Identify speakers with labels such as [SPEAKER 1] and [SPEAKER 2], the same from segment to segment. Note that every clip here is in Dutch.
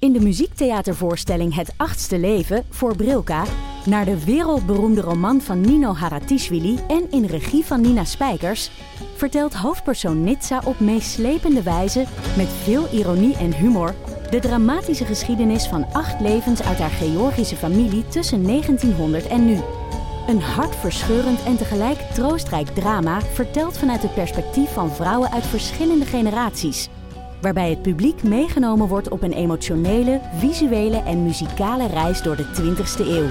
[SPEAKER 1] in de muziektheatervoorstelling Het Achtste Leven voor Brilka naar de wereldberoemde roman van Nino Haratischvili en in regie van Nina Spijkers, vertelt hoofdpersoon Nitsa op meeslepende wijze, met veel ironie en humor, de dramatische geschiedenis van 8 levens uit haar Georgische familie tussen 1900 en nu. Een hartverscheurend en tegelijk troostrijk drama verteld vanuit het perspectief van vrouwen uit verschillende generaties, waarbij het publiek meegenomen wordt op een emotionele, visuele en muzikale reis door de 20e eeuw.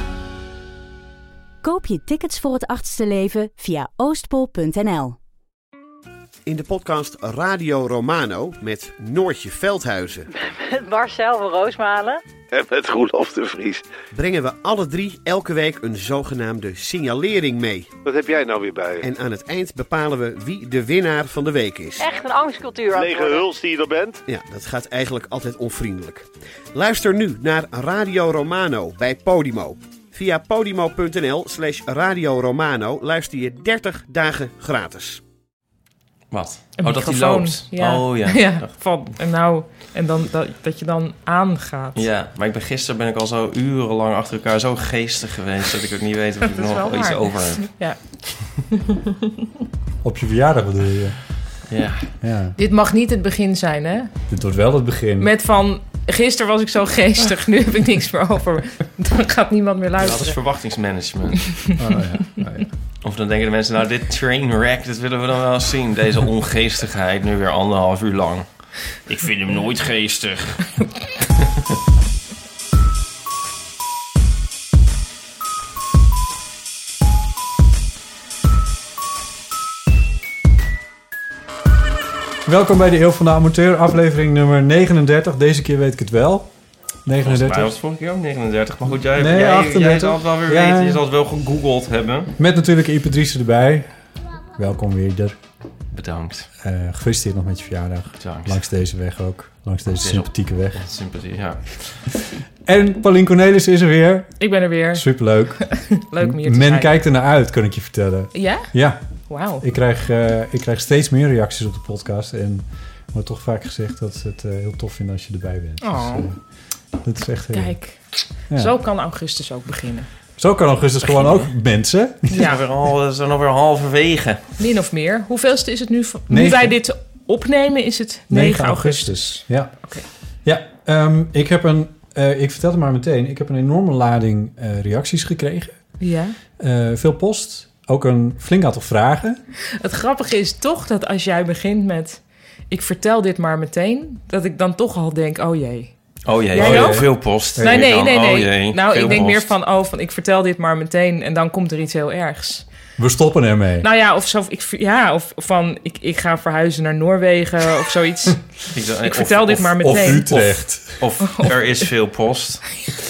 [SPEAKER 1] Koop je tickets voor Het Achtste Leven via oostpol.nl.
[SPEAKER 2] In de podcast Radio Romano met Noortje Veldhuizen.
[SPEAKER 3] Met Marcel van Roosmalen.
[SPEAKER 4] En met Roelof de Vries.
[SPEAKER 2] Brengen we alle 3 elke week een zogenaamde signalering mee.
[SPEAKER 4] Wat heb jij nou weer bij?
[SPEAKER 2] En aan het eind bepalen we wie de winnaar van de week is.
[SPEAKER 3] Echt een angstcultuur aan het
[SPEAKER 4] Lege
[SPEAKER 3] worden.
[SPEAKER 4] huls die je er bent.
[SPEAKER 2] Ja, dat gaat eigenlijk altijd onvriendelijk. Luister nu naar Radio Romano bij Podimo. Via podimo.nl/Radio Romano luister je 30 dagen gratis.
[SPEAKER 5] Wat?
[SPEAKER 6] Een
[SPEAKER 5] dat die
[SPEAKER 6] microfoon.
[SPEAKER 5] loopt.
[SPEAKER 6] Ja.
[SPEAKER 5] Oh ja.
[SPEAKER 6] Ja, en dan dat je dan aangaat.
[SPEAKER 5] Ja, maar gisteren ben ik al zo urenlang achter elkaar zo geestig geweest dat ik ook niet weet of ik
[SPEAKER 6] Dat is
[SPEAKER 5] nog
[SPEAKER 6] wel
[SPEAKER 5] iets
[SPEAKER 6] waar.
[SPEAKER 5] over heb.
[SPEAKER 6] Ja.
[SPEAKER 7] Op je verjaardag bedoel je?
[SPEAKER 5] Ja.
[SPEAKER 7] Ja.
[SPEAKER 6] Dit mag niet het begin zijn, hè?
[SPEAKER 7] Dit wordt wel het begin.
[SPEAKER 6] Met van, gisteren was ik zo geestig, nu heb ik niks meer over. Dan gaat niemand meer
[SPEAKER 5] Dat is
[SPEAKER 6] luisteren.
[SPEAKER 5] verwachtingsmanagement.
[SPEAKER 7] Oh, ja. Oh, ja.
[SPEAKER 5] Of dan denken de mensen, nou dit trainwreck, dat willen we dan wel eens zien. Deze ongeestigheid, nu weer 1,5 uur lang. Ik vind hem nooit geestig.
[SPEAKER 7] Welkom bij de Eeuw van de Amateur, aflevering nummer 39. Deze keer weet ik het wel.
[SPEAKER 5] Volgens mij
[SPEAKER 7] 39.
[SPEAKER 5] was het vorige keer ook 39. Maar goed, jij
[SPEAKER 7] 38.
[SPEAKER 5] zal het wel weer
[SPEAKER 7] Ja.
[SPEAKER 5] weten. Je zal het wel gegoogeld hebben.
[SPEAKER 7] Met natuurlijk Ipe Driessen erbij. Welkom weer.
[SPEAKER 5] Bedankt.
[SPEAKER 7] Gefeliciteerd nog met je verjaardag.
[SPEAKER 5] Bedankt.
[SPEAKER 7] Langs deze weg ook. Langs deze
[SPEAKER 5] Deze
[SPEAKER 7] sympathieke weg.
[SPEAKER 5] Sympathie, ja.
[SPEAKER 7] En Paulien Cornelis is er weer.
[SPEAKER 6] Ik ben er weer.
[SPEAKER 7] Superleuk.
[SPEAKER 6] Leuk om hier te
[SPEAKER 7] Men
[SPEAKER 6] zijn.
[SPEAKER 7] kijkt er naar uit, kan ik je vertellen.
[SPEAKER 6] Ja?
[SPEAKER 7] Ja,
[SPEAKER 6] Wauw.
[SPEAKER 7] ik krijg steeds meer reacties op de podcast. En er wordt toch vaak gezegd dat ze het heel tof vinden als je erbij bent.
[SPEAKER 6] Oh.
[SPEAKER 7] Dus, dat is echt heel...
[SPEAKER 6] Kijk,
[SPEAKER 7] Ja.
[SPEAKER 6] zo kan augustus ook beginnen.
[SPEAKER 7] Zo kan augustus gewoon ook mensen.
[SPEAKER 5] We zijn alweer halverwege.
[SPEAKER 6] Min of meer. Hoeveelste is het nu? Nu
[SPEAKER 7] 9.
[SPEAKER 6] wij dit opnemen is het 9 augustus.
[SPEAKER 7] Ja.
[SPEAKER 6] Oké.
[SPEAKER 7] Ja, ik vertel het maar meteen. Ik heb een enorme lading reacties gekregen.
[SPEAKER 6] Ja.
[SPEAKER 7] Veel post. Ook een flink aantal vragen.
[SPEAKER 6] Het grappige is toch dat als jij begint met... ik vertel dit maar meteen... dat ik dan toch al denk, oh jee.
[SPEAKER 5] Oh jee,
[SPEAKER 6] Jij ook?
[SPEAKER 5] veel post.
[SPEAKER 6] Nee.
[SPEAKER 5] Oh jee,
[SPEAKER 6] nou,
[SPEAKER 5] veel
[SPEAKER 6] ik denk
[SPEAKER 5] post.
[SPEAKER 6] meer van ik vertel dit maar meteen... en dan komt er iets heel ergs.
[SPEAKER 7] We stoppen ermee.
[SPEAKER 6] Nou ja, of van ik ga verhuizen naar Noorwegen of zoiets. Ik vertel dit maar meteen.
[SPEAKER 7] Of Utrecht.
[SPEAKER 5] Of er is veel post.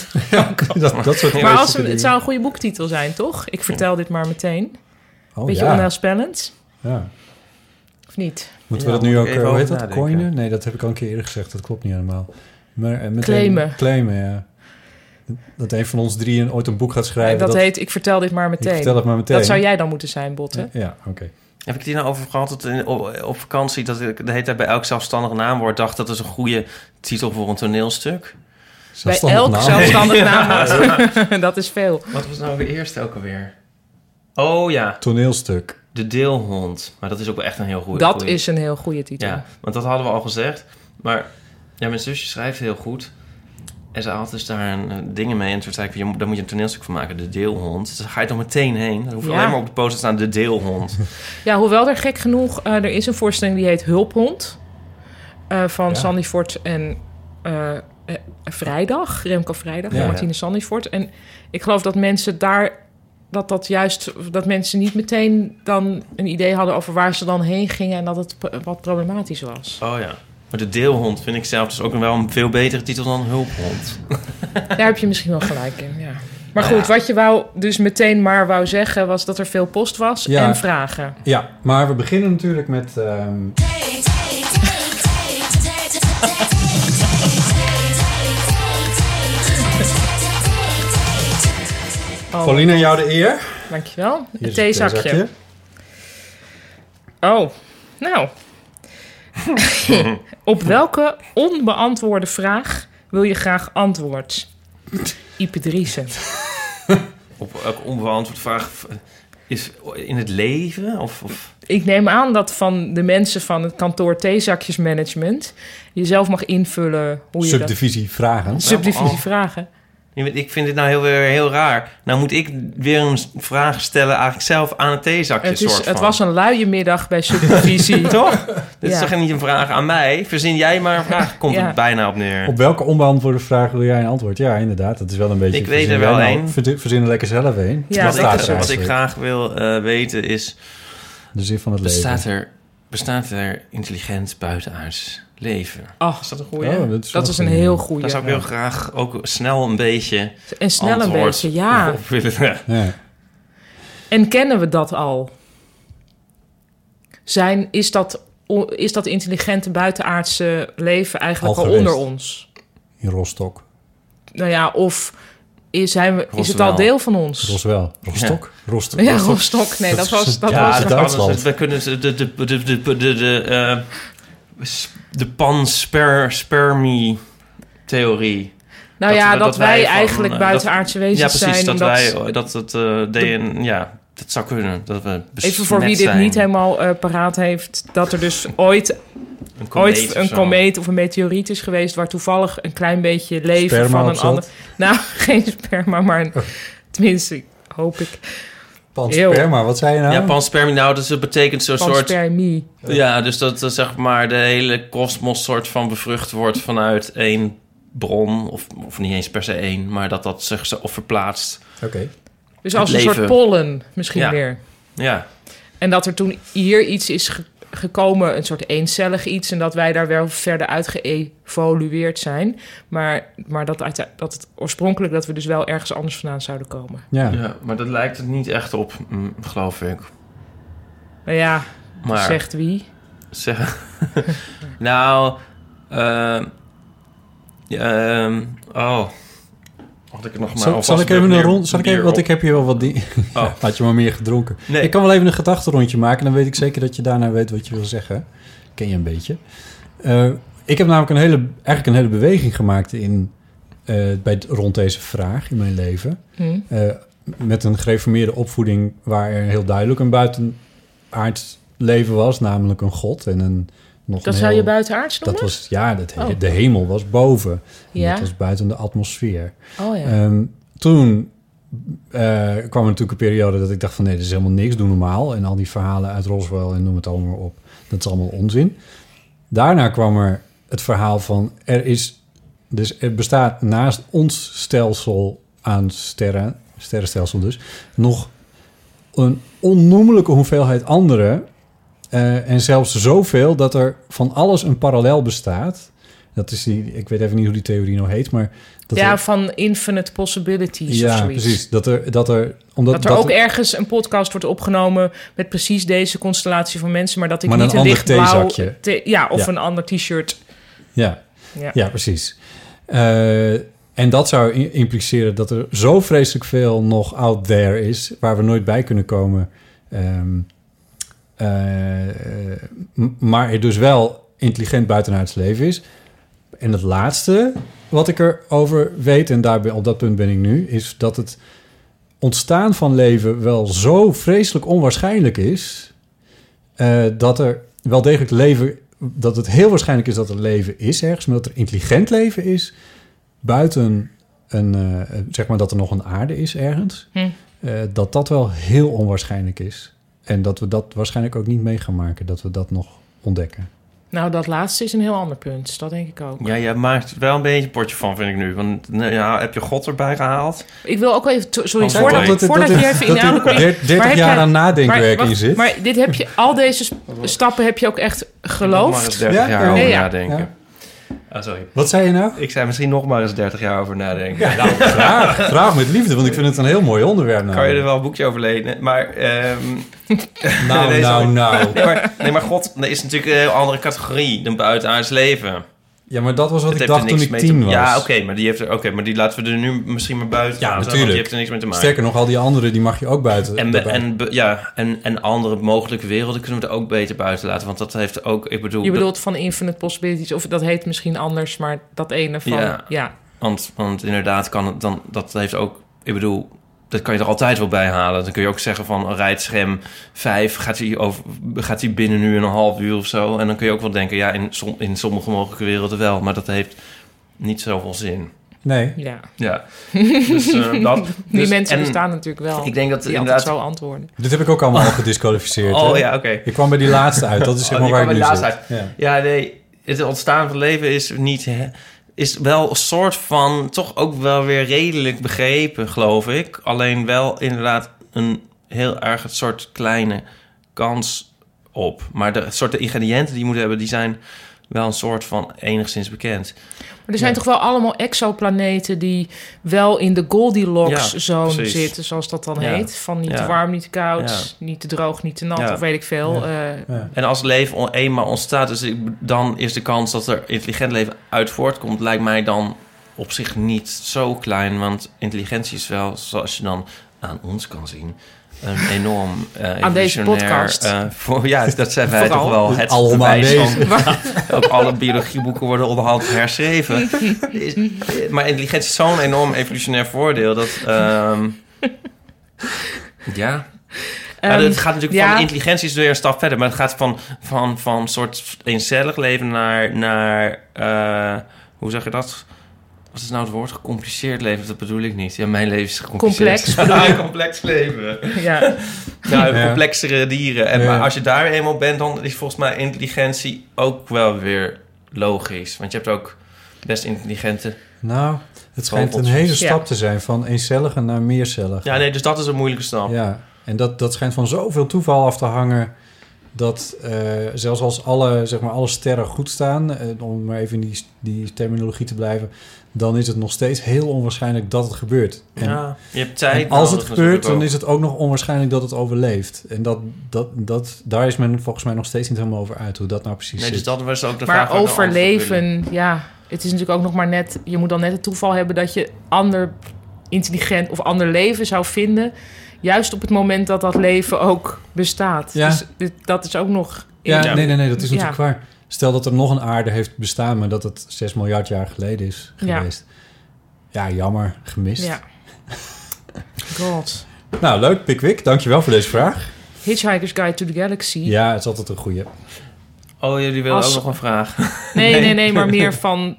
[SPEAKER 7] dat soort
[SPEAKER 6] Maar
[SPEAKER 7] dingen.
[SPEAKER 6] het zou een goede boektitel zijn, toch? Ik vertel dit maar meteen.
[SPEAKER 7] Oh,
[SPEAKER 6] Beetje
[SPEAKER 7] ja.
[SPEAKER 6] onheilspellend.
[SPEAKER 7] Ja.
[SPEAKER 6] Of niet?
[SPEAKER 7] Moeten
[SPEAKER 5] Ja,
[SPEAKER 7] we dat nu
[SPEAKER 5] moet
[SPEAKER 7] ook...
[SPEAKER 5] ik even
[SPEAKER 7] hoe
[SPEAKER 5] over
[SPEAKER 7] heet dat?
[SPEAKER 5] nadenken.
[SPEAKER 7] Coinen? Nee, dat heb ik al een keer eerder gezegd. Dat klopt niet helemaal. Maar, meteen
[SPEAKER 6] Claimen.
[SPEAKER 7] Claimen, ja. Dat een van ons drieën ooit een boek gaat schrijven.
[SPEAKER 6] Dat heet ik vertel dit maar
[SPEAKER 7] Ik
[SPEAKER 6] meteen.
[SPEAKER 7] vertel het maar meteen.
[SPEAKER 6] Dat zou jij dan moeten zijn, Botte.
[SPEAKER 7] Ja, oké.
[SPEAKER 5] Heb ik het hier nou over gehad dat op vakantie... dat ik de hele tijd bij elk zelfstandig naamwoord dacht... dat is een goede titel voor een toneelstuk?
[SPEAKER 6] Bij elk
[SPEAKER 7] naam.
[SPEAKER 6] zelfstandig naamwoord. Dat is veel.
[SPEAKER 5] Wat was nou weer eerst ook alweer? Oh ja,
[SPEAKER 7] Toneelstuk.
[SPEAKER 5] De Deelhond. Maar dat is ook wel echt een heel goede...
[SPEAKER 6] Dat is een heel goede titel.
[SPEAKER 5] Ja, want dat hadden we al gezegd. Maar ja, mijn zusje schrijft heel goed. En ze had dus daar dingen mee. En toen zei ik, daar moet je een toneelstuk van maken. De Deelhond. Dus daar ga je toch meteen heen. Dan hoef je
[SPEAKER 6] Ja.
[SPEAKER 5] alleen maar op de poster te staan. De Deelhond.
[SPEAKER 6] Ja, hoewel er gek genoeg... er is een voorstelling die heet Hulphond. Van Sandy Fort en Vrijdag. Remco Vrijdag en Martine Sandy Fort. En ik geloof dat mensen daar... dat mensen niet meteen dan een idee hadden... over waar ze dan heen gingen... en dat het wat problematisch was.
[SPEAKER 5] Oh ja. Maar De Deelhond vind ik zelf dus ook wel een veel betere titel dan Hulphond.
[SPEAKER 6] Daar heb je misschien wel gelijk in, ja. Maar goed, wat je dus meteen maar wou zeggen... was dat er veel post was en vragen.
[SPEAKER 7] Ja, maar we beginnen natuurlijk met... Paulien, aan jou de eer.
[SPEAKER 6] Dankjewel.
[SPEAKER 7] Hier
[SPEAKER 6] Het
[SPEAKER 7] is
[SPEAKER 6] theezakje. Oh, nou. Op welke onbeantwoorde vraag wil je graag antwoord? Ipe Driessen.
[SPEAKER 5] Op elke onbeantwoord vraag is in het leven? Of...
[SPEAKER 6] Ik neem aan dat van de mensen van het kantoor theezakjesmanagement je zelf mag invullen hoe je
[SPEAKER 7] Subdivisie vragen.
[SPEAKER 6] Subdivisie vragen.
[SPEAKER 5] Ik vind dit nou heel raar. Nou moet ik weer een vraag stellen eigenlijk zelf aan het theezakje.
[SPEAKER 6] Het was een luie middag bij Subdivisie.
[SPEAKER 5] Toch? Dit is toch niet een vraag aan mij? Verzin jij maar een vraag. Komt het bijna op neer.
[SPEAKER 7] Op welke onbeantwoorde vraag wil jij een antwoord? Ja, inderdaad. Dat is wel een beetje...
[SPEAKER 5] Ik weet er wel één.
[SPEAKER 7] Verzin er lekker zelf een.
[SPEAKER 6] Ja,
[SPEAKER 5] wat ik graag wil weten is...
[SPEAKER 7] De zin van het leven.
[SPEAKER 5] Bestaat er intelligent buitenaards leven?
[SPEAKER 6] Is dat een goeie?
[SPEAKER 7] Oh,
[SPEAKER 6] dat is een heel goeie.
[SPEAKER 5] Daar zou ik heel graag ook snel een beetje...
[SPEAKER 6] En snel een beetje, ja.
[SPEAKER 7] Ja.
[SPEAKER 6] En kennen we dat al? Is dat intelligente buitenaardse leven eigenlijk al onder ons?
[SPEAKER 7] In Rostock.
[SPEAKER 6] Nou ja, of is het al deel van ons?
[SPEAKER 7] Rostock. Rostock.
[SPEAKER 6] Ja, Rostock. Nee, dat was
[SPEAKER 7] Duitsland.
[SPEAKER 5] We kunnen de panspermie-theorie.
[SPEAKER 6] Nou ja, dat wij eigenlijk buitenaardse wezens zijn.
[SPEAKER 5] Ja, precies. Dat zou kunnen. Dat we
[SPEAKER 6] even voor wie dit niet helemaal paraat heeft, dat er dus ooit een komeet of een meteoriet is geweest waar toevallig een klein beetje leven
[SPEAKER 7] sperma
[SPEAKER 6] van een ander... Nou, geen sperma, maar tenminste, hoop ik.
[SPEAKER 7] Pansperma, wat zei je nou?
[SPEAKER 5] Ja, panspermie, nou, dus dat betekent zo'n soort...
[SPEAKER 6] Panspermie.
[SPEAKER 5] Ja, dus dat zeg maar de hele kosmos soort van bevrucht wordt vanuit één bron, of niet eens per se één, maar dat zich of verplaatst.
[SPEAKER 7] Oké.
[SPEAKER 6] Dus als een soort pollen misschien weer.
[SPEAKER 5] Ja. En
[SPEAKER 6] dat er toen hier iets is gekomen, een soort eencellig iets, en dat wij daar wel verder uit geëvolueerd zijn. Maar dat het oorspronkelijk dat we dus wel ergens anders vandaan zouden komen.
[SPEAKER 5] Ja, maar dat lijkt het niet echt op, geloof ik.
[SPEAKER 6] Nou ja, maar, zegt wie?
[SPEAKER 5] Nou, had ik nog maar
[SPEAKER 7] zal ik even een rond? Zal ik even, want ik heb hier wel wat dingen. Had je maar meer gedronken? Nee. Ik kan wel even een gedachtenrondje maken. Dan weet ik zeker dat je daarna weet wat je wil zeggen. Ken je een beetje? Ik heb namelijk een hele beweging gemaakt rond deze vraag in mijn leven. Met een gereformeerde opvoeding waar er heel duidelijk een buitenaards leven was, namelijk een god en een
[SPEAKER 6] zou je buitenaards noemen?
[SPEAKER 7] Dat was, de hemel was boven. Ja? Dat was buiten de atmosfeer.
[SPEAKER 6] Oh ja.
[SPEAKER 7] Toen kwam er natuurlijk een periode dat ik dacht van nee, dat is helemaal niks, doe normaal. En al die verhalen uit Roswell en noem het allemaal op. Dat is allemaal onzin. Daarna kwam het verhaal van er bestaat naast ons stelsel aan sterrenstelsel dus, nog een onnoemelijke hoeveelheid andere. En zelfs zoveel dat er van alles een parallel bestaat. Dat is ik weet even niet hoe die theorie nou heet, maar...
[SPEAKER 6] van infinite possibilities
[SPEAKER 7] of
[SPEAKER 6] zoiets.
[SPEAKER 7] Ja, precies. Dat er
[SPEAKER 6] ook ergens een podcast wordt opgenomen met precies deze constellatie van mensen, maar dat ik
[SPEAKER 7] maar
[SPEAKER 6] niet een lichtblauw...
[SPEAKER 7] Een
[SPEAKER 6] ander t-shirt.
[SPEAKER 7] Ja, precies. En dat zou impliceren dat er zo vreselijk veel nog out there is, waar we nooit bij kunnen komen... maar er dus wel intelligent buitenaards leven is. En het laatste wat ik erover weet, en op dat punt ben ik nu, is dat het ontstaan van leven wel zo vreselijk onwaarschijnlijk is, dat er wel degelijk leven, dat het heel waarschijnlijk is dat er leven is ergens, maar dat er intelligent leven is buiten zeg maar dat er nog een aarde is ergens, dat wel heel onwaarschijnlijk is. En dat we dat waarschijnlijk ook niet mee gaan maken, dat we dat nog ontdekken.
[SPEAKER 6] Nou, dat laatste is een heel ander punt. Dat denk ik ook.
[SPEAKER 5] Ja, jij maakt er wel een beetje een potje van, vind ik nu. Want heb je God erbij gehaald?
[SPEAKER 6] Ik wil ook even... voordat je even inhoudelijk...
[SPEAKER 7] 30 jaar aan nadenkwerk in zit.
[SPEAKER 6] Maar al deze stappen heb je ook echt geloofd?
[SPEAKER 5] Nog maar eens 30 jaar over nadenken. Ja.
[SPEAKER 7] Sorry. Wat zei je nou?
[SPEAKER 5] Ik zei misschien nog maar eens 30 jaar over nadenken.
[SPEAKER 7] Ja, nou, graag met liefde, want ik vind het een heel mooi onderwerp. Nou.
[SPEAKER 5] Kan je er wel een boekje over lenen? Maar...
[SPEAKER 7] Nou.
[SPEAKER 5] Nee, maar God is natuurlijk een heel andere categorie dan buitenaards leven.
[SPEAKER 7] Ja, maar dat was wat
[SPEAKER 5] Het
[SPEAKER 7] ik
[SPEAKER 5] heeft
[SPEAKER 7] dacht
[SPEAKER 5] er
[SPEAKER 7] toen
[SPEAKER 5] niks
[SPEAKER 7] ik
[SPEAKER 5] mee
[SPEAKER 7] 10 was.
[SPEAKER 5] Ja, oké, maar die laten we er nu misschien maar buiten.
[SPEAKER 7] Ja,
[SPEAKER 5] laten,
[SPEAKER 7] natuurlijk.
[SPEAKER 5] Want die heeft er niks mee te maken.
[SPEAKER 7] Sterker nog, al die andere, die mag je ook buiten.
[SPEAKER 5] En andere mogelijke werelden kunnen we er ook beter buiten laten. Want dat heeft ook, ik bedoel...
[SPEAKER 6] Je bedoelt van Infinite Possibilities, of dat heet misschien anders, maar dat ene van... Ja.
[SPEAKER 5] Want inderdaad kan het dan... Dat heeft ook... Ik bedoel, dat kan je er altijd wel bij halen. Dan kun je ook zeggen van rijdt scherm 5, gaat hij binnen nu een half uur of zo. En dan kun je ook wel denken, ja, in sommige mogelijke werelden wel. Maar dat heeft niet zoveel zin.
[SPEAKER 7] Nee.
[SPEAKER 5] Ja. Dus,
[SPEAKER 6] die mensen bestaan natuurlijk wel.
[SPEAKER 5] Ik denk dat
[SPEAKER 6] die
[SPEAKER 5] inderdaad
[SPEAKER 6] zo antwoorden.
[SPEAKER 7] Dit heb ik ook allemaal al gedisqualificeerd.
[SPEAKER 5] Ja, oké.
[SPEAKER 7] Ik kwam bij die laatste uit. Dat is zeg maar waar ik nu zit.
[SPEAKER 5] Ja, nee. Het ontstaan van leven is niet... is wel een soort van... toch ook wel weer redelijk begrepen, geloof ik. Alleen wel inderdaad een heel erg het soort kleine kans op. Maar de soort ingrediënten die je moet hebben... die zijn wel een soort van enigszins bekend.
[SPEAKER 6] Maar er zijn toch wel allemaal exoplaneten... die wel in de Goldilocks-zone zitten, zoals dat dan heet. Van niet te warm, niet te koud, niet te droog, niet te nat, of weet ik veel.
[SPEAKER 5] En als leven eenmaal ontstaat... dus dan is de kans dat er intelligent leven uit voortkomt... lijkt mij dan op zich niet zo klein. Want intelligentie is wel, zoals je dan aan ons kan zien... een enorm
[SPEAKER 6] aan deze podcast.
[SPEAKER 5] Dat zijn wij toch wel het bewijs van. Ook alle biologieboeken worden onderhand herschreven. Maar intelligentie is zo'n enorm evolutionair voordeel dat. Het gaat natuurlijk van intelligentie is weer een stap verder, maar het gaat van soort eencellig leven naar hoe zeg je dat? Wat is nou het woord? Gecompliceerd leven, dat bedoel ik niet. Ja, mijn leven is gecompliceerd. Complex leven.
[SPEAKER 6] Ja.
[SPEAKER 5] Complexere dieren. En maar als je daar eenmaal bent, dan is volgens mij intelligentie ook wel weer logisch. Want je hebt ook best intelligente...
[SPEAKER 7] Nou, het schijnt een hele stap te zijn van eencellige naar meercellige.
[SPEAKER 5] Ja, nee, dus dat is een moeilijke stap.
[SPEAKER 7] Ja, en dat schijnt van zoveel toeval af te hangen... dat zelfs als alle sterren goed staan... om maar even in die terminologie te blijven... dan is het nog steeds heel onwaarschijnlijk dat het gebeurt. En,
[SPEAKER 5] je hebt tijd.
[SPEAKER 7] En als het gebeurt, dan is het ook nog onwaarschijnlijk dat het overleeft. En daar is men volgens mij nog steeds niet helemaal over uit... hoe dat nou precies zit.
[SPEAKER 5] Dus dat was ook de
[SPEAKER 6] maar
[SPEAKER 5] vraag.
[SPEAKER 6] Maar overleven, het is natuurlijk ook nog maar net... je moet dan net het toeval hebben dat je ander intelligent... of ander leven zou vinden... juist op het moment dat dat leven ook bestaat.
[SPEAKER 7] Ja.
[SPEAKER 6] Dus dat is ook nog...
[SPEAKER 7] Nee, dat is natuurlijk waar. Stel dat er nog een aarde heeft bestaan... maar dat het 6 miljard jaar geleden is geweest. Ja, jammer. Gemist.
[SPEAKER 6] Ja. God.
[SPEAKER 7] Nou, leuk, Pickwick. Dankjewel voor deze vraag.
[SPEAKER 6] Hitchhiker's Guide to the Galaxy.
[SPEAKER 7] Ja, het is altijd een goeie.
[SPEAKER 5] Oh, jullie willen ook nog een vraag?
[SPEAKER 6] Nee, maar meer van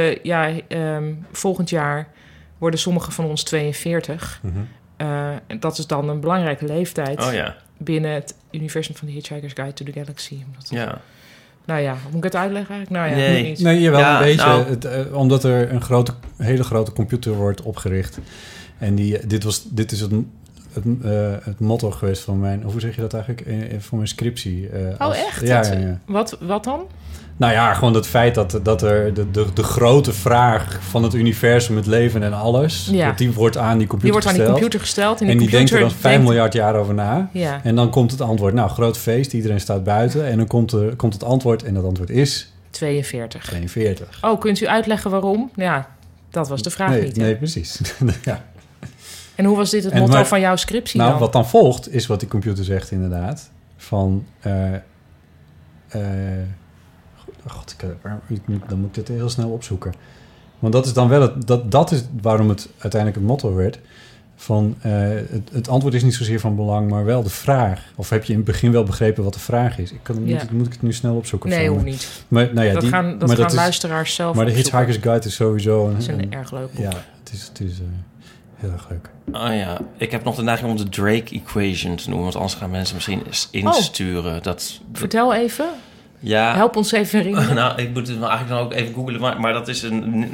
[SPEAKER 6] volgend jaar worden sommigen van ons 42.
[SPEAKER 7] Mm-hmm.
[SPEAKER 6] En dat is dan een belangrijke leeftijd...
[SPEAKER 5] Oh, ja.
[SPEAKER 6] binnen het universum van de Hitchhiker's Guide to the Galaxy. Nou ja, moet ik het uitleggen eigenlijk? Nou ja, niet.
[SPEAKER 7] Nee, jawel, een beetje. Omdat er een hele grote computer wordt opgericht. En dit is het motto geweest van mijn... Hoe zeg je dat eigenlijk? Voor mijn scriptie.
[SPEAKER 6] Echt?
[SPEAKER 7] Ja.
[SPEAKER 6] Wat dan?
[SPEAKER 7] Nou ja, gewoon het feit dat er de grote vraag van het universum, het leven en alles... die wordt aan die computer gesteld.
[SPEAKER 6] En
[SPEAKER 7] die denkt er dan 5 miljard jaar over na.
[SPEAKER 6] Ja.
[SPEAKER 7] En dan komt het antwoord. Nou, groot feest, iedereen staat buiten. En dan komt het antwoord en dat antwoord is...
[SPEAKER 6] 42.
[SPEAKER 7] Oh,
[SPEAKER 6] kunt u uitleggen waarom? Ja, dat was de vraag niet.
[SPEAKER 7] Nee, precies. Ja.
[SPEAKER 6] En hoe was dit het motto van jouw scriptie dan?
[SPEAKER 7] Wat dan volgt, is wat die computer zegt inderdaad. Van... dan moet ik dit heel snel opzoeken. Want dat is dan wel dat is waarom het uiteindelijk het motto werd. Van het antwoord is niet zozeer van belang, maar wel de vraag. Of heb je in het begin wel begrepen wat de vraag is? Moet ik het nu snel opzoeken?
[SPEAKER 6] Nee, hoeft niet.
[SPEAKER 7] Maar, nou ja,
[SPEAKER 6] dat gaan luisteraars zelf
[SPEAKER 7] Maar de
[SPEAKER 6] opzoeken.
[SPEAKER 7] Hitchhiker's Guide is sowieso...
[SPEAKER 6] Het is een erg leuk boek.
[SPEAKER 7] Ja, het is heel erg leuk.
[SPEAKER 5] Oh ja, ik heb nog de neiging om de Drake Equation te noemen. Want anders gaan mensen misschien insturen.
[SPEAKER 6] Vertel even...
[SPEAKER 5] Ja.
[SPEAKER 6] Help ons even herinneren.
[SPEAKER 5] Nou, ik moet het eigenlijk dan ook even googlen. Maar dat is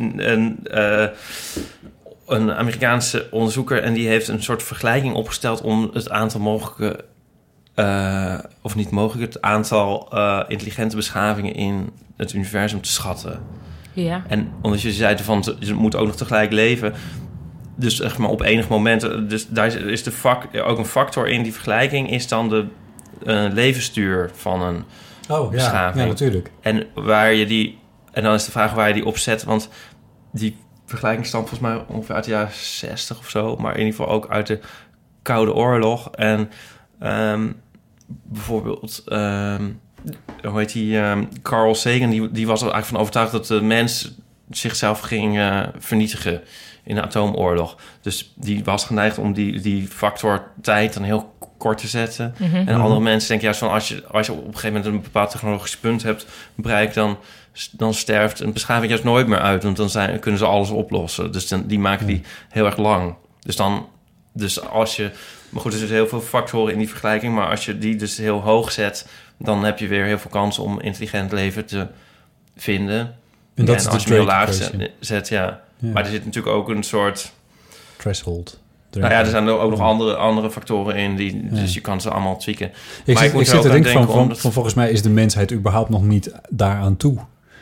[SPEAKER 5] een Amerikaanse onderzoeker... en die heeft een soort vergelijking opgesteld... om het aantal mogelijke... of niet mogelijk... het aantal intelligente beschavingen in het universum te schatten.
[SPEAKER 6] Ja.
[SPEAKER 5] En omdat je zei van... je moet ook nog tegelijk leven... Dus zeg maar op enig moment... Dus daar is ook een factor in die vergelijking... is dan de levensduur van een... beschaving.
[SPEAKER 7] Ja, natuurlijk.
[SPEAKER 5] En waar je die En dan is de vraag waar je die opzet. Want die vergelijking stamt volgens mij ongeveer uit de jaren 60 of zo. Maar in ieder geval ook uit de Koude Oorlog. En bijvoorbeeld... hoe heet die? Carl Sagan, die was er eigenlijk van overtuigd dat de mens zichzelf ging vernietigen in de atoomoorlog. Dus die was geneigd om die factor tijd dan heel kort te zetten.
[SPEAKER 6] Mhm.
[SPEAKER 5] En andere mensen denken juist van... als je op een gegeven moment een bepaald technologisch punt hebt bereikt... dan sterft een beschaving juist nooit meer uit. Want dan kunnen ze alles oplossen. Dus die maken die heel erg lang. Dus als je... Maar goed, er zitten heel veel factoren in die vergelijking... maar als je die dus heel hoog zet... dan heb je weer heel veel kans om intelligent leven te vinden.
[SPEAKER 7] En dat is
[SPEAKER 5] als
[SPEAKER 7] de
[SPEAKER 5] je hem heel laag
[SPEAKER 7] Drake
[SPEAKER 5] zet, ja. Maar er zit natuurlijk ook een soort...
[SPEAKER 7] threshold.
[SPEAKER 5] Nou ja, er zijn ook nog andere factoren in... dus je kan ze allemaal tweaken.
[SPEAKER 7] Ik zit te denken van volgens mij is de mensheid überhaupt nog niet daaraan toe.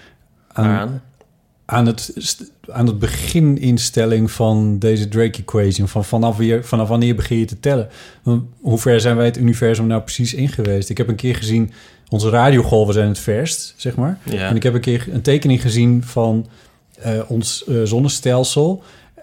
[SPEAKER 7] Aan het begininstelling van deze Drake equation. Vanaf wanneer begin je te tellen? Hoe ver zijn wij het universum nou precies in geweest? Ik heb een keer gezien... Onze radiogolven zijn het verst, zeg maar.
[SPEAKER 5] Ja.
[SPEAKER 7] En ik heb een keer een tekening gezien van ons zonnestelsel.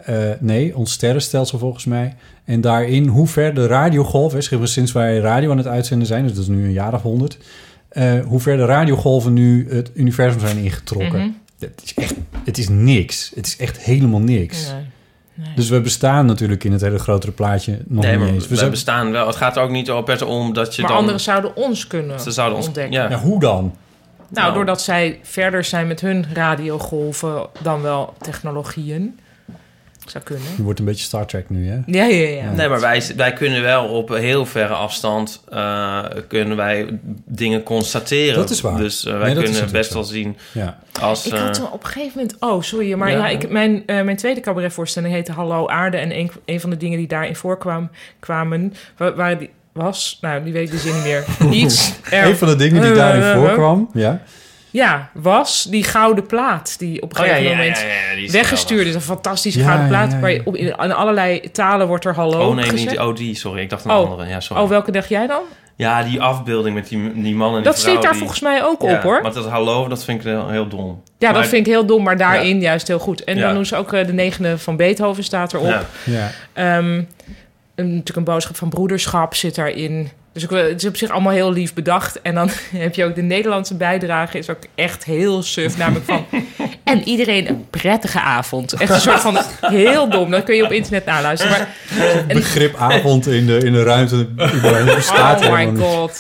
[SPEAKER 7] Ons sterrenstelsel volgens mij. En daarin hoe ver de radiogolven... sinds wij radio aan het uitzenden zijn... dus dat is nu een jaar of 100... hoe ver de radiogolven nu het universum zijn ingetrokken.
[SPEAKER 6] Mm-hmm.
[SPEAKER 7] Het is niks. Het is echt helemaal niks.
[SPEAKER 6] Nee.
[SPEAKER 7] Dus we bestaan natuurlijk in het hele grotere plaatje nog niet eens.
[SPEAKER 5] We bestaan wel. Het gaat er ook niet per se om dat je
[SPEAKER 6] maar
[SPEAKER 5] dan...
[SPEAKER 6] anderen zouden ons kunnen ontdekken.
[SPEAKER 5] Ja.
[SPEAKER 7] Ja, hoe dan?
[SPEAKER 6] Nou, doordat zij verder zijn met hun radiogolven dan wel technologieën. Zou kunnen.
[SPEAKER 7] Je wordt een beetje Star Trek nu, hè?
[SPEAKER 6] Ja.
[SPEAKER 5] Nee, maar wij kunnen wel op heel verre afstand... kunnen wij dingen constateren.
[SPEAKER 7] Dat is waar.
[SPEAKER 5] Dus wij kunnen best wel zien...
[SPEAKER 7] Ja.
[SPEAKER 5] Als,
[SPEAKER 6] ik had op een gegeven moment... Oh, sorry. Maar mijn tweede cabaretvoorstelling heette Hallo Aarde. En een van de dingen die daarin kwamen... Waar die was... Nou, die weet ik dus niet meer.
[SPEAKER 7] Een van de dingen die daarin voorkwam...
[SPEAKER 6] Ja, was die gouden plaat die op een gegeven moment weggestuurd is. Een fantastische gouden plaat. Waar je in allerlei talen wordt er hallo gezegd.
[SPEAKER 5] Die, sorry. Ik dacht een andere. Ja, sorry.
[SPEAKER 6] Oh, welke dacht jij dan?
[SPEAKER 5] Ja, die afbeelding met die man en die vrouw.
[SPEAKER 6] Dat zit daar volgens mij ook op, hoor.
[SPEAKER 5] Maar dat hallo, dat vind ik heel dom.
[SPEAKER 6] Ja, dat vind ik heel dom, maar daarin juist heel goed. En dan doen ze ook de 9e van Beethoven staat erop. Ja. Natuurlijk een boodschap van broederschap zit daarin. Dus het is op zich allemaal heel lief bedacht. En dan heb je ook de Nederlandse bijdrage. Is ook echt heel suf. Namelijk van... En iedereen een prettige avond. Echt een soort van heel dom. Dat kun je op internet naluisteren. Maar,
[SPEAKER 7] begrip avond in de ruimte. Bestaat
[SPEAKER 6] oh my god.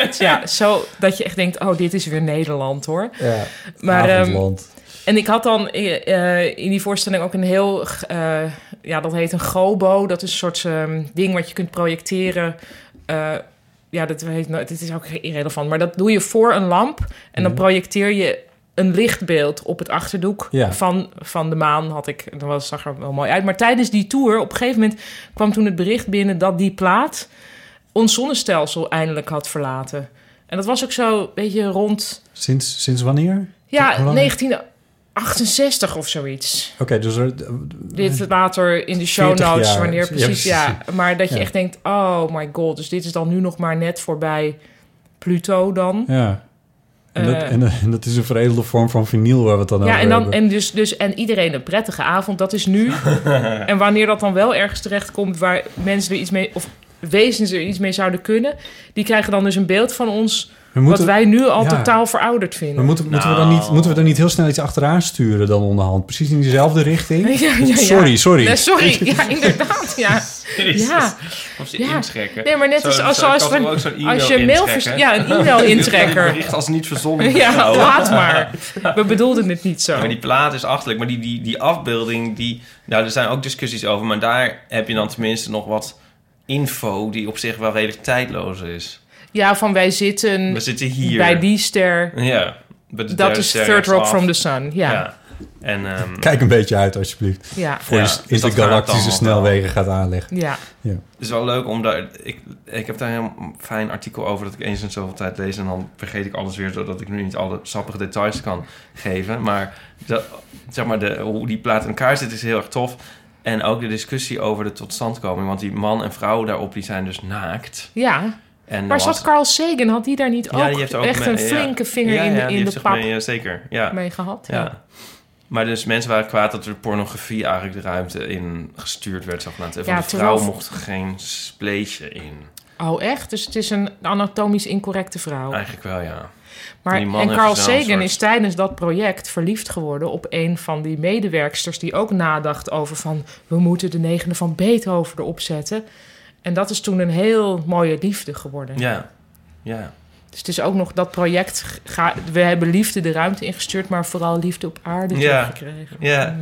[SPEAKER 6] Zo dat je echt denkt... Oh, dit is weer Nederland, hoor.
[SPEAKER 7] Ja,
[SPEAKER 6] maar,
[SPEAKER 7] avondland.
[SPEAKER 6] En ik had dan in die voorstelling ook een heel... dat heet een gobo. Dat is een soort ding wat je kunt projecteren... dit is ook irrelevant. Maar dat doe je voor een lamp. En dan projecteer je een lichtbeeld op het achterdoek van de maan. Dat zag er wel mooi uit. Maar tijdens die tour, op een gegeven moment... kwam toen het bericht binnen dat die plaat... ons zonnestelsel eindelijk had verlaten. En dat was ook zo een beetje rond...
[SPEAKER 7] Sinds wanneer?
[SPEAKER 6] Ja, 1968 of zoiets.
[SPEAKER 7] Oké, dus...
[SPEAKER 6] Dit later in de show notes,
[SPEAKER 7] jaar.
[SPEAKER 6] wanneer precies, Maar dat je echt denkt, oh my god, dus dit is dan nu nog maar net voorbij Pluto dan.
[SPEAKER 7] Ja. En dat is een veredelde vorm van vinyl waar we het dan over hebben.
[SPEAKER 6] En iedereen een prettige avond, dat is nu. En wanneer dat dan wel ergens terechtkomt waar mensen er iets mee... of wezens er iets mee zouden kunnen... die krijgen dan dus een beeld van ons... wat wij nu al totaal verouderd vinden. Maar
[SPEAKER 7] moeten we dan niet heel snel iets achteraan sturen dan onderhand? Precies in diezelfde richting? Sorry.
[SPEAKER 6] Nee, sorry, ja, inderdaad, ja.
[SPEAKER 5] Of ze intrekken.
[SPEAKER 6] Nee, maar net als je mail... een e-mail-intrekker.
[SPEAKER 5] Bericht als niet verzonnen.
[SPEAKER 6] Ja, laat maar. We bedoelden het niet zo.
[SPEAKER 5] Maar die plaat is achterlijk. Maar die afbeelding, er zijn ook discussies over. Maar daar heb je dan tenminste nog wat info... die op zich wel redelijk tijdloos is.
[SPEAKER 6] Ja, van we zitten hier bij die ster.
[SPEAKER 5] Ja,
[SPEAKER 6] dat is Third Rock from the Sun. Ja.
[SPEAKER 5] En,
[SPEAKER 7] kijk een beetje uit, alsjeblieft.
[SPEAKER 6] Ja.
[SPEAKER 7] Voor je intergalactische snelwegen gaat aanleggen.
[SPEAKER 6] Ja.
[SPEAKER 5] Het is wel leuk om daar... Ik heb daar een heel fijn artikel over... dat ik eens in zoveel tijd lees... en dan vergeet ik alles weer... zodat ik nu niet alle sappige details kan geven. Maar hoe die plaat in elkaar zit is heel erg tof. En ook de discussie over de totstandkoming. Want die man en vrouw daarop... die zijn dus naakt.
[SPEAKER 6] Ja.
[SPEAKER 5] En
[SPEAKER 6] Maar zat Carl Sagan, had die daar niet ook,
[SPEAKER 5] die heeft ook
[SPEAKER 6] echt een flinke vinger in de pap
[SPEAKER 5] zeker.
[SPEAKER 6] mee gehad?
[SPEAKER 5] Ja. Maar dus mensen waren kwaad dat er pornografie eigenlijk de ruimte in gestuurd werd, zogenaamd. En van de vrouw mocht geen spleetje in.
[SPEAKER 6] Oh, echt? Dus het is een anatomisch incorrecte vrouw?
[SPEAKER 5] Eigenlijk wel, ja.
[SPEAKER 6] Maar, en Carl Sagan is tijdens dat project verliefd geworden op een van die medewerksters die ook nadacht over van, we moeten de 9e van Beethoven erop zetten. En dat is toen een heel mooie liefde geworden.
[SPEAKER 5] Ja.
[SPEAKER 6] Dus het is ook nog dat project, we hebben liefde de ruimte ingestuurd, maar vooral liefde op aarde teruggekregen.
[SPEAKER 5] Ja.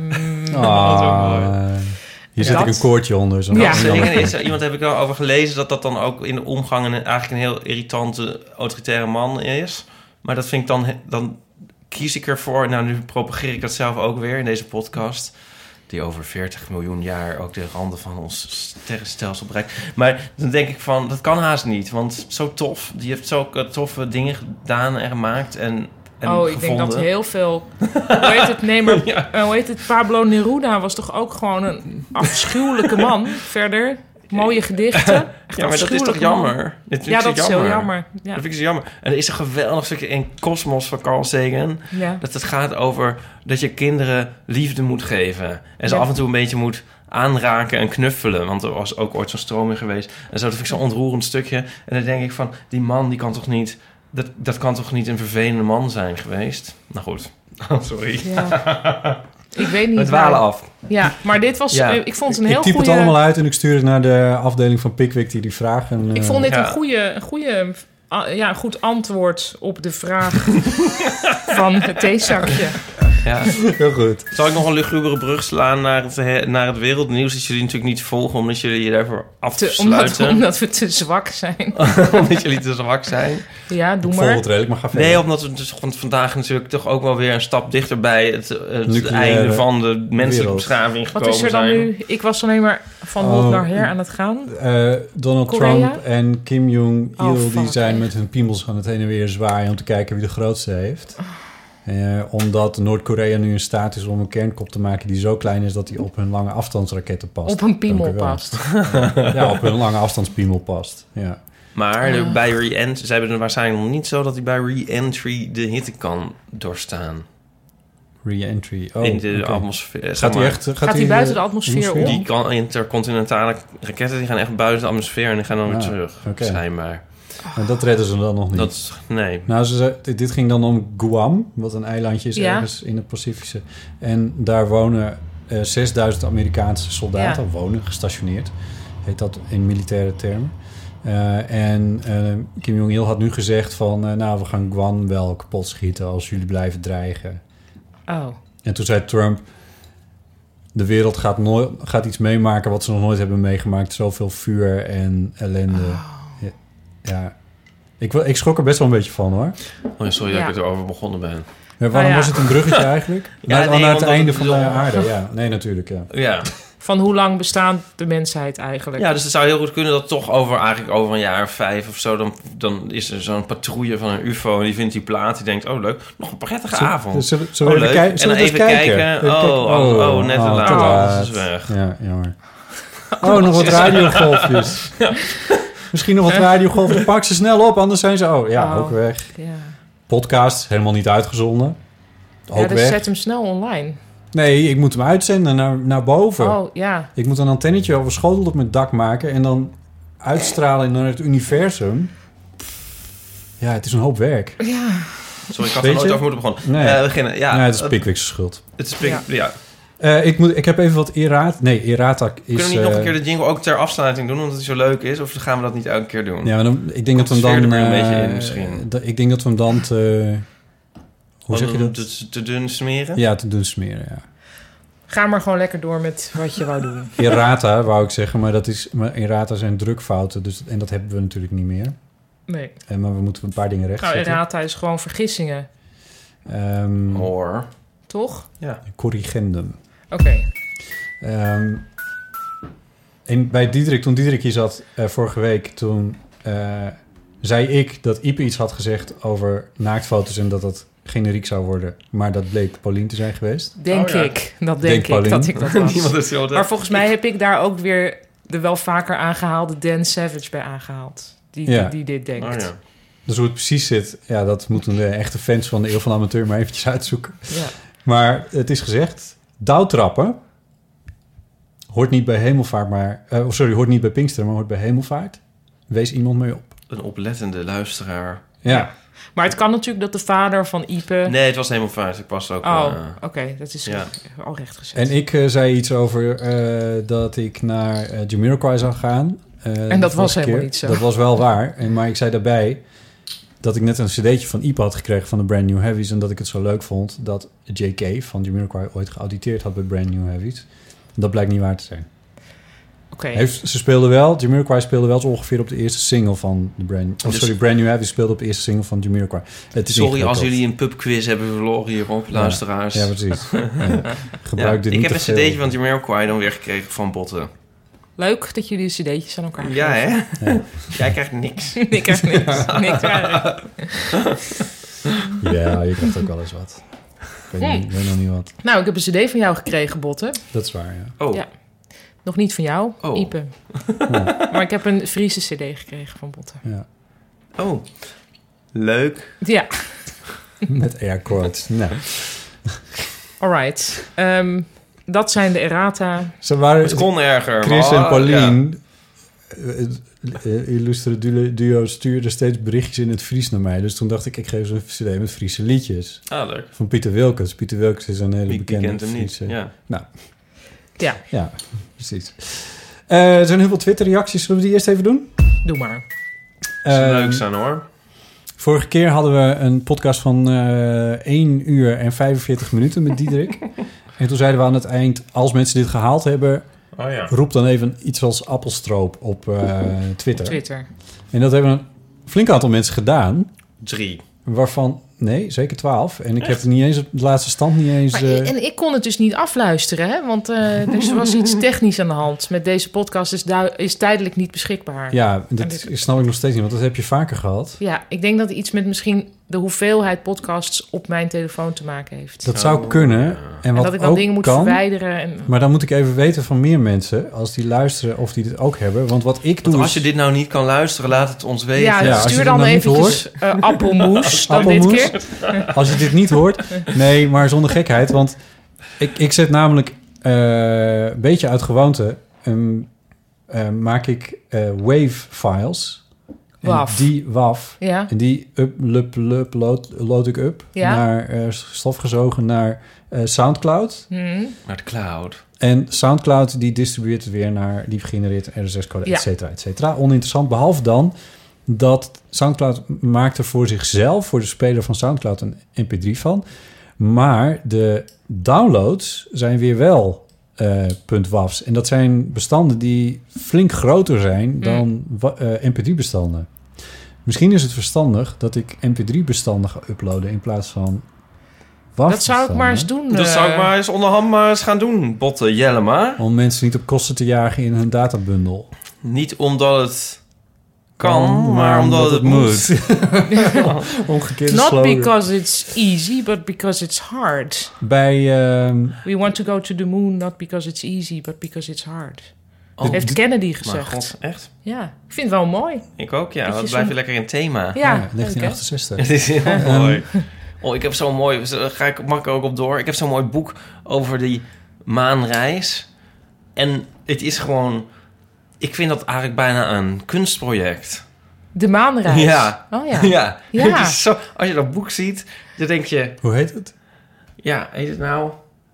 [SPEAKER 7] Hier zit ik een koortje onder.
[SPEAKER 5] Iemand heb ik al over gelezen dat dan ook in de omgang eigenlijk een heel irritante, autoritaire man is. Maar dat vind ik dan kies ik ervoor. Nou, nu propageer ik dat zelf ook weer in deze podcast, die over 40 miljoen jaar ook de randen van ons sterrenstelsel bereikt. Maar dan denk ik van, dat kan haast niet. Want zo tof. Die heeft zulke toffe dingen gedaan en gemaakt en
[SPEAKER 6] gevonden. Ik denk dat heel veel... Hoe heet het? Nee, maar hoe heet het? Pablo Neruda was toch ook gewoon een afschuwelijke man. Verder, mooie gedichten.
[SPEAKER 5] Ja, maar dat is toch jammer?
[SPEAKER 6] Dat is heel jammer. Ja.
[SPEAKER 5] Dat vind ik zo jammer. En er is een geweldig stukje in Cosmos van Carl Sagan. Ja. Dat het gaat over dat je kinderen liefde moet geven. En ze af en toe een beetje moet aanraken en knuffelen. Want er was ook ooit zo'n stroming geweest. En zo, dat vind ik zo'n ontroerend stukje. En dan denk ik van, die man die kan toch niet... Dat kan toch niet een vervelende man zijn geweest? Nou goed. Oh, sorry.
[SPEAKER 6] Ja. Ik weet niet.
[SPEAKER 5] We dwalen af.
[SPEAKER 6] Ja, maar dit was... ik vond het een heel goede...
[SPEAKER 7] Ik typ het allemaal uit en ik stuur het naar de afdeling van Pickwick die vragen.
[SPEAKER 6] Ik vond dit een goed antwoord op de vraag van het theezakje.
[SPEAKER 5] Ja,
[SPEAKER 7] heel goed.
[SPEAKER 5] Zal ik nog een lugubere brug slaan naar het wereldnieuws dat jullie natuurlijk niet volgen, omdat jullie je daarvoor af te sluiten?
[SPEAKER 6] Omdat we te zwak zijn.
[SPEAKER 5] Omdat jullie te zwak zijn.
[SPEAKER 6] Ja, doe maar.
[SPEAKER 7] Volgt redelijk, maar ga verder.
[SPEAKER 5] Nee, omdat we dus vandaag natuurlijk toch ook wel weer een stap dichter bij het einde van de menselijke beschaving gekomen zijn.
[SPEAKER 6] Wat is er dan nu? Ik was alleen maar van hot naar her aan het gaan.
[SPEAKER 7] Donald Trump en Kim Jong-il die zijn met hun piemels aan het heen en weer zwaaien om te kijken wie de grootste heeft. Omdat Noord-Korea nu in staat is om een kernkop te maken die zo klein is dat die op hun lange afstandsraketten past.
[SPEAKER 6] Op een piemel past.
[SPEAKER 7] Ja, op hun lange afstandspiemel past. Ja.
[SPEAKER 5] Maar bij re-entry, ze hebben het waarschijnlijk nog niet zo dat hij bij re-entry de hitte kan doorstaan.
[SPEAKER 7] Re-entry.
[SPEAKER 5] In de atmosfeer.
[SPEAKER 6] Gaat hij buiten de atmosfeer om?
[SPEAKER 5] Die intercontinentale raketten die gaan echt buiten de atmosfeer en die gaan dan weer terug. Schijnbaar.
[SPEAKER 7] En dat redden ze dan nog niet.
[SPEAKER 5] Nee.
[SPEAKER 7] Nou, dit ging dan om Guam, wat een eilandje is ergens in het Pacifische. En daar wonen 6000 Amerikaanse soldaten, gestationeerd. Heet dat in militaire termen. En Kim Jong-il had nu gezegd van, we gaan Guam wel kapot schieten als jullie blijven dreigen.
[SPEAKER 6] Oh.
[SPEAKER 7] En toen zei Trump, de wereld gaat iets meemaken wat ze nog nooit hebben meegemaakt. Zoveel vuur en ellende.
[SPEAKER 6] Oh.
[SPEAKER 7] Ja, ik schrok er best wel een beetje van, hoor.
[SPEAKER 5] Oh, sorry dat ik erover begonnen ben.
[SPEAKER 7] Ja, waarom was het een bruggetje eigenlijk? Naar het einde van de aarde, ja. Nee, natuurlijk,
[SPEAKER 5] ja.
[SPEAKER 6] Van hoe lang bestaat de mensheid eigenlijk?
[SPEAKER 5] Ja, dus het zou heel goed kunnen dat toch over een jaar of 5 of zo... dan is er zo'n patrouille van een ufo en die vindt die plaat. Die denkt, leuk, nog een prettige avond.
[SPEAKER 7] Zullen we
[SPEAKER 5] leuk. En dan even kijken. Net te laat. Dat is weg.
[SPEAKER 7] Ja, jammer. Nog wat radiogolfjes. Misschien nog wat radiogolfjes. Pak ze snel op, anders zijn ze ook weg.
[SPEAKER 6] Ja.
[SPEAKER 7] Podcast, helemaal niet uitgezonden. Ook
[SPEAKER 6] dus
[SPEAKER 7] weg.
[SPEAKER 6] zet hem snel online.
[SPEAKER 7] Nee, ik moet hem uitzenden naar boven.
[SPEAKER 6] Oh, ja.
[SPEAKER 7] Ik moet een antennetje over schotel op mijn dak maken en dan uitstralen naar het universum. Ja, het is een hoop werk.
[SPEAKER 6] Ja.
[SPEAKER 5] Sorry, ik had er nooit over moeten begonnen.
[SPEAKER 7] Nee.
[SPEAKER 5] Beginnen. Ja,
[SPEAKER 7] het is Pickwick's schuld.
[SPEAKER 5] Het is ja.
[SPEAKER 7] Ik heb even wat errata. Nee, errata is...
[SPEAKER 5] Kunnen we niet nog een keer de jingle ook ter afsluiting doen, omdat het zo leuk is? Of gaan we dat niet elke keer doen?
[SPEAKER 7] Ja, maar ik denk dat we hem dan...
[SPEAKER 5] een beetje in, misschien.
[SPEAKER 7] Ik denk dat we hem dan hoe zeg je dat?
[SPEAKER 5] Te dun smeren?
[SPEAKER 7] Ja, te dun smeren, ja.
[SPEAKER 6] Ga maar gewoon lekker door met wat je wou doen.
[SPEAKER 7] Errata, wou ik zeggen, maar errata zijn drukfouten. En dat hebben we natuurlijk niet meer.
[SPEAKER 6] Nee.
[SPEAKER 7] Maar we moeten een paar dingen rechtzetten.
[SPEAKER 6] Nou, errata is gewoon vergissingen.
[SPEAKER 5] Hoor.
[SPEAKER 6] Toch?
[SPEAKER 5] Ja.
[SPEAKER 7] Corrigendum.
[SPEAKER 6] Oké.
[SPEAKER 7] En bij Diederik, toen Diederik hier zat vorige week, toen zei ik dat Ipe iets had gezegd over naaktfoto's en dat dat generiek zou worden. Maar dat bleek Paulien te zijn geweest.
[SPEAKER 6] Denk ik. Dat denk ik dat ik dat was. Maar volgens mij heb ik daar ook weer de wel vaker aangehaalde Dan Savage bij aangehaald. die dit denkt.
[SPEAKER 5] Oh, ja.
[SPEAKER 7] Dus hoe het precies zit, ja, dat moeten de echte fans van de Eeuw van de Amateur maar eventjes uitzoeken.
[SPEAKER 6] Ja.
[SPEAKER 7] Maar het is gezegd, dauwtrappen hoort niet bij hemelvaart, hoort niet bij Pinksteren, maar hoort bij hemelvaart. Wees iemand mee op.
[SPEAKER 5] Een oplettende luisteraar.
[SPEAKER 7] Ja.
[SPEAKER 6] Maar het kan natuurlijk dat de vader van Ipe...
[SPEAKER 5] Nee, het was helemaal fout. Ik pas ook...
[SPEAKER 6] Oké, dat is al recht gezet.
[SPEAKER 7] En ik zei iets over dat ik naar Jamiroquai zou gaan.
[SPEAKER 6] En dat was helemaal niet zo.
[SPEAKER 7] Dat was wel waar. Maar ik zei daarbij dat ik net een cd'tje van Ipe had gekregen van de Brand New Heavies. En dat ik het zo leuk vond dat JK van Jamiroquai ooit geauditeerd had bij Brand New Heavies. Dat blijkt niet waar te zijn.
[SPEAKER 6] Oké.
[SPEAKER 7] Jamiroquai speelde wel zo ongeveer op de eerste single van de Brand New Heavies speelde op de eerste single van Jamiroquai.
[SPEAKER 5] Sorry als jullie een pubquiz hebben verloren hierop, luisteraars.
[SPEAKER 7] Ja, precies. Gebruik dit
[SPEAKER 5] ik
[SPEAKER 7] niet
[SPEAKER 5] heb een cd'tje van Jamiroquai dan weer gekregen van Botten.
[SPEAKER 6] Leuk dat jullie cd'tjes aan elkaar geven.
[SPEAKER 5] Ja, hè? Ja. Jij krijgt niks.
[SPEAKER 6] Ik krijg niks. Niks eigenlijk.
[SPEAKER 7] Ja, je krijgt ook wel eens wat. Ik weet nog niet wat.
[SPEAKER 6] Nou, ik heb een cd van jou gekregen, Botten.
[SPEAKER 7] Dat is waar, ja.
[SPEAKER 5] Oh.
[SPEAKER 6] Ja. Nog niet van jou, Ipe. Maar ik heb een Friese cd gekregen van Botten.
[SPEAKER 7] Ja.
[SPEAKER 5] Oh, leuk.
[SPEAKER 6] Ja.
[SPEAKER 7] Met airquotes. Nou.
[SPEAKER 6] Alright. Dat zijn de errata.
[SPEAKER 5] Het kon erger.
[SPEAKER 7] Chris en Paulien, illustere duo, stuurden steeds berichtjes in het Fries naar mij. Dus toen dacht ik geef ze een cd met Friese liedjes.
[SPEAKER 5] Ah, leuk.
[SPEAKER 7] Van Pieter Wilkens. Pieter Wilkens is een hele bekende Friese.
[SPEAKER 5] Ja.
[SPEAKER 7] Nou.
[SPEAKER 6] Ja,
[SPEAKER 7] precies. Er zijn heel veel Twitter-reacties. Zullen we die eerst even doen?
[SPEAKER 6] Doe maar.
[SPEAKER 5] Dat is leuk zijn, hoor.
[SPEAKER 7] Vorige keer hadden we een podcast van 1 uur en 45 minuten met Diederik. En toen zeiden we aan het eind, als mensen dit gehaald hebben, roep dan even iets als appelstroop op Twitter. En dat hebben een flink aantal mensen gedaan.
[SPEAKER 5] 3.
[SPEAKER 7] Waarvan, nee, zeker 12. En ik heb er niet eens op de laatste stand niet eens...
[SPEAKER 6] En ik kon het dus niet afluisteren, hè? Want er was iets technisch aan de hand. Met deze podcast is tijdelijk niet beschikbaar.
[SPEAKER 7] Ja, dat snap ik nog steeds niet, want dat heb je vaker gehad.
[SPEAKER 6] Ja, ik denk dat iets met misschien de hoeveelheid podcasts op mijn telefoon te maken heeft.
[SPEAKER 7] Dat zou kunnen. En wat
[SPEAKER 6] dat ik dan
[SPEAKER 7] ook
[SPEAKER 6] dingen moet verwijderen.
[SPEAKER 7] Maar dan moet ik even weten van meer mensen, als die luisteren, of die dit ook hebben. Want wat ik doe
[SPEAKER 5] als je dit nou niet kan luisteren, laat het ons weten.
[SPEAKER 6] Ja, stuur dan eventjes appelmoes dan dit keer.
[SPEAKER 7] Als je dit niet hoort. Nee, maar zonder gekheid. Want ik zet namelijk een beetje uit gewoonte, maak ik WAV-files. WAV.
[SPEAKER 6] Ja.
[SPEAKER 7] En die load ik up naar stofgezogen naar SoundCloud.
[SPEAKER 5] Naar de cloud.
[SPEAKER 7] En SoundCloud die distribueert het weer die genereert RSS-code, et cetera, et cetera. Oninteressant, behalve dan dat SoundCloud maakt er voor zichzelf, voor de speler van SoundCloud, een mp3 van. Maar de downloads zijn weer wel .wavs. En dat zijn bestanden die flink groter zijn dan mp3-bestanden. Misschien is het verstandig dat ik mp3-bestanden ga uploaden in plaats van WAV.
[SPEAKER 6] Dat zou ik maar eens doen.
[SPEAKER 5] Dat zou ik maar eens onderhand maar eens gaan doen, Botte Jellema.
[SPEAKER 7] Om mensen niet op kosten te jagen in hun databundel.
[SPEAKER 5] Niet omdat het kan, maar omdat het moet.
[SPEAKER 7] Omgekeerde
[SPEAKER 6] Not
[SPEAKER 7] slogan.
[SPEAKER 6] because it's easy, but because it's hard.
[SPEAKER 7] Bij...
[SPEAKER 6] We want to go to the moon, not because it's easy, but because it's hard.
[SPEAKER 5] Oh,
[SPEAKER 6] heeft Kennedy gezegd.
[SPEAKER 5] Maar god, echt?
[SPEAKER 6] Ja, ik vind het wel mooi.
[SPEAKER 5] Ik ook, ja. Dat blijf je lekker in thema.
[SPEAKER 6] Ja,
[SPEAKER 7] 1968.
[SPEAKER 5] Het is heel mooi. Oh, ik heb zo'n mooi... Mag ik er ook op door? Ik heb zo'n mooi boek over die maanreis. En het is gewoon... Ik vind dat eigenlijk bijna een kunstproject.
[SPEAKER 6] De maanreis?
[SPEAKER 5] Ja.
[SPEAKER 6] Oh ja.
[SPEAKER 5] Ja.
[SPEAKER 6] Ja.
[SPEAKER 5] Het is zo, als je dat boek ziet, dan denk je...
[SPEAKER 7] Hoe heet het?
[SPEAKER 5] Ja, heet het nou?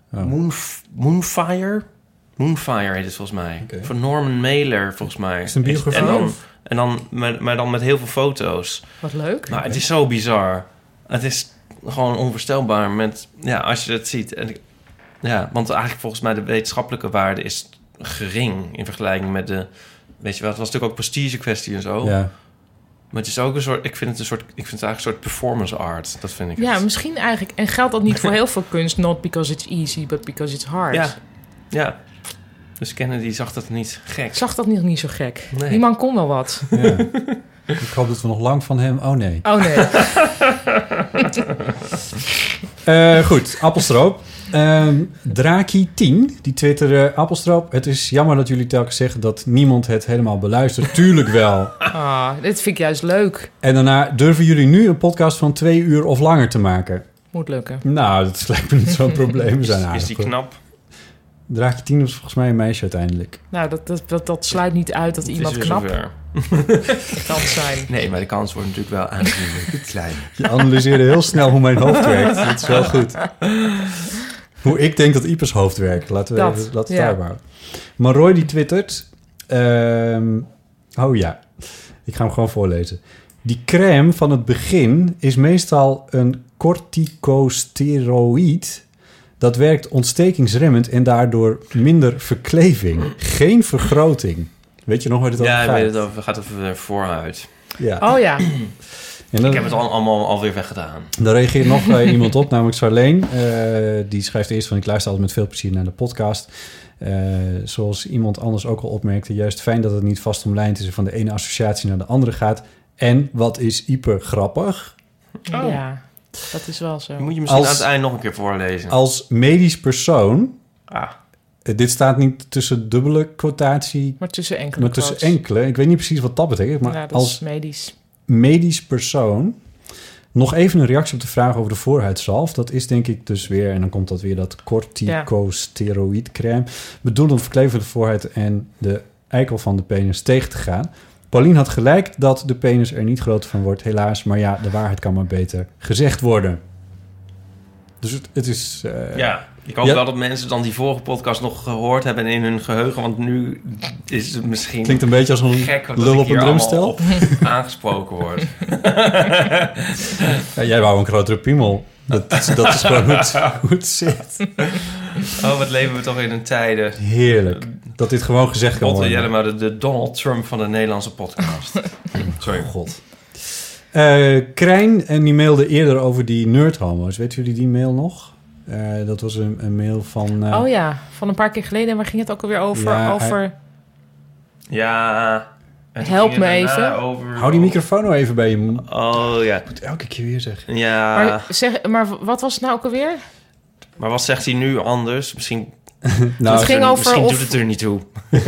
[SPEAKER 5] Moonfire? Moonfire heet het volgens mij.
[SPEAKER 7] Okay.
[SPEAKER 5] Van Norman Mailer, volgens mij.
[SPEAKER 7] Is het een biografie?
[SPEAKER 5] Maar dan met heel veel foto's.
[SPEAKER 6] Wat leuk.
[SPEAKER 5] Nou, het is zo bizar. Het is gewoon onvoorstelbaar met... Ja, als je het ziet. Want eigenlijk volgens mij de wetenschappelijke waarde is gering in vergelijking met de... Weet je wel, het was natuurlijk ook prestige kwestie en zo.
[SPEAKER 7] Ja.
[SPEAKER 5] Maar het is ook een soort... Ik vind het eigenlijk een soort performance art. Dat vind ik.
[SPEAKER 6] Ja, misschien eigenlijk. En geldt dat niet voor heel veel kunst? Not because it's easy, but because it's hard.
[SPEAKER 5] Ja. Dus Kennedy zag dat niet gek.
[SPEAKER 6] Ik zag dat niet zo gek.
[SPEAKER 5] Nee.
[SPEAKER 6] Die man kon wel wat.
[SPEAKER 7] Ja. Ik hoop dat we nog lang van hem... Oh nee.
[SPEAKER 6] Oh nee.
[SPEAKER 7] Goed, appelstroop. Draki10, die twitterde... Appelstroop, het is jammer dat jullie telkens zeggen... dat niemand het helemaal beluistert. Tuurlijk wel.
[SPEAKER 6] Dit vind ik juist leuk.
[SPEAKER 7] En daarna durven jullie nu een podcast van 2 uur of langer te maken.
[SPEAKER 6] Moet lukken.
[SPEAKER 7] Nou, dat lijkt me niet zo'n probleem zijn.
[SPEAKER 5] Is die knap?
[SPEAKER 7] Draakje 10 was volgens mij een meisje uiteindelijk.
[SPEAKER 6] Nou, dat sluit niet uit dat iemand knap kan zijn.
[SPEAKER 5] Nee, maar de kans wordt natuurlijk wel aanzienlijk klein.
[SPEAKER 7] Je analyseerde heel snel hoe mijn hoofd werkt. Dat is wel goed. Hoe ik denk dat Ipes hoofd werkt. Laten we het daar houden. Maar Roy die twittert... oh ja, ik ga hem gewoon voorlezen. Die crème van het begin is meestal een corticosteroïd... Dat werkt ontstekingsremmend en daardoor minder verkleving. Geen vergroting. Weet je nog waar dit over gaat?
[SPEAKER 5] Ja, ik weet het over. Het gaat over voorhuid.
[SPEAKER 7] Ja.
[SPEAKER 6] Oh ja.
[SPEAKER 7] En dan,
[SPEAKER 5] ik heb het allemaal alweer weggedaan.
[SPEAKER 7] Daar reageert nog iemand op, namelijk Charlene. Die schrijft eerst van... ik luister altijd met veel plezier naar de podcast. Zoals iemand anders ook al opmerkte... juist fijn dat het niet vast omlijnd is... en van de ene associatie naar de andere gaat. En wat is hyper grappig?
[SPEAKER 6] Oh. Ja, dat is wel zo.
[SPEAKER 5] Moet je misschien aan het eind nog een keer voorlezen.
[SPEAKER 7] Als medisch persoon... Dit staat niet tussen dubbele quotatie...
[SPEAKER 6] Maar tussen enkele.
[SPEAKER 7] Maar tussen enkele. Ik weet niet precies wat dat betekent. Maar
[SPEAKER 6] ja, dat
[SPEAKER 7] als
[SPEAKER 6] is
[SPEAKER 7] medisch persoon... nog even een reactie op de vraag over de voorhuidzalf. Dat is denk ik dus weer... en dan komt dat weer dat corticosteroïdcrème... bedoeld om verklevende voorhuid en de eikel van de penis tegen te gaan. Paulien had gelijk dat de penis er niet groter van wordt. Helaas, maar ja, de waarheid kan maar beter gezegd worden. Dus het is...
[SPEAKER 5] ik hoop wel dat mensen dan die vorige podcast nog gehoord hebben in hun geheugen. Want nu is het misschien...
[SPEAKER 7] Klinkt een beetje als een
[SPEAKER 5] gek
[SPEAKER 7] lul op een drumstel.
[SPEAKER 5] Op aangesproken wordt.
[SPEAKER 7] Ja, jij wou een grotere piemel. Dat is gewoon hoe het zit.
[SPEAKER 5] Oh, wat leven we toch in een tijden.
[SPEAKER 7] Heerlijk. Dat dit gewoon gezegd kan worden.
[SPEAKER 5] Jelle, de Donald Trump van de Nederlandse podcast. Sorry.
[SPEAKER 7] Oh, god. Krijn, en die mailde eerder over die nerdhomo's. Weten jullie die mail nog? Dat was een mail van...
[SPEAKER 6] oh ja, van een paar keer geleden. Waar ging het ook alweer over? Help me even.
[SPEAKER 7] Hou die microfoon nou even bij je.
[SPEAKER 5] Oh ja.
[SPEAKER 7] Ik moet elke keer weer zeggen.
[SPEAKER 5] Ja.
[SPEAKER 6] Maar wat was het nou ook alweer?
[SPEAKER 5] Maar wat zegt hij nu anders? Misschien...
[SPEAKER 6] nou, het ging over
[SPEAKER 5] misschien doet het er niet toe.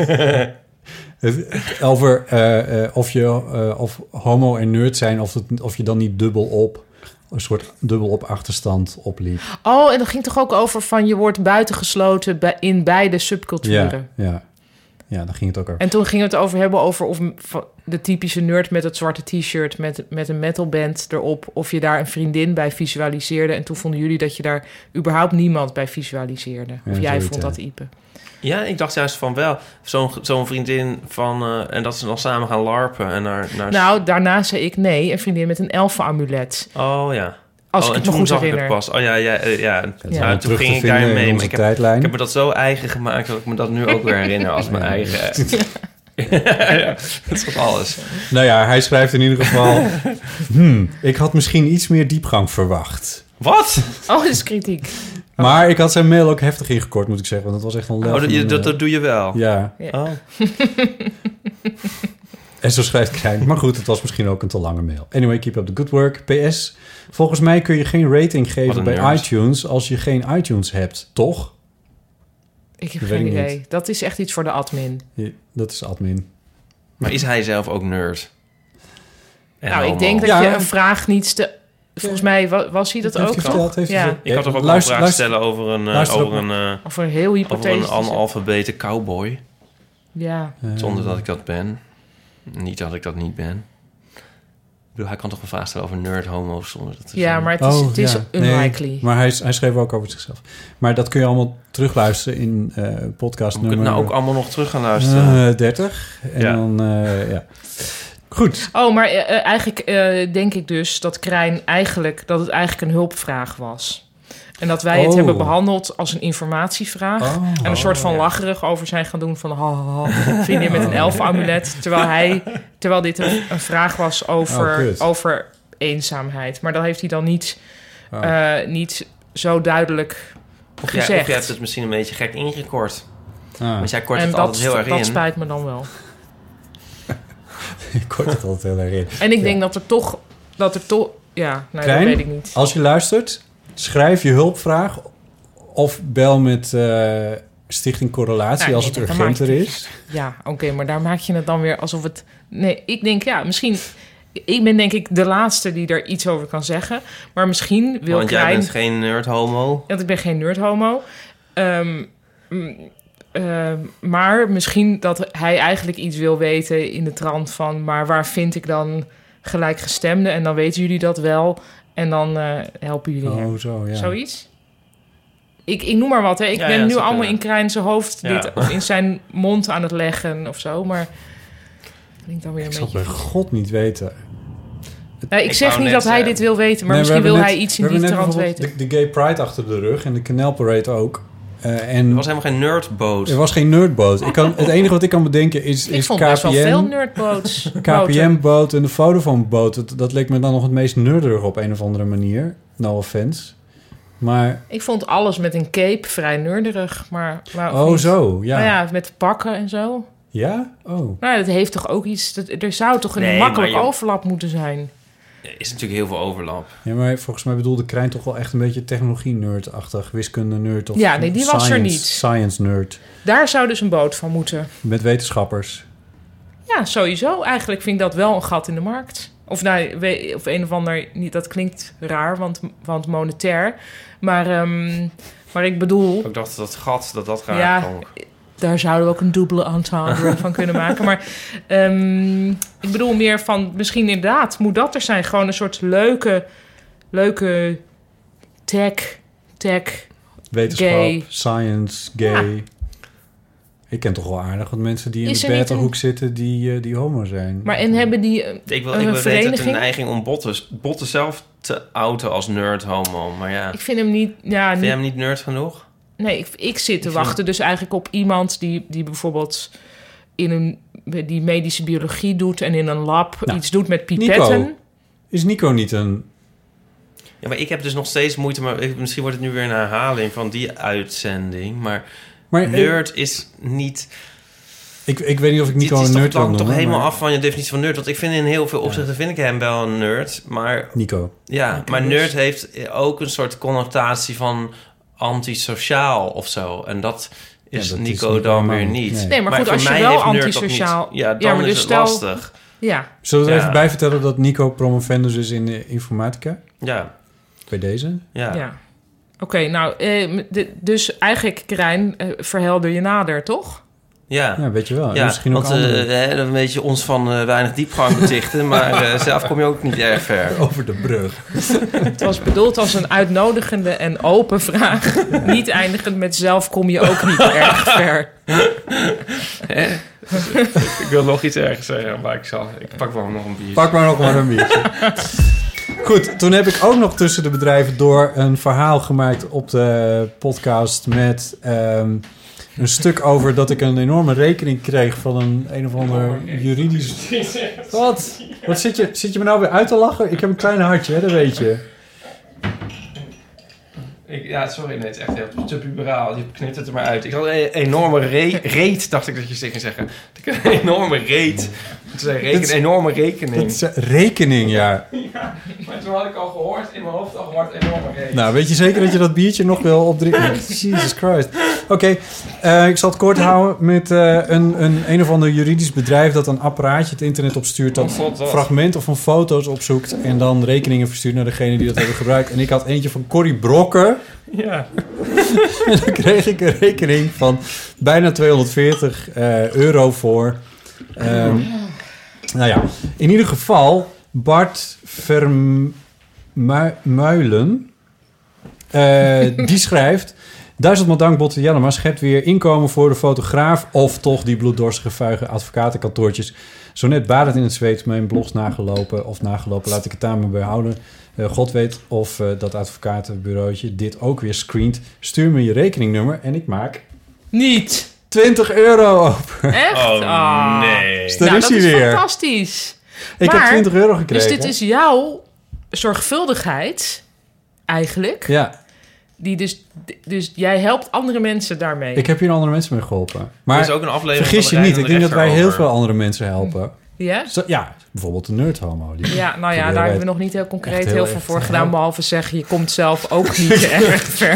[SPEAKER 7] Over of homo en nerd zijn... of je dan niet een soort dubbel op achterstand opliep.
[SPEAKER 6] Oh, en dat ging toch ook over van... je wordt buitengesloten in beide subculturen.
[SPEAKER 7] Ja, daar ging het ook over.
[SPEAKER 6] En toen gingen we het over hebben over of de typische nerd met het zwarte t-shirt... met een metalband erop... of je daar een vriendin bij visualiseerde. En toen vonden jullie dat je daar überhaupt niemand bij visualiseerde. Of jij vond dat, Ipe?
[SPEAKER 5] Ja, ik dacht juist van wel. Zo'n vriendin van... en dat ze dan samen gaan larpen. En naar...
[SPEAKER 6] Nou, daarna zei ik nee. Een vriendin met een elfenamulet.
[SPEAKER 5] Oh ja.
[SPEAKER 6] Als ik het me goed herinner.
[SPEAKER 5] Pas. Oh ja. Nou, toen ging ik daarin mee. Maar ik heb me dat zo eigen gemaakt... dat ik me dat nu ook weer herinner als mijn eigen... dat is wat alles.
[SPEAKER 7] Nou ja, hij schrijft in ieder geval... ik had misschien iets meer diepgang verwacht.
[SPEAKER 5] Wat?
[SPEAKER 6] Oh, dat is kritiek.
[SPEAKER 7] Maar ik had zijn mail ook heftig ingekort, moet ik zeggen. Want dat was echt een
[SPEAKER 5] dat doe je wel?
[SPEAKER 7] Ja.
[SPEAKER 5] Oh.
[SPEAKER 7] En zo schrijft Krijn. Maar goed, het was misschien ook een te lange mail. Anyway, keep up the good work. PS, volgens mij kun je geen rating geven bij iTunes... als je geen iTunes hebt, toch?
[SPEAKER 6] Ik heb geen idee. Niet. Dat is echt iets voor de admin.
[SPEAKER 7] Ja, dat is admin.
[SPEAKER 5] Maar is hij zelf ook nerd?
[SPEAKER 6] Ik denk dat je een vraag niet te... Volgens mij was hij dat ook
[SPEAKER 7] verteld,
[SPEAKER 6] nog.
[SPEAKER 5] Ik had toch ook een vraag stellen over
[SPEAKER 6] een heel hypothetisch...
[SPEAKER 5] Over een analfabete cowboy.
[SPEAKER 6] Ja.
[SPEAKER 5] Zonder dat ik dat ben. Niet dat ik dat niet ben. Ik bedoel, hij kan toch een vraag stellen over nerd-homo's zonder dat te zijn.
[SPEAKER 6] Maar het is unlikely.
[SPEAKER 7] Nee, maar hij schreef ook over zichzelf. Maar dat kun je allemaal terugluisteren in podcast nummer...
[SPEAKER 5] Moet ik het nou ook allemaal nog terug gaan luisteren?
[SPEAKER 7] 30. En dan, Goed.
[SPEAKER 6] Oh, maar eigenlijk denk ik dus dat Krijn dat het eigenlijk een hulpvraag was. En dat wij het hebben behandeld als een informatievraag. En een soort van lacherig over zijn gaan doen van... vriendin met een elfenamulet. Terwijl dit een vraag was over eenzaamheid. Maar dat heeft hij dan niet zo duidelijk gezegd.
[SPEAKER 5] Of jij hebt het misschien een beetje gek ingekort. Want jij kort het altijd heel erg in.
[SPEAKER 6] Dat spijt me dan wel.
[SPEAKER 7] Ik kort het altijd heel erg in.
[SPEAKER 6] En ik denk dat er toch... Ja, nee,
[SPEAKER 7] Krijn,
[SPEAKER 6] dat weet ik niet.
[SPEAKER 7] Als je luistert... schrijf je hulpvraag of bel met Stichting Correlatie als het urgenter is.
[SPEAKER 6] Ja, oké, maar daar maak je het dan weer alsof het... Nee, ik denk, misschien... Ik ben denk ik de laatste die er iets over kan zeggen. Maar misschien wil
[SPEAKER 5] Want
[SPEAKER 6] Krijn...
[SPEAKER 5] jij bent geen nerd-homo.
[SPEAKER 6] Want ik ben geen nerd-homo. Maar misschien dat hij eigenlijk iets wil weten in de trant van... maar waar vind ik dan gelijkgestemden? En dan weten jullie dat wel. En dan helpen jullie hem.
[SPEAKER 7] Zo, ja.
[SPEAKER 6] Zoiets? Ik noem maar wat, hè. Ik ben nu allemaal in Krijn zijn hoofd... dit of in zijn mond aan het leggen of zo, maar... Klinkt dan weer
[SPEAKER 7] Ik zal bij God niet weten.
[SPEAKER 6] Nee, ik zeg niet dat hij dit wil weten, maar misschien wil hij iets in die trant weten.
[SPEAKER 7] De Gay Pride achter de rug en de Canal Parade ook.
[SPEAKER 5] Er was helemaal geen nerdboot.
[SPEAKER 7] Er was geen nerdboot. Het enige wat ik kan bedenken is
[SPEAKER 6] ik vond
[SPEAKER 7] KPN.
[SPEAKER 6] Best wel veel nerdboats.
[SPEAKER 7] KPN-boot en de Vodafone-boot. Dat leek me dan nog het meest nerderig op een of andere manier. No offense. Maar...
[SPEAKER 6] Ik vond alles met een cape vrij nerderig. Maar
[SPEAKER 7] zo, ja.
[SPEAKER 6] Nou ja, met pakken en zo.
[SPEAKER 7] Ja? Oh.
[SPEAKER 6] Nou, dat heeft toch ook iets... Er zou toch een makkelijk overlap moeten zijn?
[SPEAKER 5] Er is natuurlijk heel veel overlap.
[SPEAKER 7] Ja, maar volgens mij bedoelde Krijn toch wel echt een beetje technologie-nerd-achtig. Wiskunde-nerd of
[SPEAKER 6] ja, nee, die was er niet.
[SPEAKER 7] Science-nerd.
[SPEAKER 6] Daar zou dus een boot van moeten.
[SPEAKER 7] Met wetenschappers.
[SPEAKER 6] Ja, sowieso. Eigenlijk vind ik dat wel een gat in de markt. Of een of ander... Niet, dat klinkt raar, want monetair. Maar ik bedoel...
[SPEAKER 5] Ik dacht dat gat, dat raar kwam.
[SPEAKER 6] Daar zouden we ook een dubbele entendre van kunnen maken. Maar ik bedoel meer van... Misschien inderdaad moet dat er zijn. Gewoon een soort leuke tech
[SPEAKER 7] wetenschap,
[SPEAKER 6] gay.
[SPEAKER 7] science, gay. Ja. Ik ken toch wel aardig wat mensen die in de beta-hoek zitten... die homo zijn.
[SPEAKER 6] Maar en hebben die
[SPEAKER 5] ik weet het een neiging om botten zelf te outen als nerd-homo. Maar ja...
[SPEAKER 6] Ik vind hem niet... Ja,
[SPEAKER 5] vind je hem niet nerd genoeg?
[SPEAKER 6] Nee, ik zit te wachten dus eigenlijk op iemand die bijvoorbeeld die medische biologie doet en in een lab iets doet met pipetten.
[SPEAKER 7] Nico. Is Nico niet een...
[SPEAKER 5] Ja, maar ik heb dus nog steeds moeite, maar misschien wordt het nu weer een herhaling van die uitzending, maar nerd is niet...
[SPEAKER 7] Ik weet niet of ik Nico een nerd wil noemen.
[SPEAKER 5] Het is toch helemaal af van je definitie van nerd, want ik vind in heel veel opzichten vind ik hem wel een nerd, maar...
[SPEAKER 7] Nico.
[SPEAKER 5] Ja, maar nerd heeft ook een soort connotatie van antisociaal of zo. En dat is Nico dan weer niet.
[SPEAKER 6] Nee, maar goed, als je wel antisociaal...
[SPEAKER 5] Ja, dan is het lastig.
[SPEAKER 6] Ja.
[SPEAKER 7] Zullen we er even bij vertellen dat Nico promovendus is in de informatica?
[SPEAKER 5] Ja.
[SPEAKER 7] Bij deze?
[SPEAKER 6] Ja. Oké, nou, dus eigenlijk, Krijn, verhelder je nader, toch?
[SPEAKER 5] Ja,
[SPEAKER 7] weet je wel.
[SPEAKER 5] Ja,
[SPEAKER 7] misschien
[SPEAKER 5] want
[SPEAKER 7] ook
[SPEAKER 5] een beetje ons van weinig diepgang betichten, maar zelf kom je ook niet erg ver.
[SPEAKER 7] Over de brug.
[SPEAKER 6] Het was bedoeld als een uitnodigende en open vraag. Niet eindigend met zelf kom je ook niet erg ver.
[SPEAKER 5] Ik wil nog iets ergens zeggen, maar ik pak wel nog een biertje.
[SPEAKER 7] Pak maar nog maar een biertje. Goed, toen heb ik ook nog tussen de bedrijven door een verhaal gemaakt op de podcast met... een stuk over dat ik een enorme rekening kreeg van een of ander juridisch... Wat? Wat zit je me nou weer uit te lachen? Ik heb een klein hartje, hè, dat weet je.
[SPEAKER 5] Sorry, nee, het is echt heel te puberaal. Je knipt het er maar uit. Ik had een enorme reet, dacht ik dat je ging zeggen. Ik had een enorme reet. Een enorme rekening.
[SPEAKER 7] Het is rekening, ja.
[SPEAKER 5] Ja, maar toen had ik al gehoord, in mijn hoofd al gehoord, enorme reet.
[SPEAKER 7] Nou, weet je zeker dat je dat biertje nog wil opdrinken? Jesus Christ. Oké, ik zal het kort houden met een of ander juridisch bedrijf dat een apparaatje het internet opstuurt, dat fragmenten van foto's opzoekt en dan rekeningen verstuurt naar degene die dat hebben gebruikt. En ik had eentje van Corrie Brokken.
[SPEAKER 5] Ja.
[SPEAKER 7] En dan kreeg ik een rekening van bijna €240 voor. Nou ja, in ieder geval Bart Vermuilen, die schrijft... 1000 dank, Botte Jellema schept weer inkomen voor de fotograaf... of toch die bloeddorstige vuige advocatenkantoortjes. Zo net badend in het zweet, mijn blogs nagelopen... laat ik het aan me behouden. God weet of dat advocatenbureautje dit ook weer screent. Stuur me je rekeningnummer en ik maak...
[SPEAKER 6] Niet!
[SPEAKER 7] €20 op.
[SPEAKER 6] Echt?
[SPEAKER 5] Oh, nee.
[SPEAKER 7] Dus daar is hij weer.
[SPEAKER 6] Fantastisch.
[SPEAKER 7] Ik heb €20 gekregen.
[SPEAKER 6] Dus dit is jouw zorgvuldigheid, eigenlijk.
[SPEAKER 7] Ja.
[SPEAKER 6] Die dus jij helpt andere mensen daarmee.
[SPEAKER 7] Ik heb hier andere mensen mee geholpen. Maar
[SPEAKER 5] er is ook een aflevering
[SPEAKER 7] vergis je niet, ik denk dat wij heel veel andere mensen helpen.
[SPEAKER 6] Ja?
[SPEAKER 7] Ja, bijvoorbeeld de nerdhomo.
[SPEAKER 6] Ja, nou ja, daar hebben we nog niet heel concreet heel veel voor gedaan.
[SPEAKER 7] heel-
[SPEAKER 6] Behalve zeggen, je komt zelf ook niet erg ver.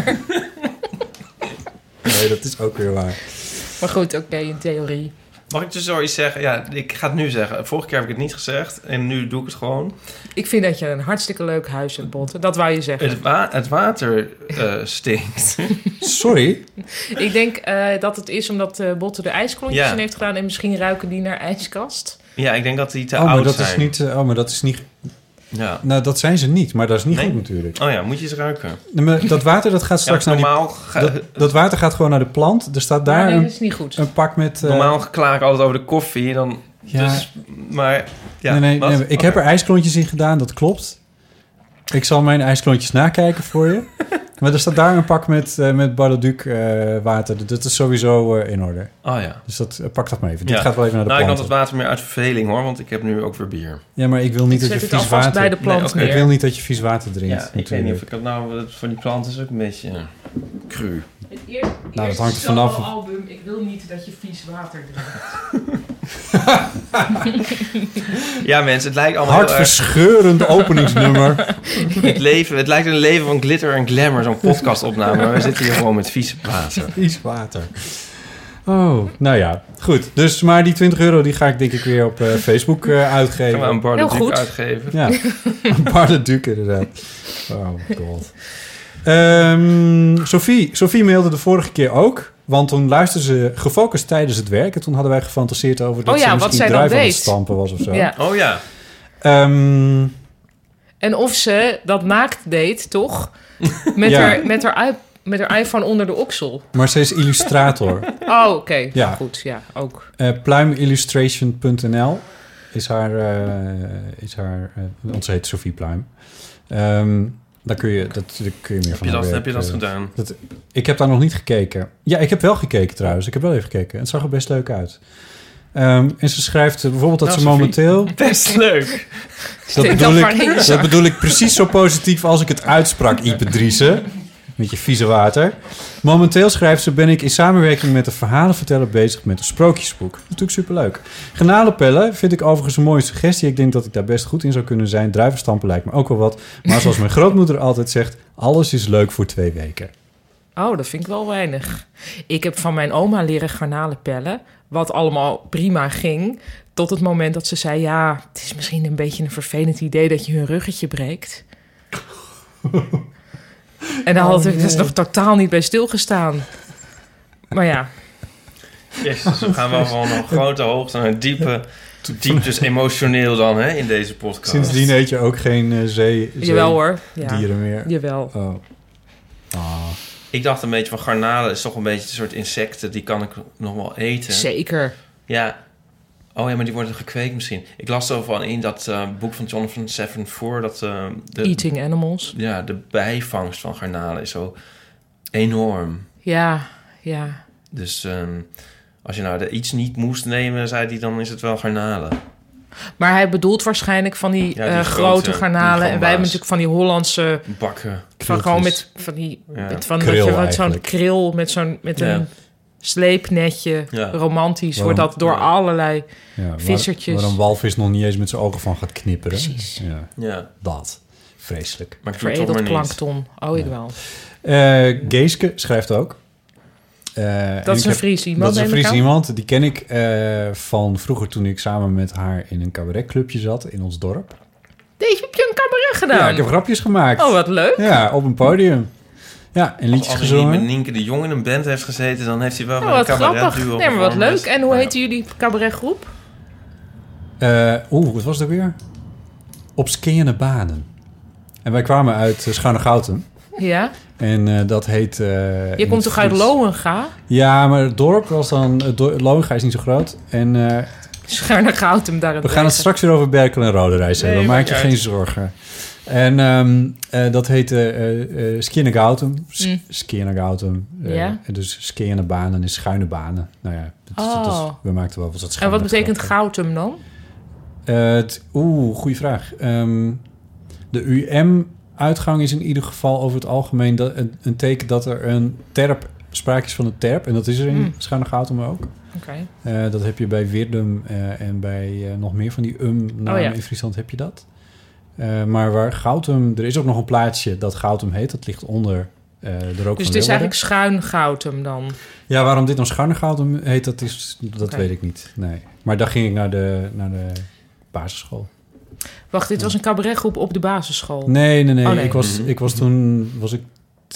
[SPEAKER 7] Nee, dat is ook weer waar.
[SPEAKER 6] Maar goed, oké, in theorie.
[SPEAKER 5] Mag ik dus zoiets zeggen? Ja, ik ga het nu zeggen. Vorige keer heb ik het niet gezegd. En nu doe ik het gewoon.
[SPEAKER 6] Ik vind dat je een hartstikke leuk huis hebt, Botte. Dat wou je zeggen.
[SPEAKER 5] Het water stinkt.
[SPEAKER 7] Sorry?
[SPEAKER 6] Ik denk dat het is omdat Botte de ijsklontjes in heeft gedaan... en misschien ruiken die naar ijskast.
[SPEAKER 5] Ja, ik denk dat die te
[SPEAKER 7] maar
[SPEAKER 5] oud
[SPEAKER 7] dat
[SPEAKER 5] zijn.
[SPEAKER 7] is niet... maar dat is niet...
[SPEAKER 5] Ja.
[SPEAKER 7] Nou, dat zijn ze niet, maar dat is niet goed natuurlijk.
[SPEAKER 5] Oh ja, moet je eens ruiken.
[SPEAKER 7] Nee, maar dat water dat gaat straks naar
[SPEAKER 5] normaal
[SPEAKER 7] dat water gaat gewoon naar de plant. Er staat daar
[SPEAKER 6] nee, dat is niet goed.
[SPEAKER 7] een pak met...
[SPEAKER 5] Normaal klaag ik altijd over de koffie. Dan,
[SPEAKER 7] Ja.
[SPEAKER 5] dus, maar ja,
[SPEAKER 7] nee,
[SPEAKER 5] wat?
[SPEAKER 7] ik heb er ijsklontjes in gedaan, dat klopt. Ik zal mijn ijsklontjes nakijken voor je. Maar er staat daar een pak met Bar-le-Duc water. Dat is sowieso in orde.
[SPEAKER 5] Oh ja.
[SPEAKER 7] Dus pak dat maar even.
[SPEAKER 5] Ja.
[SPEAKER 7] Dit gaat wel even naar de
[SPEAKER 5] Nou, ik
[SPEAKER 7] plant.
[SPEAKER 5] nam het water meer uit verveling hoor, want ik heb nu ook weer bier.
[SPEAKER 7] Ja, maar ik wil niet dat je
[SPEAKER 6] Zet het
[SPEAKER 7] vies
[SPEAKER 6] alvast
[SPEAKER 7] water...
[SPEAKER 6] bij de plant
[SPEAKER 5] Nee,
[SPEAKER 6] neer.
[SPEAKER 7] Ik wil niet dat je vies water drinkt.
[SPEAKER 5] Ja, ik weet niet of ik dat nou... Van die plant is ook een beetje cru.
[SPEAKER 6] Het
[SPEAKER 7] Nou, dat hangt er vanaf.
[SPEAKER 6] album, ik wil niet dat je vies water drinkt.
[SPEAKER 5] Ja mensen, het lijkt allemaal heel erg...
[SPEAKER 7] Hartverscheurend openingsnummer.
[SPEAKER 5] Het lijkt een leven van glitter en glamour, zo'n podcastopname. Maar we zitten hier gewoon met vies water.
[SPEAKER 7] Vies water. Oh, nou ja. Goed. Dus, maar die €20 die ga ik denk ik weer op Facebook uitgeven.
[SPEAKER 5] Gaan we een
[SPEAKER 6] Heel
[SPEAKER 5] Bar-le-Duc
[SPEAKER 6] goed.
[SPEAKER 5] uitgeven?
[SPEAKER 7] Ja, een Bar-le-Duc inderdaad. Oh god. Sophie mailde de vorige keer ook. Want toen luisterde ze gefocust tijdens het werk. En toen hadden wij gefantaseerd over dat
[SPEAKER 6] Oh ja,
[SPEAKER 7] ze
[SPEAKER 6] wat
[SPEAKER 7] misschien
[SPEAKER 6] zij dan
[SPEAKER 7] druiven aan het
[SPEAKER 6] deed.
[SPEAKER 7] stampen was of zo.
[SPEAKER 6] Ja.
[SPEAKER 5] Oh ja.
[SPEAKER 6] En of ze dat naakt deed, toch? Met,
[SPEAKER 7] Ja.
[SPEAKER 6] met haar iPhone onder de oksel.
[SPEAKER 7] Maar ze is illustrator.
[SPEAKER 6] Oh, oké.
[SPEAKER 7] Ja.
[SPEAKER 6] Goed, ja, ook.
[SPEAKER 7] Pluimillustration.nl is haar... want ze heet Sophie Pluim. Daar kun je meer van haar werk,
[SPEAKER 5] Heb je dat gedaan?
[SPEAKER 7] Ik heb daar nog niet gekeken. Ja, ik heb wel gekeken trouwens. Ik heb wel even gekeken. Het zag er best leuk uit. En ze schrijft bijvoorbeeld dat
[SPEAKER 5] Nou,
[SPEAKER 7] ze
[SPEAKER 5] Sophie.
[SPEAKER 7] momenteel...
[SPEAKER 5] Best leuk.
[SPEAKER 7] Dat bedoel ik precies zo positief als ik het uitsprak, Ipe Driessen. Met je vieze water. Momenteel, schrijft ze, ben ik in samenwerking met een verhalenverteller bezig met een sprookjesboek. Natuurlijk superleuk. Garnalenpellen vind ik overigens een mooie suggestie. Ik denk dat ik daar best goed in zou kunnen zijn. Druivenstampen lijkt me ook wel wat. Maar zoals mijn grootmoeder altijd zegt, alles is leuk voor 2 weken.
[SPEAKER 6] Oh, dat vind ik wel weinig. Ik heb van mijn oma leren garnalen pellen. Wat allemaal prima ging. Tot het moment dat ze zei... ja, het is misschien een beetje een vervelend idee dat je hun ruggetje breekt. En daar had ik dus nog totaal niet bij stilgestaan. Maar ja.
[SPEAKER 5] Jezus, we gaan wel van een grote hoogte naar een diepe... Diep dus emotioneel dan, hè, in deze podcast.
[SPEAKER 7] Sindsdien eet je ook geen
[SPEAKER 6] Jawel hoor. Ja.
[SPEAKER 7] dieren meer.
[SPEAKER 6] Jawel.
[SPEAKER 7] Oh. Ah.
[SPEAKER 5] Ik dacht een beetje van garnalen is toch een beetje een soort insecten. Die kan ik nog wel eten.
[SPEAKER 6] Zeker.
[SPEAKER 5] Ja. Oh ja, maar die worden gekweekt misschien. Ik las er van in dat boek van Jonathan Safran Foer... dat
[SPEAKER 6] Eating Animals.
[SPEAKER 5] Ja, de bijvangst van garnalen is zo enorm.
[SPEAKER 6] Ja, ja.
[SPEAKER 5] Dus als je nou er iets niet moest nemen, zei hij, dan is het wel garnalen.
[SPEAKER 6] Maar hij bedoelt waarschijnlijk van die,
[SPEAKER 5] Ja, die
[SPEAKER 6] grote garnalen.
[SPEAKER 5] die
[SPEAKER 6] En wij hebben natuurlijk van die Hollandse...
[SPEAKER 5] bakken.
[SPEAKER 6] Van gewoon met van die...
[SPEAKER 5] Ja.
[SPEAKER 6] Met van
[SPEAKER 7] Kril
[SPEAKER 6] dat je zo'n
[SPEAKER 7] eigenlijk.
[SPEAKER 6] kril met een sleepnetje.
[SPEAKER 5] Ja.
[SPEAKER 6] Romantisch wordt dat door allerlei vissertjes.
[SPEAKER 7] Waar een walvis nog niet eens met zijn ogen van gaat knipperen.
[SPEAKER 6] Precies.
[SPEAKER 7] Ja,
[SPEAKER 5] Ja,
[SPEAKER 7] dat. Vreselijk.
[SPEAKER 5] maar ik doe het toch
[SPEAKER 6] Veredeld
[SPEAKER 5] maar niet.
[SPEAKER 6] plankton. Oh, ik wel.
[SPEAKER 7] Geeske schrijft ook.
[SPEAKER 6] Dat is een Fries iemand,
[SPEAKER 7] Dat is een
[SPEAKER 6] neem ik
[SPEAKER 7] Fries
[SPEAKER 6] aan?
[SPEAKER 7] iemand. Die ken ik van vroeger toen ik samen met haar in een cabaretclubje zat in ons dorp.
[SPEAKER 6] Deze heb je een cabaret gedaan?
[SPEAKER 7] Ja, ik heb grapjes gemaakt.
[SPEAKER 6] Oh, wat leuk.
[SPEAKER 7] Ja, op een podium. Ja, en liedjes
[SPEAKER 5] Als hij niet met
[SPEAKER 7] gezongen.
[SPEAKER 5] Nienke de Jong in een band heeft gezeten... dan heeft hij wel
[SPEAKER 6] Oh,
[SPEAKER 5] bij een
[SPEAKER 6] wat grappig.
[SPEAKER 5] cabaretduo
[SPEAKER 6] Nee, maar wat
[SPEAKER 5] performance.
[SPEAKER 6] leuk. En hoe
[SPEAKER 5] Maar
[SPEAKER 6] heette jullie cabaretgroep?
[SPEAKER 7] Wat was het ook weer? Op Skene Banen. En wij kwamen uit Scharnegouten.
[SPEAKER 6] Ja.
[SPEAKER 7] En dat heet...
[SPEAKER 6] Je komt toch uit Lohenga?
[SPEAKER 7] Ja, maar het dorp was dan... Lohenga is niet zo groot. En
[SPEAKER 6] Scharnegouten daar.
[SPEAKER 7] we gaan het straks weer over Berkel en Roderijs hebben.
[SPEAKER 5] Nee,
[SPEAKER 7] Maak
[SPEAKER 5] maakt
[SPEAKER 7] je
[SPEAKER 5] niet
[SPEAKER 7] geen
[SPEAKER 5] uit.
[SPEAKER 7] zorgen. En dat heette Skiernegouten. Skiernegouten.
[SPEAKER 6] Ja.
[SPEAKER 7] Dus Skiernebanen is schuine banen. Nou ja,
[SPEAKER 6] Oh.
[SPEAKER 7] we maakten wel wat
[SPEAKER 6] En
[SPEAKER 7] schuine
[SPEAKER 6] wat betekent
[SPEAKER 7] grappen.
[SPEAKER 6] Gautum dan?
[SPEAKER 7] Goeie vraag. De UM-uitgang is in ieder geval over het algemeen een teken dat er een terp spraakjes van het terp. En dat is er in Scharnegoudem ook.
[SPEAKER 6] Oké.
[SPEAKER 7] Dat heb je bij Wirdum en bij nog meer van die namen in Friesland heb je dat. Maar waar Gautum... Er is ook nog een plaatsje dat Gautum heet. Dat ligt onder de rook van Leeuwarden.
[SPEAKER 6] Dus het is eigenlijk schuin Gautum dan?
[SPEAKER 7] Ja, waarom dit dan Scharnegoudem heet, dat weet ik niet. Nee. Maar daar ging ik naar de basisschool.
[SPEAKER 6] Wacht, dit was een cabaretgroep op de basisschool?
[SPEAKER 7] Nee.
[SPEAKER 6] Oh, nee.
[SPEAKER 7] Ik was toen... Was ik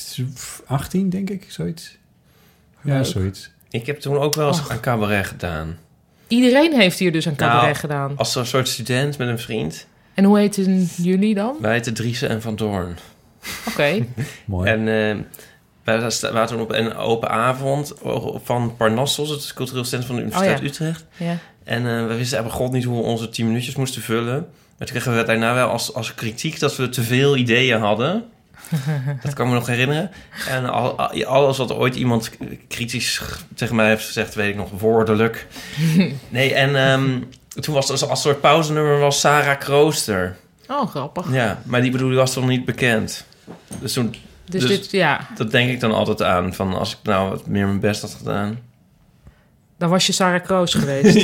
[SPEAKER 7] 18, denk ik, zoiets. Ja,
[SPEAKER 6] Leuk.
[SPEAKER 7] zoiets.
[SPEAKER 5] Ik heb toen ook wel eens aan cabaret gedaan.
[SPEAKER 6] Iedereen heeft hier dus aan cabaret gedaan?
[SPEAKER 5] Als een soort student met een vriend.
[SPEAKER 6] En hoe heten jullie dan?
[SPEAKER 5] Wij heten Driessen en Van Doorn.
[SPEAKER 6] Oké.
[SPEAKER 7] Mooi.
[SPEAKER 5] En wij waren toen op een open avond van Parnassos, het cultureel centrum van de Universiteit Utrecht.
[SPEAKER 6] Ja.
[SPEAKER 5] En we wisten bij God niet hoe we onze 10 minuutjes moesten vullen. Maar toen kregen we daarna wel als kritiek dat we te veel ideeën hadden. Dat kan ik me nog herinneren. En alles wat ooit iemand kritisch tegen mij heeft gezegd, weet ik nog woordelijk. Nee, en toen was het als soort pauzenummer was Sarah Krooster.
[SPEAKER 6] Oh, grappig.
[SPEAKER 5] Ja, maar die was toch niet bekend. Dus toen...
[SPEAKER 6] Dus dit, ja.
[SPEAKER 5] Dat denk ik dan altijd aan. Van als ik nou wat meer mijn best had gedaan.
[SPEAKER 6] Dan was je Sarah Kroos geweest.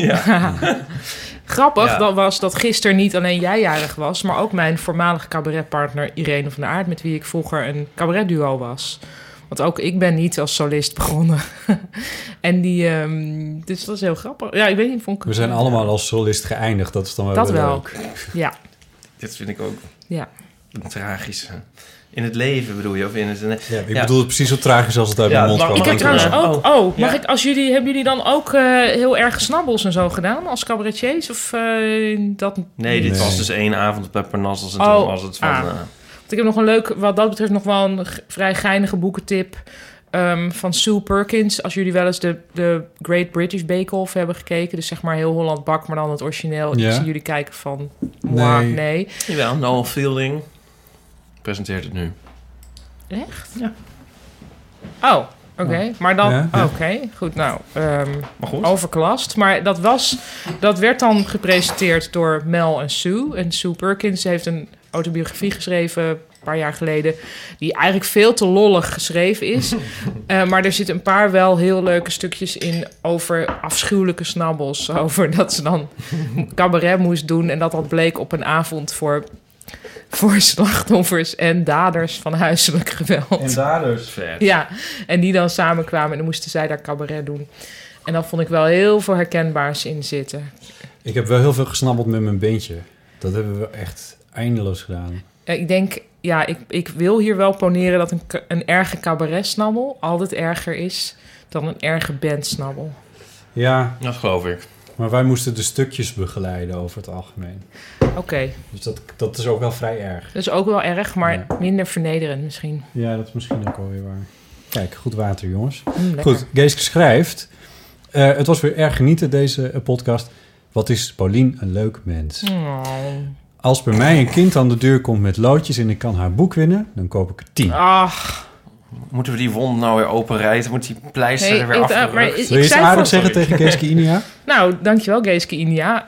[SPEAKER 6] Grappig, dat was dat gisteren niet alleen jij jarig was, maar ook mijn voormalige cabaretpartner Irene van der Aert, met wie ik vroeger een cabaretduo was. Want ook ik ben niet als solist begonnen. En dus dat is heel grappig. Ja, ik weet niet.
[SPEAKER 7] We zijn allemaal als solist geëindigd. Dat is dan wel
[SPEAKER 6] dat
[SPEAKER 7] leuk.
[SPEAKER 6] Wel. Ja.
[SPEAKER 5] Dit vind ik ook
[SPEAKER 6] een
[SPEAKER 5] tragische. In het leven bedoel je? Of in het...
[SPEAKER 7] Ja, ik bedoel het precies zo tragisch als het uit mijn mond kwam.
[SPEAKER 6] Ik heb trouwens ook... mag ik hebben jullie dan ook heel erg snabbels en zo gedaan als cabaretiers? Of dat...
[SPEAKER 5] Nee, dit was dus 1 avond bij Parnassos en toen was het van...
[SPEAKER 6] Want ik heb nog een leuk, wat dat betreft nog wel een vrij geinige boekentip van Sue Perkins. Als jullie wel eens de Great British Bake Off hebben gekeken, dus zeg maar heel Holland Bak, maar dan het origineel.
[SPEAKER 7] Ja.
[SPEAKER 6] Ik zie jullie kijken van, nee.
[SPEAKER 5] Jawel, Noel Fielding presenteert het nu.
[SPEAKER 6] Echt?
[SPEAKER 5] Ja.
[SPEAKER 6] Oh, oké. Maar dan...
[SPEAKER 7] Ja.
[SPEAKER 6] Oké, goed. Nou,
[SPEAKER 5] maar goed.
[SPEAKER 6] overklast. Maar dat werd dan gepresenteerd door Mel en Sue. En Sue Perkins heeft een autobiografie geschreven een paar jaar geleden, die eigenlijk veel te lollig geschreven is. Maar er zitten een paar wel heel leuke stukjes in over afschuwelijke snabbels. Over dat ze dan cabaret moest doen en dat bleek op een avond voor slachtoffers en daders van huiselijk geweld.
[SPEAKER 7] En daders.
[SPEAKER 5] Vet.
[SPEAKER 6] Ja, en die dan samenkwamen en dan moesten zij daar cabaret doen. En dan vond ik wel heel veel herkenbaars in zitten.
[SPEAKER 7] Ik heb wel heel veel gesnabbeld met mijn beentje. Dat hebben we echt eindeloos gedaan.
[SPEAKER 6] Ik denk, ik wil hier wel poneren dat een erge cabaret-snabbel altijd erger is dan een erge bandsnabbel.
[SPEAKER 7] Ja.
[SPEAKER 5] Dat geloof ik.
[SPEAKER 7] Maar wij moesten de stukjes begeleiden over het algemeen.
[SPEAKER 6] Oké.
[SPEAKER 7] Dus dat is ook wel vrij erg.
[SPEAKER 6] Dat is ook wel erg, maar minder vernederend misschien.
[SPEAKER 7] Ja, dat is misschien ook wel weer waar. Kijk, goed water, jongens.
[SPEAKER 6] Lekker.
[SPEAKER 7] Goed, Geeske schrijft. Het was weer erg genieten, deze podcast. Wat is Paulien een leuk mens.
[SPEAKER 6] Oh.
[SPEAKER 7] Als bij mij een kind aan de deur komt met loodjes en ik kan haar boek winnen, dan koop ik er 10.
[SPEAKER 6] Ach.
[SPEAKER 5] Moeten we die wond nou weer openrijden? Moet die pleister er weer afgerukt?
[SPEAKER 7] Wil je iets aardigs zeggen tegen Geeske Inia?
[SPEAKER 6] Nou, dankjewel Geeske Inia.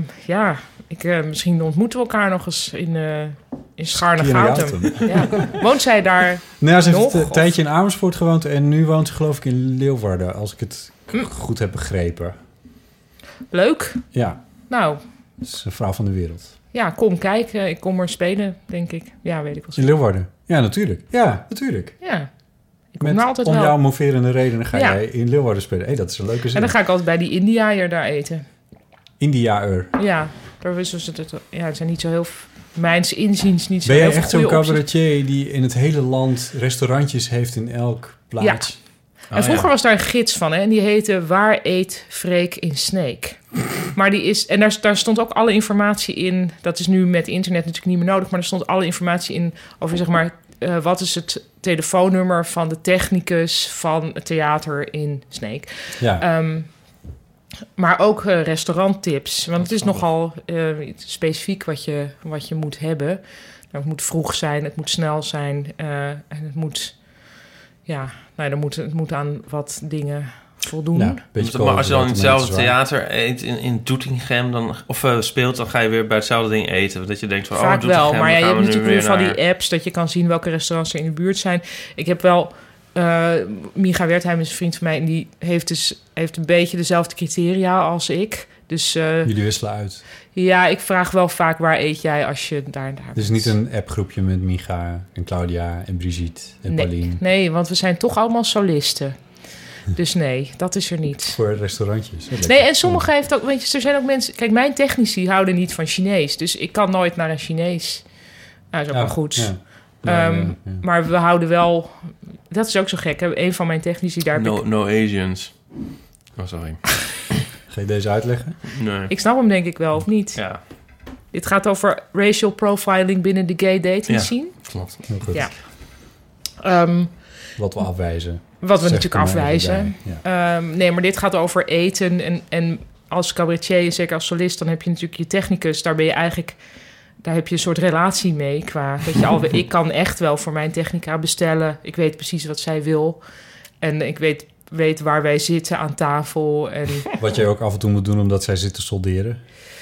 [SPEAKER 6] Misschien ontmoeten we elkaar nog eens in Scharnegoudem. Ja. Woont zij daar
[SPEAKER 7] Nou, ze
[SPEAKER 6] nog,
[SPEAKER 7] heeft een tijdje in Amersfoort gewoond en nu woont ze geloof ik in Leeuwarden, als ik het goed heb begrepen.
[SPEAKER 6] Leuk.
[SPEAKER 7] Ja.
[SPEAKER 6] Nou.
[SPEAKER 7] Ze is een vrouw van de wereld.
[SPEAKER 6] Ja, kom kijken. Ik kom er spelen, denk ik. Ja, weet ik wel.
[SPEAKER 7] In Leeuwarden? Ja, natuurlijk. Ja, natuurlijk.
[SPEAKER 6] Ja. Ik kom er altijd wel.
[SPEAKER 7] Om jouw moverende redenen ga jij in Leeuwarden spelen. Dat is een leuke zin.
[SPEAKER 6] En dan ga ik altijd bij die Indiaër daar eten.
[SPEAKER 7] Indiaër.
[SPEAKER 6] Ja, daar wisten ze het. Ja, het zijn niet zo heel... Mijns inziens niet zo
[SPEAKER 7] ben
[SPEAKER 6] heel
[SPEAKER 7] jij
[SPEAKER 6] veel
[SPEAKER 7] echt zo'n
[SPEAKER 6] goede opties.
[SPEAKER 7] cabaretier die in het hele land restaurantjes heeft in elk plaatsje?
[SPEAKER 6] Ja. En vroeger was daar een gids van, hè? En die heette Waar eet Freek in Sneek? Maar die is... En daar stond ook alle informatie in. Dat is nu met internet natuurlijk niet meer nodig. Maar er stond alle informatie in over, zeg maar... wat is het telefoonnummer van de technicus van het theater in Sneek? Ja. Maar ook restauranttips. Want het is nogal specifiek wat je moet hebben. Nou, het moet vroeg zijn, het moet snel zijn. En het moet... Ja, het moet aan wat dingen voldoen.
[SPEAKER 5] Ja, maar als je dan in hetzelfde theater eet in Doetinchem of speelt, dan ga je weer bij hetzelfde ding eten. Dat je denkt van,
[SPEAKER 6] vaak wel, maar je hebt natuurlijk weer van die apps dat je kan zien welke restaurants er in de buurt zijn. Ik heb wel Micha Wertheim is een vriend van mij en die heeft een beetje dezelfde criteria als ik. Dus,
[SPEAKER 7] jullie wisselen uit.
[SPEAKER 6] Ja, ik vraag wel vaak waar eet jij als je daar en daar
[SPEAKER 7] Het is niet een appgroepje met Micha en Claudia en Brigitte en Pauline.
[SPEAKER 6] Nee, want we zijn toch allemaal solisten. Dus nee, dat is er niet.
[SPEAKER 7] Voor restaurantjes.
[SPEAKER 6] Nee, en sommigen heeft ook... Weet je, er zijn ook mensen... Kijk, mijn technici houden niet van Chinees. Dus ik kan nooit naar een Chinees. Nou, dat is ook wel goed. Ja. Maar we houden wel... Dat is ook zo gek. Hè? Een van mijn technici daar...
[SPEAKER 5] No Asians. Oh, sorry.
[SPEAKER 7] Ga je deze uitleggen?
[SPEAKER 5] Nee.
[SPEAKER 6] Ik snap hem denk ik wel, of niet?
[SPEAKER 5] Ja.
[SPEAKER 6] Dit gaat over racial profiling binnen de gay dating scene.
[SPEAKER 5] Klopt.
[SPEAKER 7] Heel goed.
[SPEAKER 6] Ja.
[SPEAKER 7] Wat we afwijzen.
[SPEAKER 6] Wat we natuurlijk afwijzen.
[SPEAKER 7] Ja.
[SPEAKER 6] Nee, maar dit gaat over eten. En als cabaretier, zeker als solist, dan heb je natuurlijk je technicus. Daar heb je een soort relatie mee. Dat je ik kan echt wel voor mijn technica bestellen. Ik weet precies wat zij wil. En ik weet waar wij zitten aan tafel. En
[SPEAKER 7] Wat jij ook af en toe moet doen omdat zij zit te solderen.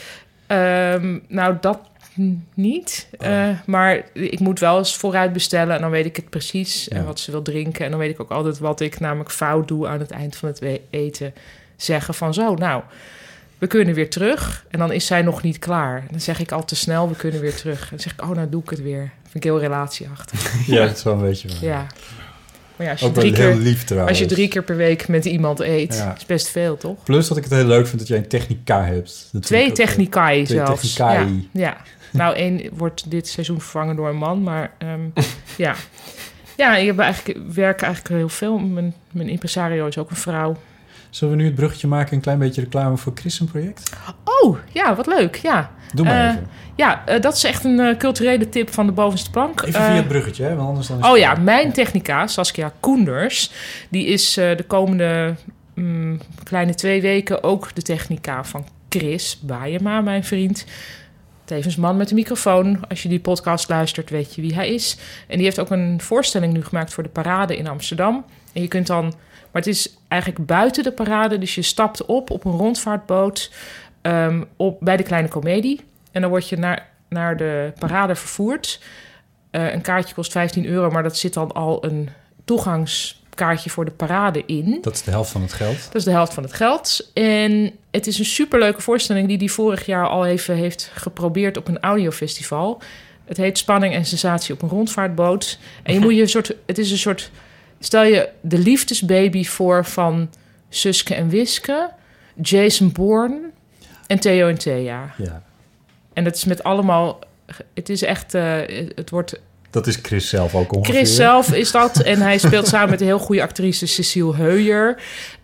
[SPEAKER 6] Nou, dat niet. Maar ik moet wel eens vooruit bestellen en dan weet ik het precies. En wat ze wil drinken. En dan weet ik ook altijd wat ik namelijk fout doe aan het eind van het eten. Zeggen van zo, nou, we kunnen weer terug. En dan is zij nog niet klaar. En dan zeg ik al te snel, we kunnen weer terug. En dan zeg ik, oh, nou doe ik het weer. Dat vind ik heel relatieachtig.
[SPEAKER 7] Ja, dat is wel een beetje waar.
[SPEAKER 6] Ja. Maar ja,
[SPEAKER 7] ook wel heel lief trouwens.
[SPEAKER 6] Als je 3 keer per week met iemand eet, is best veel, toch?
[SPEAKER 7] Plus dat ik het heel leuk vind dat jij een technica hebt.
[SPEAKER 6] 2 technicae zelfs.
[SPEAKER 7] Technicae.
[SPEAKER 6] Ja. Nou, 1 wordt dit seizoen vervangen door een man, maar ja. Ja, ik werk eigenlijk heel veel. Mijn impresario is ook een vrouw.
[SPEAKER 7] Zullen we nu het bruggetje maken, een klein beetje reclame voor Chris' project?
[SPEAKER 6] Oh, ja, wat leuk, ja.
[SPEAKER 7] Doe maar even.
[SPEAKER 6] Ja, dat is echt een culturele tip van de bovenste plank.
[SPEAKER 7] Even via het bruggetje, hè? Want anders dan is
[SPEAKER 6] mijn technica, Saskia Koenders, die is de komende kleine 2 weken ook de technica van Chris Baaijema, mijn vriend. Tevens man met een microfoon. Als je die podcast luistert, weet je wie hij is. En die heeft ook een voorstelling nu gemaakt voor de parade in Amsterdam. En je kunt dan... Maar het is eigenlijk buiten de parade. Dus je stapt op een rondvaartboot bij de Kleine Comedie. En dan word je naar de parade vervoerd. Een kaartje kost €15, maar dat zit dan al een toegangskaartje voor de parade in.
[SPEAKER 7] Dat is de helft van het geld.
[SPEAKER 6] Dat is de helft van het geld. En het is een superleuke voorstelling die vorig jaar al even heeft geprobeerd op een audiofestival. Het heet Spanning en Sensatie op een rondvaartboot. En je moet het is een soort... Stel je de liefdesbaby voor van Suske en Wiske, Jason Bourne en Theo en Thea.
[SPEAKER 7] Ja.
[SPEAKER 6] En dat is met allemaal... Het is echt... het wordt...
[SPEAKER 7] Dat is Chris zelf ook ongeveer.
[SPEAKER 6] Chris zelf is dat. En hij speelt samen met een heel goede actrice Cecile Heuijer.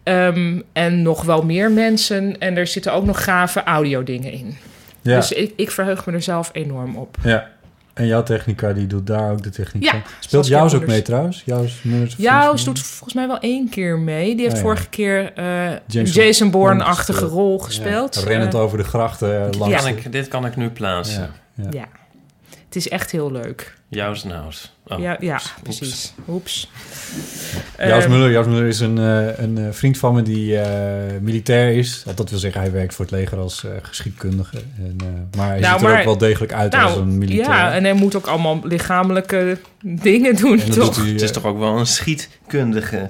[SPEAKER 6] En nog wel meer mensen. En er zitten ook nog gave audiodingen in. Ja. Dus ik verheug me er zelf enorm op.
[SPEAKER 7] Ja. En jouw technica, die doet daar ook de techniek
[SPEAKER 6] ja,
[SPEAKER 7] van. Speelt Jaus ook mee trouwens?
[SPEAKER 6] Jaus doet volgens mij wel 1 keer mee. Die heeft vorige keer Jason Bourne-achtige rol gespeeld.
[SPEAKER 7] Ja, rennend over de grachten langs.
[SPEAKER 5] Dit kan ik nu plaatsen.
[SPEAKER 6] Ja. Het is echt heel leuk.
[SPEAKER 5] Jaus Naus. Oh,
[SPEAKER 6] ja, precies. Oeps.
[SPEAKER 7] Jaus Muller is een vriend van me die militair is. Dat wil zeggen, hij werkt voor het leger als geschiedkundige. Maar hij ziet er ook wel degelijk uit als een militair.
[SPEAKER 6] Ja, en hij moet ook allemaal lichamelijke dingen doen, toch?
[SPEAKER 5] Het is toch ook wel een schietkundige.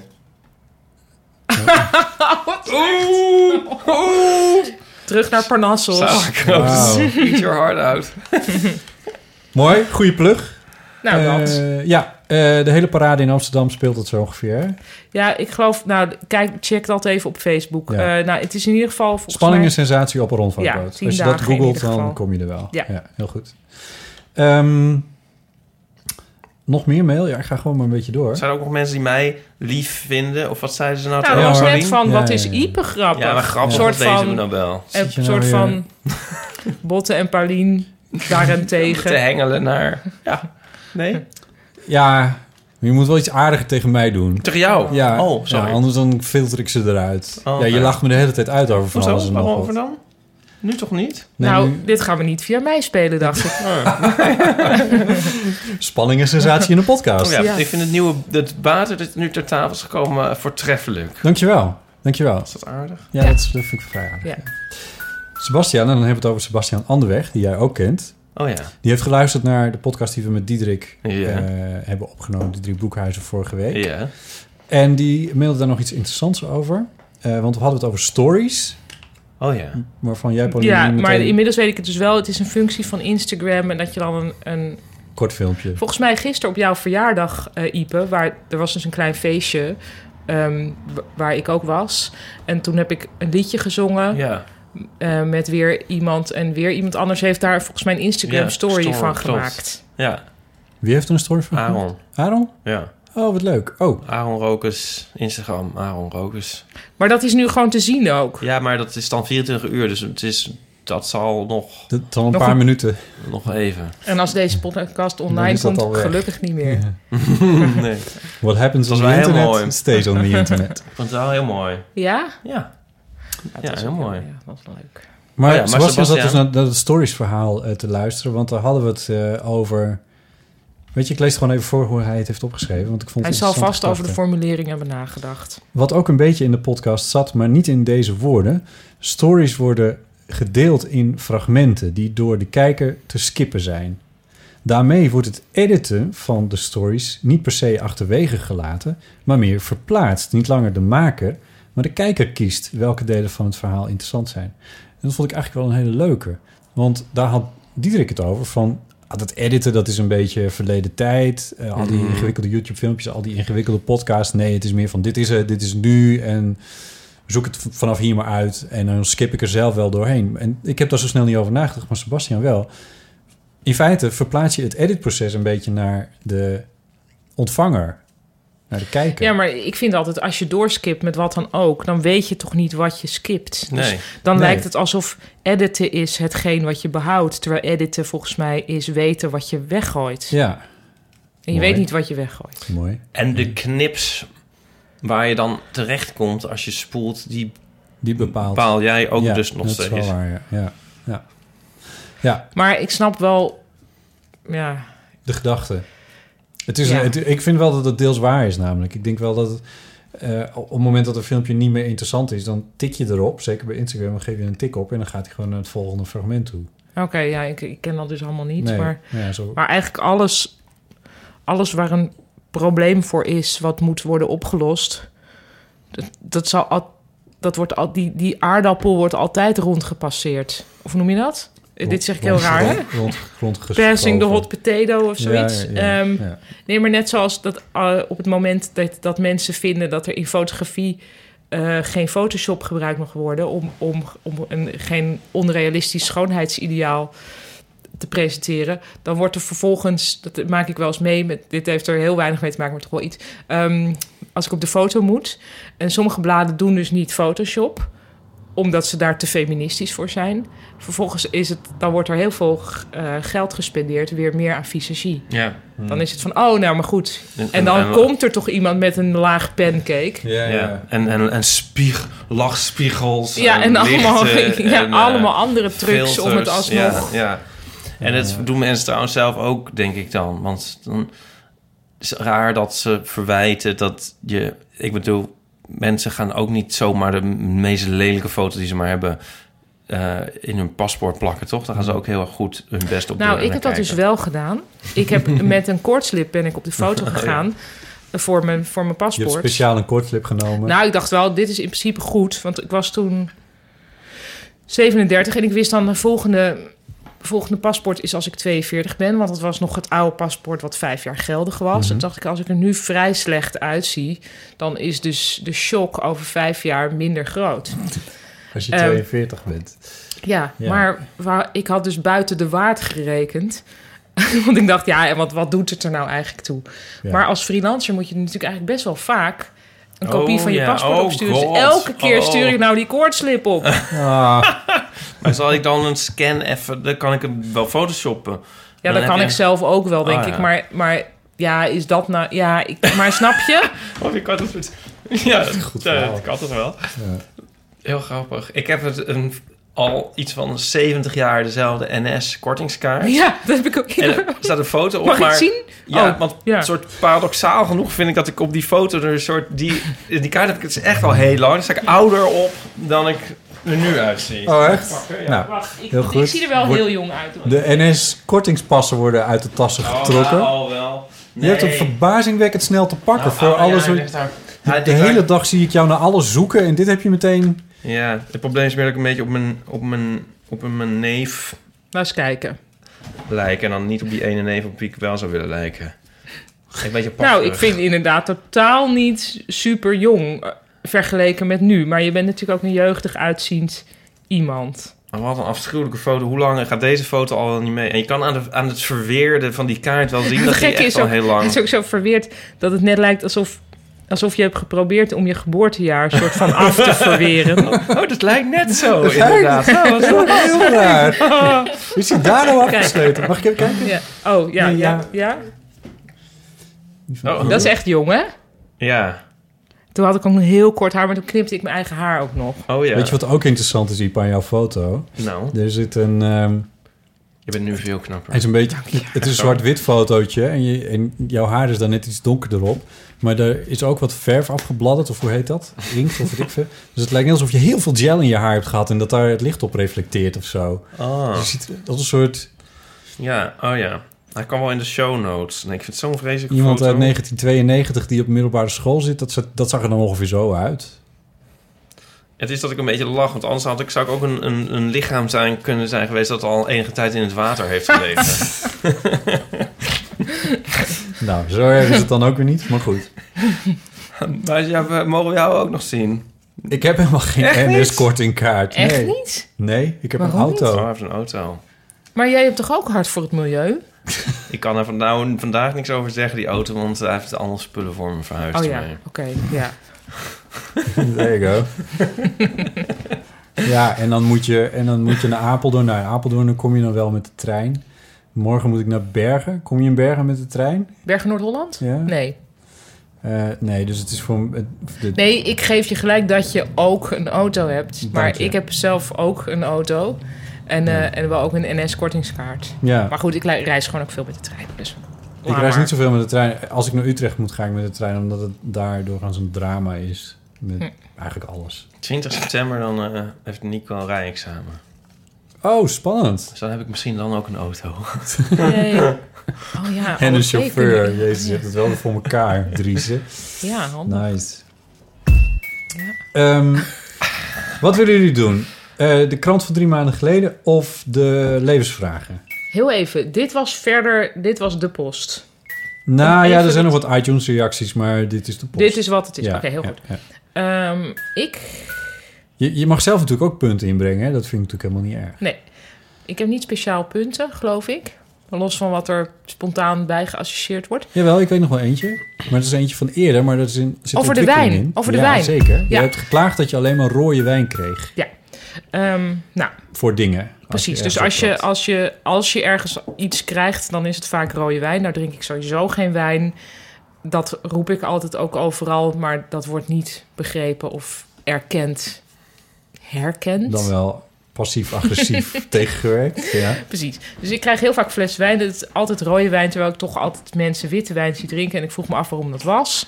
[SPEAKER 6] Terug naar Parnassos.
[SPEAKER 5] Wow. Eat your heart out.
[SPEAKER 7] Mooi, goede plug.
[SPEAKER 6] Nou, dat.
[SPEAKER 7] De hele parade in Amsterdam speelt het zo ongeveer.
[SPEAKER 6] Ja, ik geloof... Nou, check dat even op Facebook. Ja. Het is in ieder geval volgens
[SPEAKER 7] Spanning
[SPEAKER 6] mij...
[SPEAKER 7] en sensatie op een rondvaartboot.
[SPEAKER 6] Ja,
[SPEAKER 7] als je dat googelt, dan kom je er wel.
[SPEAKER 6] Ja,
[SPEAKER 7] heel goed. Nog meer mail? Ja, ik ga gewoon maar een beetje door.
[SPEAKER 5] Zijn er ook nog mensen die mij lief vinden? Of wat zeiden ze nou?
[SPEAKER 6] Nou, dat was net van, wat is Ipe grappig?
[SPEAKER 5] Ja, maar grappig, dat lezen we nou wel.
[SPEAKER 6] Een soort van Botte en Paulien daarentegen.
[SPEAKER 5] Te hengelen naar... Ja, nee?
[SPEAKER 7] Ja, je moet wel iets aardiger tegen mij doen.
[SPEAKER 5] Tegen jou?
[SPEAKER 7] Ja,
[SPEAKER 5] sorry.
[SPEAKER 7] Anders dan filter ik ze eruit.
[SPEAKER 5] Oh,
[SPEAKER 7] je lacht me de hele tijd uit over van alles en nog wat.
[SPEAKER 5] Waarover dan? Nu toch niet?
[SPEAKER 7] Nee,
[SPEAKER 6] nou, dit gaan we niet via mij spelen, dacht ik.
[SPEAKER 7] Spanning en sensatie in de podcast.
[SPEAKER 5] Oh, ja. Ik vind het water dat nu ter tafel is gekomen voortreffelijk.
[SPEAKER 7] Dankjewel.
[SPEAKER 5] Is dat aardig?
[SPEAKER 7] Ja, dat vind ik vrij aardig. Ja. Sebastian, en dan hebben we het over Sebastian Anderweg, die jij ook kent.
[SPEAKER 5] Oh ja.
[SPEAKER 7] Die heeft geluisterd naar de podcast die we met Diederik
[SPEAKER 5] Ja.
[SPEAKER 7] hebben opgenomen. Diederik Boekhuizen vorige week.
[SPEAKER 5] Ja.
[SPEAKER 7] En die mailde daar nog iets interessants over. Want we hadden het over stories.
[SPEAKER 5] Oh ja.
[SPEAKER 7] Waarvan jij, Pauline,
[SPEAKER 6] Ja,
[SPEAKER 7] meteen
[SPEAKER 6] maar inmiddels weet ik het dus wel. Het is een functie van Instagram en dat je dan een
[SPEAKER 7] kort filmpje.
[SPEAKER 6] Volgens mij gisteren op jouw verjaardag, Ipe, er was dus een klein feestje waar ik ook was. En toen heb ik een liedje gezongen.
[SPEAKER 5] Ja.
[SPEAKER 6] Met weer iemand. En weer iemand anders heeft daar volgens mij een Instagram story van gemaakt.
[SPEAKER 5] Ja.
[SPEAKER 7] Wie heeft er een story van gemaakt?
[SPEAKER 5] Aaron.
[SPEAKER 7] Aaron?
[SPEAKER 5] Ja.
[SPEAKER 7] Oh, wat leuk. Oh.
[SPEAKER 5] Aaron Rokers, Instagram, Aaron Rokers.
[SPEAKER 6] Maar dat is nu gewoon te zien ook.
[SPEAKER 5] Ja, maar dat is dan 24 uur, dus dat zal nog...
[SPEAKER 7] Dat zal een paar minuten.
[SPEAKER 5] Nog even.
[SPEAKER 6] En als deze podcast online
[SPEAKER 7] is dat
[SPEAKER 6] komt,
[SPEAKER 7] al weg.
[SPEAKER 6] gelukkig niet meer.
[SPEAKER 5] Nee.
[SPEAKER 7] What happens on
[SPEAKER 5] Dat
[SPEAKER 7] the
[SPEAKER 5] was wel heel
[SPEAKER 7] internet
[SPEAKER 5] mooi.
[SPEAKER 7] stays on the internet.
[SPEAKER 5] Ik vond het wel heel mooi.
[SPEAKER 6] Ja?
[SPEAKER 5] Ja.
[SPEAKER 6] Dat
[SPEAKER 5] Ja,
[SPEAKER 6] was
[SPEAKER 5] heel
[SPEAKER 6] ook
[SPEAKER 5] mooi.
[SPEAKER 6] Ja, dat was leuk.
[SPEAKER 7] Maar,
[SPEAKER 5] Oh ja, maar
[SPEAKER 7] Sebastian zat dus
[SPEAKER 5] Sebastian-
[SPEAKER 7] naar het storiesverhaal te luisteren. Want daar hadden we het over... Weet je, ik lees het gewoon even voor hoe hij het heeft opgeschreven. Want ik vond
[SPEAKER 6] Hij
[SPEAKER 7] het
[SPEAKER 6] zal
[SPEAKER 7] interessante
[SPEAKER 6] vast over de
[SPEAKER 7] gedachte.
[SPEAKER 6] formulering hebben nagedacht.
[SPEAKER 7] Wat ook een beetje in de podcast zat, maar niet in deze woorden. Stories worden gedeeld in fragmenten die door de kijker te skippen zijn. Daarmee wordt het editen van de stories niet per se achterwege gelaten, maar meer verplaatst. Niet langer de maker, maar de kijker kiest welke delen van het verhaal interessant zijn. En dat vond ik eigenlijk wel een hele leuke. Want daar had Diederik het over van... dat editen, dat is een beetje verleden tijd. Al die ingewikkelde YouTube-filmpjes, al die ingewikkelde podcasts. Nee, het is meer van dit is het, dit is nu. En zoek het vanaf hier maar uit. En dan skip ik er zelf wel doorheen. En ik heb daar zo snel niet over nagedacht, maar Sebastian wel. In feite verplaats je het editproces een beetje naar de ontvanger. Naar de kijker.
[SPEAKER 6] Ja, maar ik vind altijd, als je doorskipt met wat dan ook... dan weet je toch niet wat je skipt. Dus
[SPEAKER 5] Nee.
[SPEAKER 6] dan
[SPEAKER 7] Nee.
[SPEAKER 6] lijkt het alsof editen is hetgeen wat je behoudt... terwijl editen volgens mij is weten wat je weggooit.
[SPEAKER 7] Ja,
[SPEAKER 6] En je
[SPEAKER 7] mooi.
[SPEAKER 6] weet niet wat je weggooit.
[SPEAKER 7] mooi.
[SPEAKER 5] En de knips waar je dan terechtkomt als je spoelt, die
[SPEAKER 7] Die bepaalt.
[SPEAKER 5] bepaal jij ook
[SPEAKER 7] Ja,
[SPEAKER 5] dus nog
[SPEAKER 7] dat is
[SPEAKER 5] steeds.
[SPEAKER 7] wel waar, ja.
[SPEAKER 6] Maar ik snap wel... Ja,
[SPEAKER 7] De gedachte. Het is
[SPEAKER 6] Ja.
[SPEAKER 7] ik vind wel dat het deels waar is namelijk. Ik denk wel dat het, op het moment dat een filmpje niet meer interessant is... dan tik je erop, zeker bij Instagram, dan geef je een tik op... en dan gaat hij gewoon naar het volgende fragment toe.
[SPEAKER 6] oké, ja, ik ken dat dus allemaal niet.
[SPEAKER 7] Nee,
[SPEAKER 6] Maar
[SPEAKER 7] ja, zo.
[SPEAKER 6] eigenlijk alles waar een probleem voor is... wat moet worden opgelost... die aardappel wordt altijd rondgepasseerd. Of hoe noem je dat? Dit zeg ik heel raar, hè? Passing the hot potato of zoiets.
[SPEAKER 7] Ja.
[SPEAKER 6] Nee, maar net zoals dat op het moment dat mensen vinden... dat er in fotografie geen Photoshop gebruikt mag worden... om geen onrealistisch schoonheidsideaal te presenteren... dan wordt er vervolgens... dat maak ik wel eens mee... dit heeft er heel weinig mee te maken, maar toch wel iets... als ik op de foto moet... en sommige bladen doen dus niet Photoshop... omdat ze daar te feministisch voor zijn. Vervolgens dan wordt er heel veel geld gespendeerd... weer meer aan visagie.
[SPEAKER 5] Ja.
[SPEAKER 6] Dan is het van, oh, nou, maar goed. En dan komt er toch iemand met een laag pancake.
[SPEAKER 5] Ja. En lachspiegels.
[SPEAKER 6] Ja, en allemaal,
[SPEAKER 5] lichten,
[SPEAKER 6] allemaal andere trucs
[SPEAKER 5] filters.
[SPEAKER 6] om het alsnog...
[SPEAKER 5] Ja. En dat doen mensen trouwens zelf ook, denk ik dan. Want dan is het raar dat ze verwijten dat je... Ik bedoel, mensen gaan ook niet zomaar de meest lelijke foto die ze maar hebben... in hun paspoort plakken, toch? Daar gaan ze ook heel erg goed hun best op doen.
[SPEAKER 6] Nou, ik heb dat dus wel gedaan. Ik heb met een koordslip ben ik op de foto gegaan... voor mijn
[SPEAKER 7] Je
[SPEAKER 6] paspoort.
[SPEAKER 7] hebt speciaal een kortslip genomen.
[SPEAKER 6] Nou, ik dacht wel, dit is in principe goed. Want ik was toen 37 en ik wist dan de volgende paspoort is als ik 42 ben. Want dat was nog het oude paspoort wat 5 jaar geldig was. En toen dacht ik, als ik er nu vrij slecht uitzie... dan is dus de shock over 5 jaar minder groot.
[SPEAKER 7] Als je 42 bent.
[SPEAKER 6] Ja,
[SPEAKER 7] Ja.
[SPEAKER 6] maar ik had dus buiten de waard gerekend. Want ik dacht, ja, en wat doet het er nou eigenlijk toe?
[SPEAKER 7] Ja.
[SPEAKER 6] Maar als freelancer moet je natuurlijk eigenlijk best wel vaak... een kopie van je
[SPEAKER 5] ja.
[SPEAKER 6] paspoort
[SPEAKER 5] Oh,
[SPEAKER 6] opsturen. Dus
[SPEAKER 5] God.
[SPEAKER 6] elke keer stuur ik nou die koordslip op.
[SPEAKER 5] Maar zal ik dan een scan even... Dan kan ik hem wel photoshoppen.
[SPEAKER 6] Ja, dat
[SPEAKER 5] heb
[SPEAKER 6] kan
[SPEAKER 5] je-
[SPEAKER 6] ik zelf ook wel, denk
[SPEAKER 5] Oh,
[SPEAKER 6] ik.
[SPEAKER 5] ja.
[SPEAKER 6] Maar ja, is dat nou... Ja, maar snap je?
[SPEAKER 5] Of je kan het... Ja,
[SPEAKER 7] goed verhaal.
[SPEAKER 5] dat kan toch wel.
[SPEAKER 7] Ja.
[SPEAKER 5] Heel grappig. Ik heb het al iets van 70 jaar dezelfde NS-kortingskaart.
[SPEAKER 6] Ja, dat heb ik ook.
[SPEAKER 5] En er staat een foto op,
[SPEAKER 6] Mag ik
[SPEAKER 5] maar...
[SPEAKER 6] het zien?
[SPEAKER 5] Ja,
[SPEAKER 6] Oh,
[SPEAKER 5] want
[SPEAKER 6] ja.
[SPEAKER 5] een soort paradoxaal genoeg vind ik dat ik op die foto er een soort... Die kaart heb ik het is echt al heel lang. Dan sta ik ouder op dan ik er nu uitziet.
[SPEAKER 7] Oh, echt?
[SPEAKER 5] Pakken, ja.
[SPEAKER 7] Nou,
[SPEAKER 6] Wacht,
[SPEAKER 7] heel goed.
[SPEAKER 6] ik zie er wel heel jong uit. Hoor.
[SPEAKER 7] De NS-kortingspassen worden uit de tassen getrokken.
[SPEAKER 5] Oh, wel.
[SPEAKER 7] Je hebt hem verbazingwekkend snel te pakken voor alles.
[SPEAKER 5] Ja,
[SPEAKER 7] de hele dag zie ik jou naar alles zoeken en dit heb je meteen...
[SPEAKER 5] Ja, het probleem is meer dat ik een beetje op mijn neef
[SPEAKER 6] Laat eens kijken.
[SPEAKER 5] lijken. En dan niet op die ene neef op wie ik wel zou willen lijken. Een beetje
[SPEAKER 6] Nou, ik vind inderdaad totaal niet super jong vergeleken met nu. Maar je bent natuurlijk ook een jeugdig uitziend iemand.
[SPEAKER 5] Wat een afschuwelijke foto. Hoe lang gaat deze foto al niet mee? En je kan aan het verweerde van die kaart wel zien dat die echt al heel lang...
[SPEAKER 6] Het is ook zo verweerd dat het net lijkt alsof je hebt geprobeerd om je geboortejaar soort van af te verweren.
[SPEAKER 5] Oh, dat lijkt net zo, inderdaad.
[SPEAKER 7] Dat is wel heel raar. Is hij daar nou afgesloten? Mag ik even kijken?
[SPEAKER 6] Ja. Oh, ja,
[SPEAKER 7] Nee,
[SPEAKER 6] ja.
[SPEAKER 5] Oh,
[SPEAKER 6] Dat is echt jong, hè?
[SPEAKER 5] ja.
[SPEAKER 6] Toen had ik ook een heel kort haar, maar toen knipte ik mijn eigen haar ook nog.
[SPEAKER 5] Oh ja.
[SPEAKER 7] Weet je wat ook interessant is, Iep, aan jouw foto?
[SPEAKER 5] Nou,
[SPEAKER 7] Er zit een...
[SPEAKER 5] je bent nu veel knapper.
[SPEAKER 7] het is een beetje... Het is een zwart-wit fotootje en jouw haar is daar net iets donkerder op. Maar er is ook wat verf afgebladderd, of hoe heet dat? Inkt, of weet ik veel. Dus het lijkt net alsof je heel veel gel in je haar hebt gehad en dat daar het licht op reflecteert of zo.
[SPEAKER 5] Oh.
[SPEAKER 7] Dus je ziet dat een soort...
[SPEAKER 5] Ja, oh ja. Hij kan wel in de show notes. Nee, ik vind het zo'n vreselijke
[SPEAKER 7] Iemand
[SPEAKER 5] foto.
[SPEAKER 7] uit 1992 die op middelbare school zit, dat zag er dan ongeveer zo uit.
[SPEAKER 5] Het is dat ik een beetje lach, want anders zou ik ook een lichaam kunnen zijn geweest dat al enige tijd in het water heeft gelegen.
[SPEAKER 7] Nou, zo erg is het dan ook weer niet, maar goed.
[SPEAKER 5] Maar ja, mogen we jou ook nog zien?
[SPEAKER 7] Ik heb helemaal geen NS-kortingkaart.
[SPEAKER 6] Echt
[SPEAKER 7] Nee.
[SPEAKER 6] niet?
[SPEAKER 7] Nee, ik heb
[SPEAKER 6] Waarom
[SPEAKER 7] een auto.
[SPEAKER 5] Oh, hij heeft een auto.
[SPEAKER 6] Maar jij hebt toch ook hard voor het milieu?
[SPEAKER 5] Ik kan er vandaag niks over zeggen, die auto, want hij heeft allemaal spullen voor me verhuisd.
[SPEAKER 6] Oh ja,
[SPEAKER 5] mee.
[SPEAKER 6] oké, ja.
[SPEAKER 7] There you go. Ja, en dan moet je naar Apeldoorn. Nou, in Apeldoorn dan kom je dan wel met de trein. Morgen moet ik naar Bergen. Kom je in Bergen met de trein?
[SPEAKER 6] Bergen Noord-Holland?
[SPEAKER 7] Ja.
[SPEAKER 6] Nee.
[SPEAKER 7] Nee, dus het is voor...
[SPEAKER 6] Nee, ik geef je gelijk dat je ook een auto hebt.
[SPEAKER 7] Dank
[SPEAKER 6] Maar
[SPEAKER 7] je.
[SPEAKER 6] ik heb zelf ook een auto. En wel ook een NS-kortingskaart.
[SPEAKER 7] Ja,
[SPEAKER 6] Maar goed, ik reis gewoon ook veel met de trein. Dus
[SPEAKER 7] ik reis niet zoveel met de trein. Als ik naar Utrecht moet, ga ik met de trein. Omdat het daar doorgaans een drama is. Met eigenlijk alles.
[SPEAKER 5] 20 september dan heeft Nico een rijexamen.
[SPEAKER 7] Oh, spannend.
[SPEAKER 5] Dus dan heb ik misschien dan ook een auto.
[SPEAKER 6] Nee. Oh ja.
[SPEAKER 7] En
[SPEAKER 6] alle
[SPEAKER 7] een
[SPEAKER 6] twee
[SPEAKER 7] chauffeur.
[SPEAKER 6] kunnen-
[SPEAKER 7] Jezus, je hebt het wel weer voor elkaar, Driesen.
[SPEAKER 6] Ja, handig.
[SPEAKER 7] Nice. Wat willen jullie doen? De krant van 3 maanden geleden of de levensvragen?
[SPEAKER 6] Heel even, dit was de post.
[SPEAKER 7] Nou ja,
[SPEAKER 6] Even
[SPEAKER 7] er zijn nog wat iTunes-reacties, maar dit is de post.
[SPEAKER 6] Dit is wat het is.
[SPEAKER 7] Ja,
[SPEAKER 6] Oké, heel
[SPEAKER 7] ja,
[SPEAKER 6] goed.
[SPEAKER 7] ja.
[SPEAKER 6] Ik...
[SPEAKER 7] Je mag zelf natuurlijk ook punten inbrengen, hè? Dat vind ik natuurlijk helemaal niet erg.
[SPEAKER 6] Nee, ik heb niet speciaal punten, geloof ik. Los van wat er spontaan bij geassocieerd wordt.
[SPEAKER 7] Jawel, ik weet nog wel eentje. Maar het is eentje van eerder, maar dat is zit
[SPEAKER 6] Over de
[SPEAKER 7] ontwikkeling
[SPEAKER 6] wijn.
[SPEAKER 7] in.
[SPEAKER 6] Over de
[SPEAKER 7] ja,
[SPEAKER 6] wijn.
[SPEAKER 7] Zeker. Je
[SPEAKER 6] Ja.
[SPEAKER 7] hebt geklaagd dat je alleen maar rode wijn kreeg.
[SPEAKER 6] Ja. Nou,
[SPEAKER 7] Voor dingen.
[SPEAKER 6] precies.
[SPEAKER 7] je
[SPEAKER 6] Dus
[SPEAKER 7] ergens op zat.
[SPEAKER 6] als je ergens iets krijgt, dan is het vaak rode wijn. Nou drink ik sowieso geen wijn. Dat roep ik altijd ook overal, maar dat wordt niet begrepen of herkend.
[SPEAKER 7] Dan wel passief-agressief tegengewerkt. Ja.
[SPEAKER 6] Precies. Dus ik krijg heel vaak fles wijn. Het is altijd rode wijn, terwijl ik toch altijd mensen witte wijn zie drinken. En ik vroeg me af waarom dat was.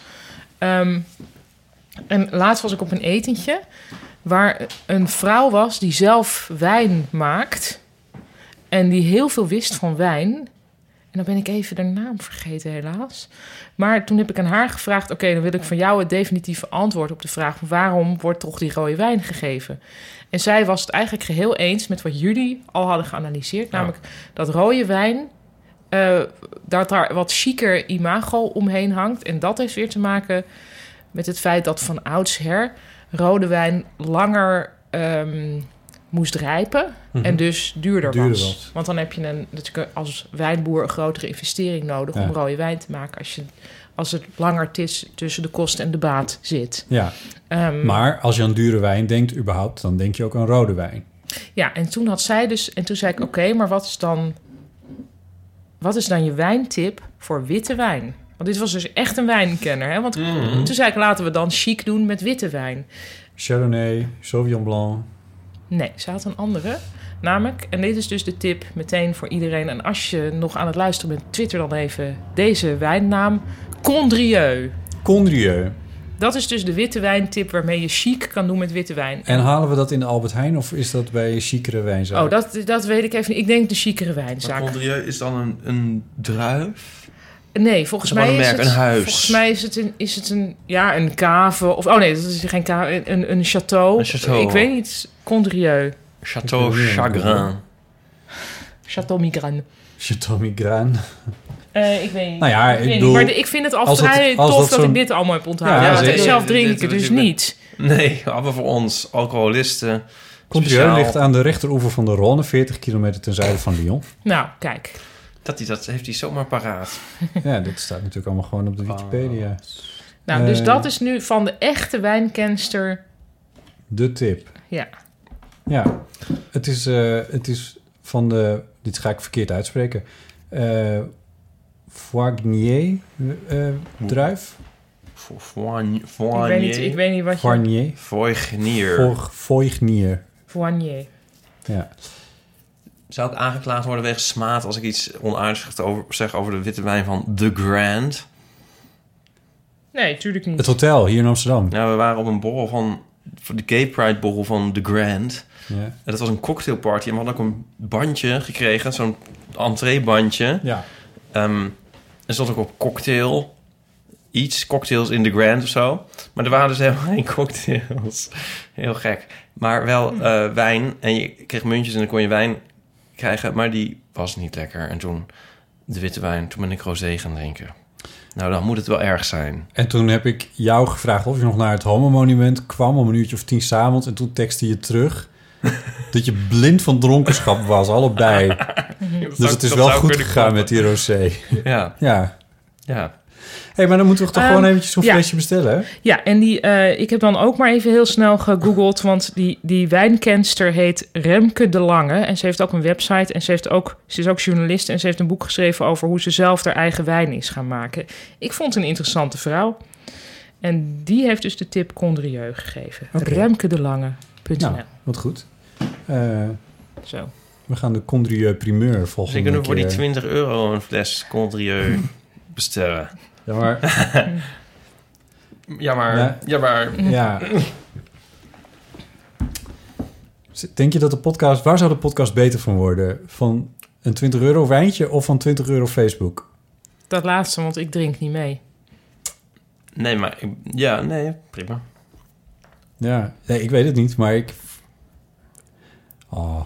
[SPEAKER 6] En laatst was ik op een etentje waar een vrouw was die zelf wijn maakt. En die heel veel wist van wijn. En dan ben ik even de naam vergeten, helaas. Maar toen heb ik aan haar gevraagd... oké, dan wil ik van jou het definitieve antwoord op de vraag... waarom wordt toch die rode wijn gegeven? En zij was het eigenlijk geheel eens met wat jullie al hadden geanalyseerd. Namelijk dat rode wijn... dat daar wat chiquer imago omheen hangt. En dat heeft weer te maken met het feit dat van oudsher... rode wijn langer moest rijpen en dus duurder was. Want dan heb je natuurlijk als wijnboer een grotere investering nodig... om rode wijn te maken als het langer tussen de kosten en de baat zit.
[SPEAKER 7] Ja, maar als je aan dure wijn denkt überhaupt... dan denk je ook aan rode wijn.
[SPEAKER 6] Ja, en toen had zij dus... En toen zei ik, oké, maar wat is dan je wijntip voor witte wijn? Want dit was dus echt een wijnkenner. Hè? Want toen zei ik, laten we dan chic doen met witte wijn.
[SPEAKER 7] Chardonnay, Sauvignon Blanc.
[SPEAKER 6] Nee, ze had een andere. Namelijk, en dit is dus de tip meteen voor iedereen... en als je nog aan het luisteren bent, twitter dan even deze wijnnaam. Condrieu.
[SPEAKER 7] Condrieu.
[SPEAKER 6] dat is dus de witte wijntip waarmee je chic kan doen met witte wijn.
[SPEAKER 7] En halen we dat in de Albert Heijn of is dat bij chicere wijnzaak?
[SPEAKER 6] Oh, dat weet ik even niet. Ik denk de chicere wijnzaak.
[SPEAKER 5] Condrieu is dan een druif?
[SPEAKER 6] Nee, volgens
[SPEAKER 5] Dat is
[SPEAKER 6] mij
[SPEAKER 5] wel
[SPEAKER 6] is
[SPEAKER 5] een
[SPEAKER 6] het...
[SPEAKER 5] merk, een huis.
[SPEAKER 6] Volgens mij is het een cave. Of, oh nee, dat is geen cave. Een château.
[SPEAKER 5] Een château.
[SPEAKER 6] Ik weet niet. Condrieu.
[SPEAKER 5] Château Chagrin.
[SPEAKER 6] Château Migraine.
[SPEAKER 7] Château Migraine.
[SPEAKER 6] Ik weet niet.
[SPEAKER 7] Nou ja,
[SPEAKER 6] ik weet
[SPEAKER 7] bedoel,
[SPEAKER 6] niet. Maar ik vind het al
[SPEAKER 7] als
[SPEAKER 6] vrij
[SPEAKER 7] het- als
[SPEAKER 6] tof
[SPEAKER 7] dat
[SPEAKER 6] dat
[SPEAKER 7] zo'n-
[SPEAKER 6] ik dit allemaal heb onthouden.
[SPEAKER 7] Ja,
[SPEAKER 6] Ja,
[SPEAKER 7] zeker.
[SPEAKER 6] zelf drink ik het
[SPEAKER 5] Dit-
[SPEAKER 6] dus
[SPEAKER 5] dit-
[SPEAKER 6] niet.
[SPEAKER 5] Nee, maar voor ons, alcoholisten.
[SPEAKER 7] Condrieu
[SPEAKER 5] speciaal.
[SPEAKER 7] ligt aan de rechteroever van de Rhône, 40 kilometer ten zuiden van Lyon.
[SPEAKER 6] Nou, kijk.
[SPEAKER 5] Dat heeft hij zomaar paraat.
[SPEAKER 7] Ja, dit staat natuurlijk allemaal gewoon op de Wikipedia.
[SPEAKER 6] Nou, dus dat is nu van de echte wijnkenster.
[SPEAKER 7] De tip.
[SPEAKER 6] Ja.
[SPEAKER 7] Ja, het is van de... Dit ga ik verkeerd uitspreken. Foignier druif.
[SPEAKER 6] Ik weet niet wat je...
[SPEAKER 7] Foignier.
[SPEAKER 5] Voignier.
[SPEAKER 7] Foignier.
[SPEAKER 6] Foignier.
[SPEAKER 7] Ja.
[SPEAKER 5] Zou ik aangeklaagd worden wegens smaad als ik iets onaardigs zeg over de witte wijn van The Grand?
[SPEAKER 6] Nee, tuurlijk niet.
[SPEAKER 7] Het hotel hier in Amsterdam.
[SPEAKER 5] Nou, we waren op een borrel voor de Gay Pride borrel van The Grand.
[SPEAKER 7] Ja.
[SPEAKER 5] En dat was een cocktailparty. En we hadden ook een bandje gekregen, zo'n entreebandje.
[SPEAKER 7] Ja.
[SPEAKER 5] Er stond ook op cocktail. Cocktails in The Grand of zo. Maar er waren dus helemaal geen cocktails. Heel gek. Maar wel wijn. En je kreeg muntjes en dan kon je wijn krijgen. Maar die was niet lekker. En toen de witte wijn. Toen ben ik rosé gaan drinken. Nou, dan moet het wel erg zijn.
[SPEAKER 7] En toen heb ik jou gevraagd of je nog naar het Homo-monument kwam om 10:00 's avonds. En toen tekste je terug dat je blind van dronkenschap was, allebei. Dus het is wel goed gegaan met die rosé.
[SPEAKER 5] Ja.
[SPEAKER 7] Ja.
[SPEAKER 5] Ja.
[SPEAKER 7] Hé, maar dan moeten we toch gewoon eventjes zo'n
[SPEAKER 6] ja.
[SPEAKER 7] flesje bestellen, hè?
[SPEAKER 6] Ja, en ik heb dan ook maar even heel snel gegoogeld, want die wijnkenster heet Remke de Lange. En ze heeft ook een website en ze is ook journalist en ze heeft een boek geschreven over hoe ze zelf haar eigen wijn is gaan maken. Ik vond het een interessante vrouw. En die heeft dus de tip Condrieu gegeven.
[SPEAKER 7] Okay.
[SPEAKER 6] remkedelange.nl.
[SPEAKER 7] Nou, wat goed.
[SPEAKER 6] Zo.
[SPEAKER 7] We gaan de Condrieu primeur volgende
[SPEAKER 5] Misschien kunnen we voor
[SPEAKER 7] keer.
[SPEAKER 5] die €20 een fles Condrieu bestellen.
[SPEAKER 7] Ja, maar...
[SPEAKER 5] Ja.
[SPEAKER 7] Denk je dat de podcast... Waar zou de podcast beter van worden? Van een €20 wijntje of van €20 Facebook?
[SPEAKER 6] Dat laatste, want ik drink niet mee.
[SPEAKER 5] Nee, maar... prima.
[SPEAKER 7] Ja, nee, ik weet het niet, maar ik... Oh.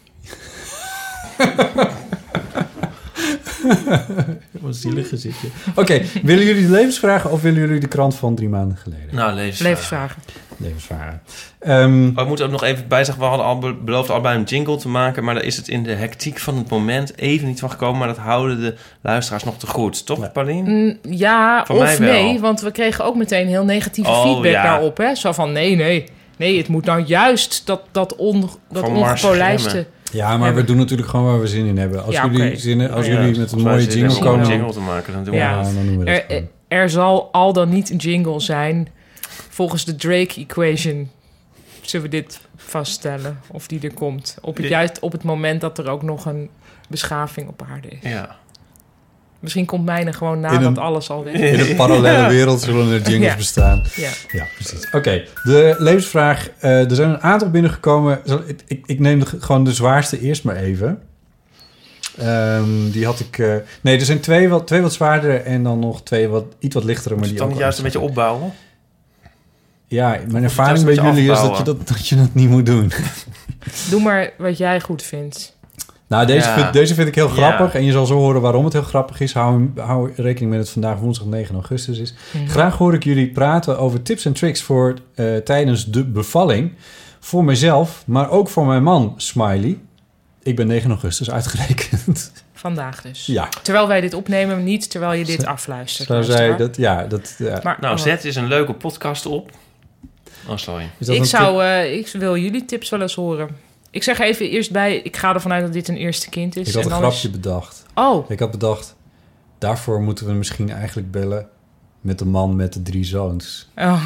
[SPEAKER 7] Wat zielig gezichtje. Oké, willen jullie de levensvragen of willen jullie de krant van 3 maanden geleden?
[SPEAKER 5] Nou,
[SPEAKER 6] Levensvragen.
[SPEAKER 7] Levensvragen.
[SPEAKER 5] We moeten ook nog even bijzeggen, we hadden al beloofd allebei een jingle te maken, maar daar is het in de hectiek van het moment even niet van gekomen, maar dat houden de luisteraars nog te goed. Toch, Paulien?
[SPEAKER 6] Ja,
[SPEAKER 5] Van mij
[SPEAKER 6] of
[SPEAKER 5] wel.
[SPEAKER 6] nee, want we kregen ook meteen heel negatieve feedback daarop. Hè? Zo van, nee, het moet nou juist dat ongepolijste...
[SPEAKER 7] Ja, maar we doen natuurlijk gewoon waar we zin in hebben. Als jullie met een mooie jingle komen...
[SPEAKER 5] Een jingle te maken, dan doen we dat.
[SPEAKER 7] Dan doen we dat gewoon.
[SPEAKER 6] Er zal al dan niet een jingle zijn volgens de Drake-equation. Zullen we dit vaststellen? Of die er komt. Juist op het moment dat er ook nog een beschaving op aarde is.
[SPEAKER 5] Ja.
[SPEAKER 6] Misschien komt mijne gewoon nadat alles al weg is.
[SPEAKER 7] In een parallele wereld zullen er jingles bestaan. Ja, precies. Oké, de levensvraag. Er zijn een aantal binnengekomen. Ik neem gewoon de zwaarste eerst maar even. Die had ik... nee, er zijn twee wat zwaardere en dan nog twee iets wat lichtere. Maar
[SPEAKER 5] Moet je het dan juist een beetje opbouwen?
[SPEAKER 7] Ja, mijn ervaring bij jullie is dat je dat niet moet doen.
[SPEAKER 6] Doe maar wat jij goed vindt.
[SPEAKER 7] Nou, deze vind ik heel grappig. Ja. En je zal zo horen waarom het heel grappig is. Hou rekening met het vandaag woensdag 9 augustus is. Mm-hmm. Graag hoor ik jullie praten over tips en tricks voor tijdens de bevalling. Voor mezelf, maar ook voor mijn man, Smiley. Ik ben 9 augustus uitgerekend.
[SPEAKER 6] Vandaag dus.
[SPEAKER 7] Ja.
[SPEAKER 6] Terwijl wij dit opnemen, niet terwijl je dit afluistert.
[SPEAKER 7] Zo zei dat, ja.
[SPEAKER 5] Maar, nou, zet eens een leuke podcast op. Oh, sorry.
[SPEAKER 6] Ik wil jullie tips wel eens horen. Ik zeg even eerst bij, ik ga ervan uit dat dit een eerste kind is.
[SPEAKER 7] Ik had een grapje bedacht.
[SPEAKER 6] Oh.
[SPEAKER 7] Ik had bedacht, daarvoor moeten we misschien eigenlijk bellen met de man met de 3 zoons.
[SPEAKER 6] Oh.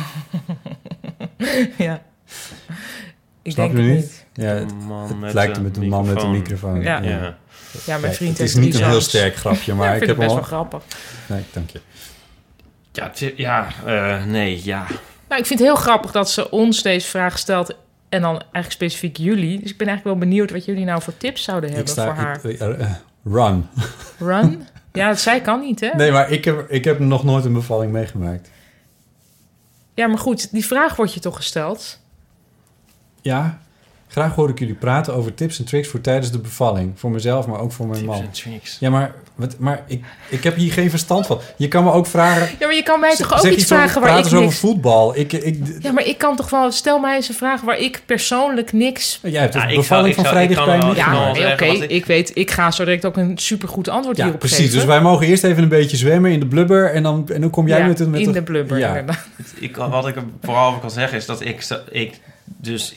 [SPEAKER 6] Ja. Ik
[SPEAKER 7] Snap
[SPEAKER 6] denk
[SPEAKER 7] je
[SPEAKER 6] het niet.
[SPEAKER 7] Ja, het lijkt met een man met een microfoon.
[SPEAKER 6] Ja, mijn vriend
[SPEAKER 7] het is niet een heel sterk grapje, maar
[SPEAKER 6] ik vind
[SPEAKER 7] heb
[SPEAKER 6] het best
[SPEAKER 7] wel
[SPEAKER 6] wel grappig.
[SPEAKER 7] Nee, dank je.
[SPEAKER 5] Nee, ja.
[SPEAKER 6] Nou, ik vind het heel grappig dat ze ons deze vraag stelt... en dan eigenlijk specifiek jullie. Dus ik ben eigenlijk wel benieuwd wat jullie nou voor tips zouden hebben voor haar.
[SPEAKER 7] Run.
[SPEAKER 6] Run? Ja, zij kan niet, hè?
[SPEAKER 7] Nee, maar ik heb nog nooit een bevalling meegemaakt.
[SPEAKER 6] Ja, maar goed, die vraag wordt je toch gesteld?
[SPEAKER 7] Ja, graag hoor ik jullie praten over tips en tricks voor tijdens de bevalling. Voor mezelf, maar ook voor mijn man.
[SPEAKER 5] Tips en tricks.
[SPEAKER 7] Ja, maar ik heb hier geen verstand van. Je kan me ook vragen...
[SPEAKER 6] Ja, maar je kan mij toch ook iets vragen waar ik niks...
[SPEAKER 7] Praten over voetbal.
[SPEAKER 6] Ja, maar ik kan toch wel... Stel mij eens een vraag waar ik persoonlijk niks...
[SPEAKER 7] Jij hebt de bevalling van vrij dichtbij me.
[SPEAKER 6] Ja, oké. Ik weet, ik ga zo direct ook een supergoed antwoord hierop
[SPEAKER 7] precies,
[SPEAKER 6] geven.
[SPEAKER 7] Dus wij mogen eerst even een beetje zwemmen in de blubber... en dan kom jij met
[SPEAKER 6] in de blubber.
[SPEAKER 7] Ja.
[SPEAKER 5] Wat ik er vooral over kan zeggen is dat ik dus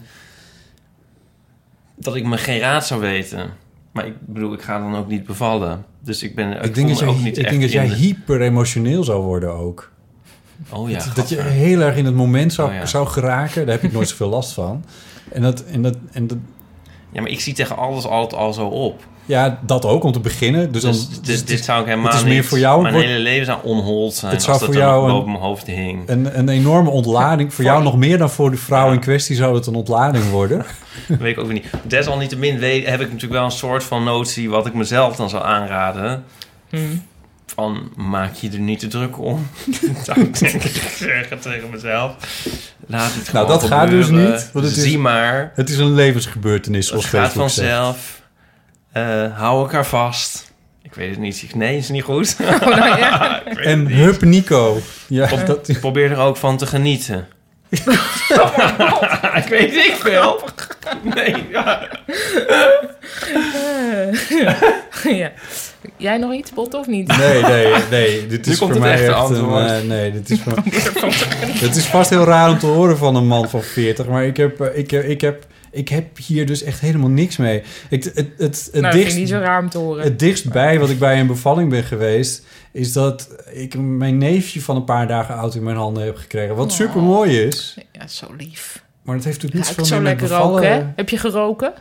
[SPEAKER 5] dat ik me geen raad zou weten. Maar ik bedoel, ik ga dan ook niet bevallen. Dus ik denk dat
[SPEAKER 7] jij hyper emotioneel zou worden ook.
[SPEAKER 5] Oh ja.
[SPEAKER 7] Dat je heel erg in het moment zou geraken. Daar heb ik nooit zoveel last van. En dat...
[SPEAKER 5] Ja, maar ik zie tegen alles altijd al zo op.
[SPEAKER 7] Ja, dat ook, om te beginnen. Dus
[SPEAKER 5] dit zou ik helemaal
[SPEAKER 7] het is meer voor jou.
[SPEAKER 5] Mijn hele leven zou onhold zijn.
[SPEAKER 7] Het zou
[SPEAKER 5] als
[SPEAKER 7] voor jou
[SPEAKER 5] boven mijn hoofd hing.
[SPEAKER 7] Een enorme ontlading. Voor jou nog meer dan voor de vrouw in kwestie zou het een ontlading worden.
[SPEAKER 5] Dat weet ik ook niet. Desalniettemin heb ik natuurlijk wel een soort van notie... wat ik mezelf dan zou aanraden. Van, maak je er niet te druk om. zou ik denk ik zeggen tegen mezelf. Laat het gewoon
[SPEAKER 7] dat
[SPEAKER 5] gebeuren.
[SPEAKER 7] gaat dus niet. Want
[SPEAKER 5] Zie maar.
[SPEAKER 7] Het is een levensgebeurtenis, zoals
[SPEAKER 5] het gaat
[SPEAKER 7] Facebook
[SPEAKER 5] vanzelf. Hou elkaar vast. Ik weet het niet. Nee, is niet goed.
[SPEAKER 7] En hup Nico. Ja,
[SPEAKER 5] probeer er ook van te genieten. Ik weet niet veel. Nee, ja.
[SPEAKER 6] Ja. Jij nog iets, Bot, of niet?
[SPEAKER 7] Nee. Dit is voor mij echt een... nee, dit is voor... Het is vast heel raar om te horen van een man van 40, maar ik heb hier dus echt helemaal niks mee.
[SPEAKER 6] Dat vind ik niet zo raar om te horen.
[SPEAKER 7] Het dichtstbij wat ik bij een bevalling ben geweest... is dat ik mijn neefje van een paar dagen oud in mijn handen heb gekregen. Wat super mooi is.
[SPEAKER 6] Ja, zo lief.
[SPEAKER 7] Maar dat heeft natuurlijk niet
[SPEAKER 6] zo lekker roken, hè? Heb je geroken?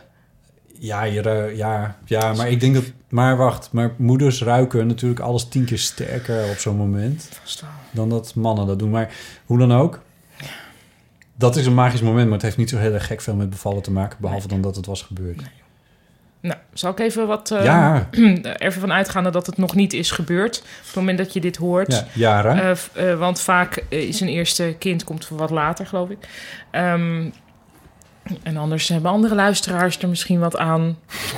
[SPEAKER 7] Ja, maar ik denk dat... Maar wacht, maar moeders ruiken natuurlijk alles 10 keer sterker op zo'n moment...
[SPEAKER 6] Vast wel.
[SPEAKER 7] Dan dat mannen dat doen. Maar hoe dan ook... Dat is een magisch moment, maar het heeft niet zo heel erg gek veel met bevallen te maken... behalve dan dat het was gebeurd. Nee.
[SPEAKER 6] Nou, zal ik even wat... ervan uitgaan dat het nog niet is gebeurd... op het moment dat je dit hoort.
[SPEAKER 7] Ja, Jara.
[SPEAKER 6] Want vaak is een eerste kind komt wat later, geloof ik. En anders hebben andere luisteraars er misschien wat aan.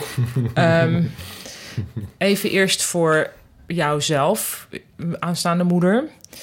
[SPEAKER 6] Even eerst voor jouzelf, aanstaande moeder.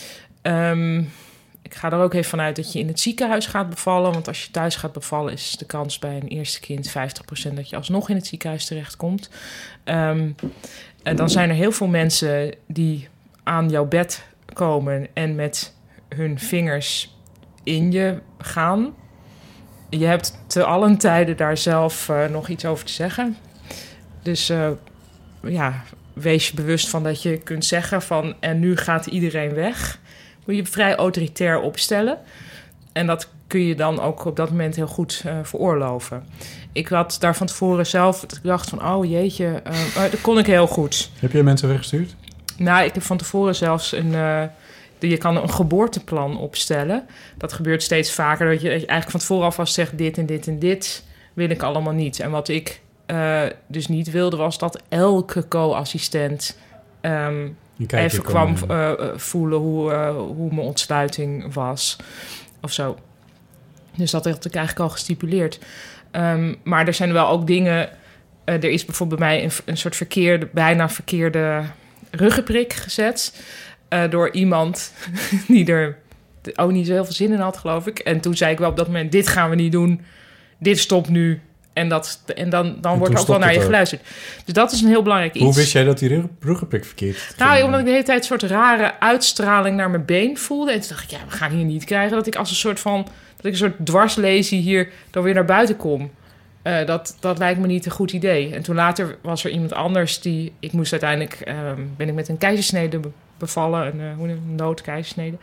[SPEAKER 6] Ik ga er ook even vanuit dat je in het ziekenhuis gaat bevallen. Want als je thuis gaat bevallen is de kans bij een eerste kind 50% dat je alsnog in het ziekenhuis terechtkomt. En dan zijn er heel veel mensen die aan jouw bed komen en met hun vingers in je gaan. Je hebt te allen tijden daar zelf nog iets over te zeggen. Dus wees je bewust van dat je kunt zeggen van... en nu gaat iedereen weg. Moet je vrij autoritair opstellen. En dat kun je dan ook op dat moment heel goed veroorloven. Ik had daar van tevoren zelf... dat ik dacht van, oh jeetje, dat kon ik heel goed.
[SPEAKER 7] Heb jij mensen weggestuurd?
[SPEAKER 6] Nou, ik heb van tevoren zelfs je kan een geboorteplan opstellen. Dat gebeurt steeds vaker. Dat je eigenlijk van tevoren alvast zegt... dit en dit en dit wil ik allemaal niet. En wat ik dus niet wilde... was dat elke co-assistent... even kwam voelen hoe mijn ontsluiting was. Of zo. Dus dat had ik eigenlijk al gestipuleerd. Maar er zijn wel ook dingen... er is bijvoorbeeld bij mij een soort bijna verkeerde ruggenprik gezet... door iemand die er ook niet zo heel veel zin in had, geloof ik. En toen zei ik wel op dat moment, dit gaan we niet doen. Dit stopt nu. En dan wordt er ook wel naar je geluisterd. Dus dat is een heel belangrijk iets.
[SPEAKER 7] Hoe wist jij dat die ruggenprik verkeerd ging?
[SPEAKER 6] Nou, omdat ik de hele tijd een soort rare uitstraling naar mijn been voelde. En toen dacht ik, we gaan hier niet krijgen dat ik als een soort dwarslesie hier dan weer naar buiten kom. Dat lijkt me niet een goed idee. En toen later was er iemand anders ik moest uiteindelijk... ben ik met een keizersnede bevallen, een noodkeizersnede.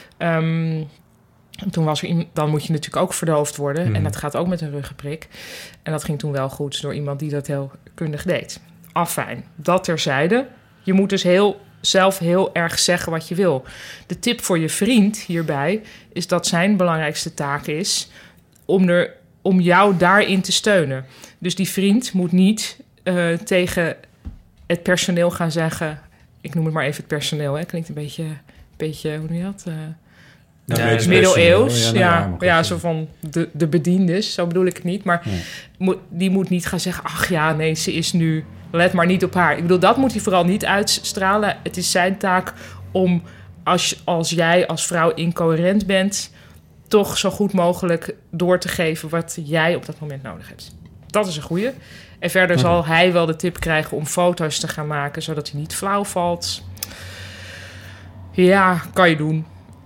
[SPEAKER 6] En toen was er dan moet je natuurlijk ook verdoofd worden. En dat gaat ook met een ruggenprik. En dat ging toen wel goed door iemand die dat heel kundig deed. Afijn, dat terzijde. Je moet dus heel zelf heel erg zeggen wat je wil. De tip voor je vriend hierbij is dat zijn belangrijkste taak is om jou daarin te steunen. Dus die vriend moet niet tegen het personeel gaan zeggen... Ik noem het maar even het personeel, hè. Klinkt een beetje hoe noem je dat? Middeleeuws. Ja, zo van de bediendes, zo bedoel ik het niet. Maar die moet niet gaan zeggen... ach ja, nee, ze is nu... let maar niet op haar. Ik bedoel, dat moet hij vooral niet uitstralen. Het is zijn taak om, als jij als vrouw incoherent bent... toch zo goed mogelijk door te geven wat jij op dat moment nodig hebt. Dat is een goeie. En verder zal hij wel de tip krijgen om foto's te gaan maken... zodat hij niet flauw valt. Ja, kan je doen.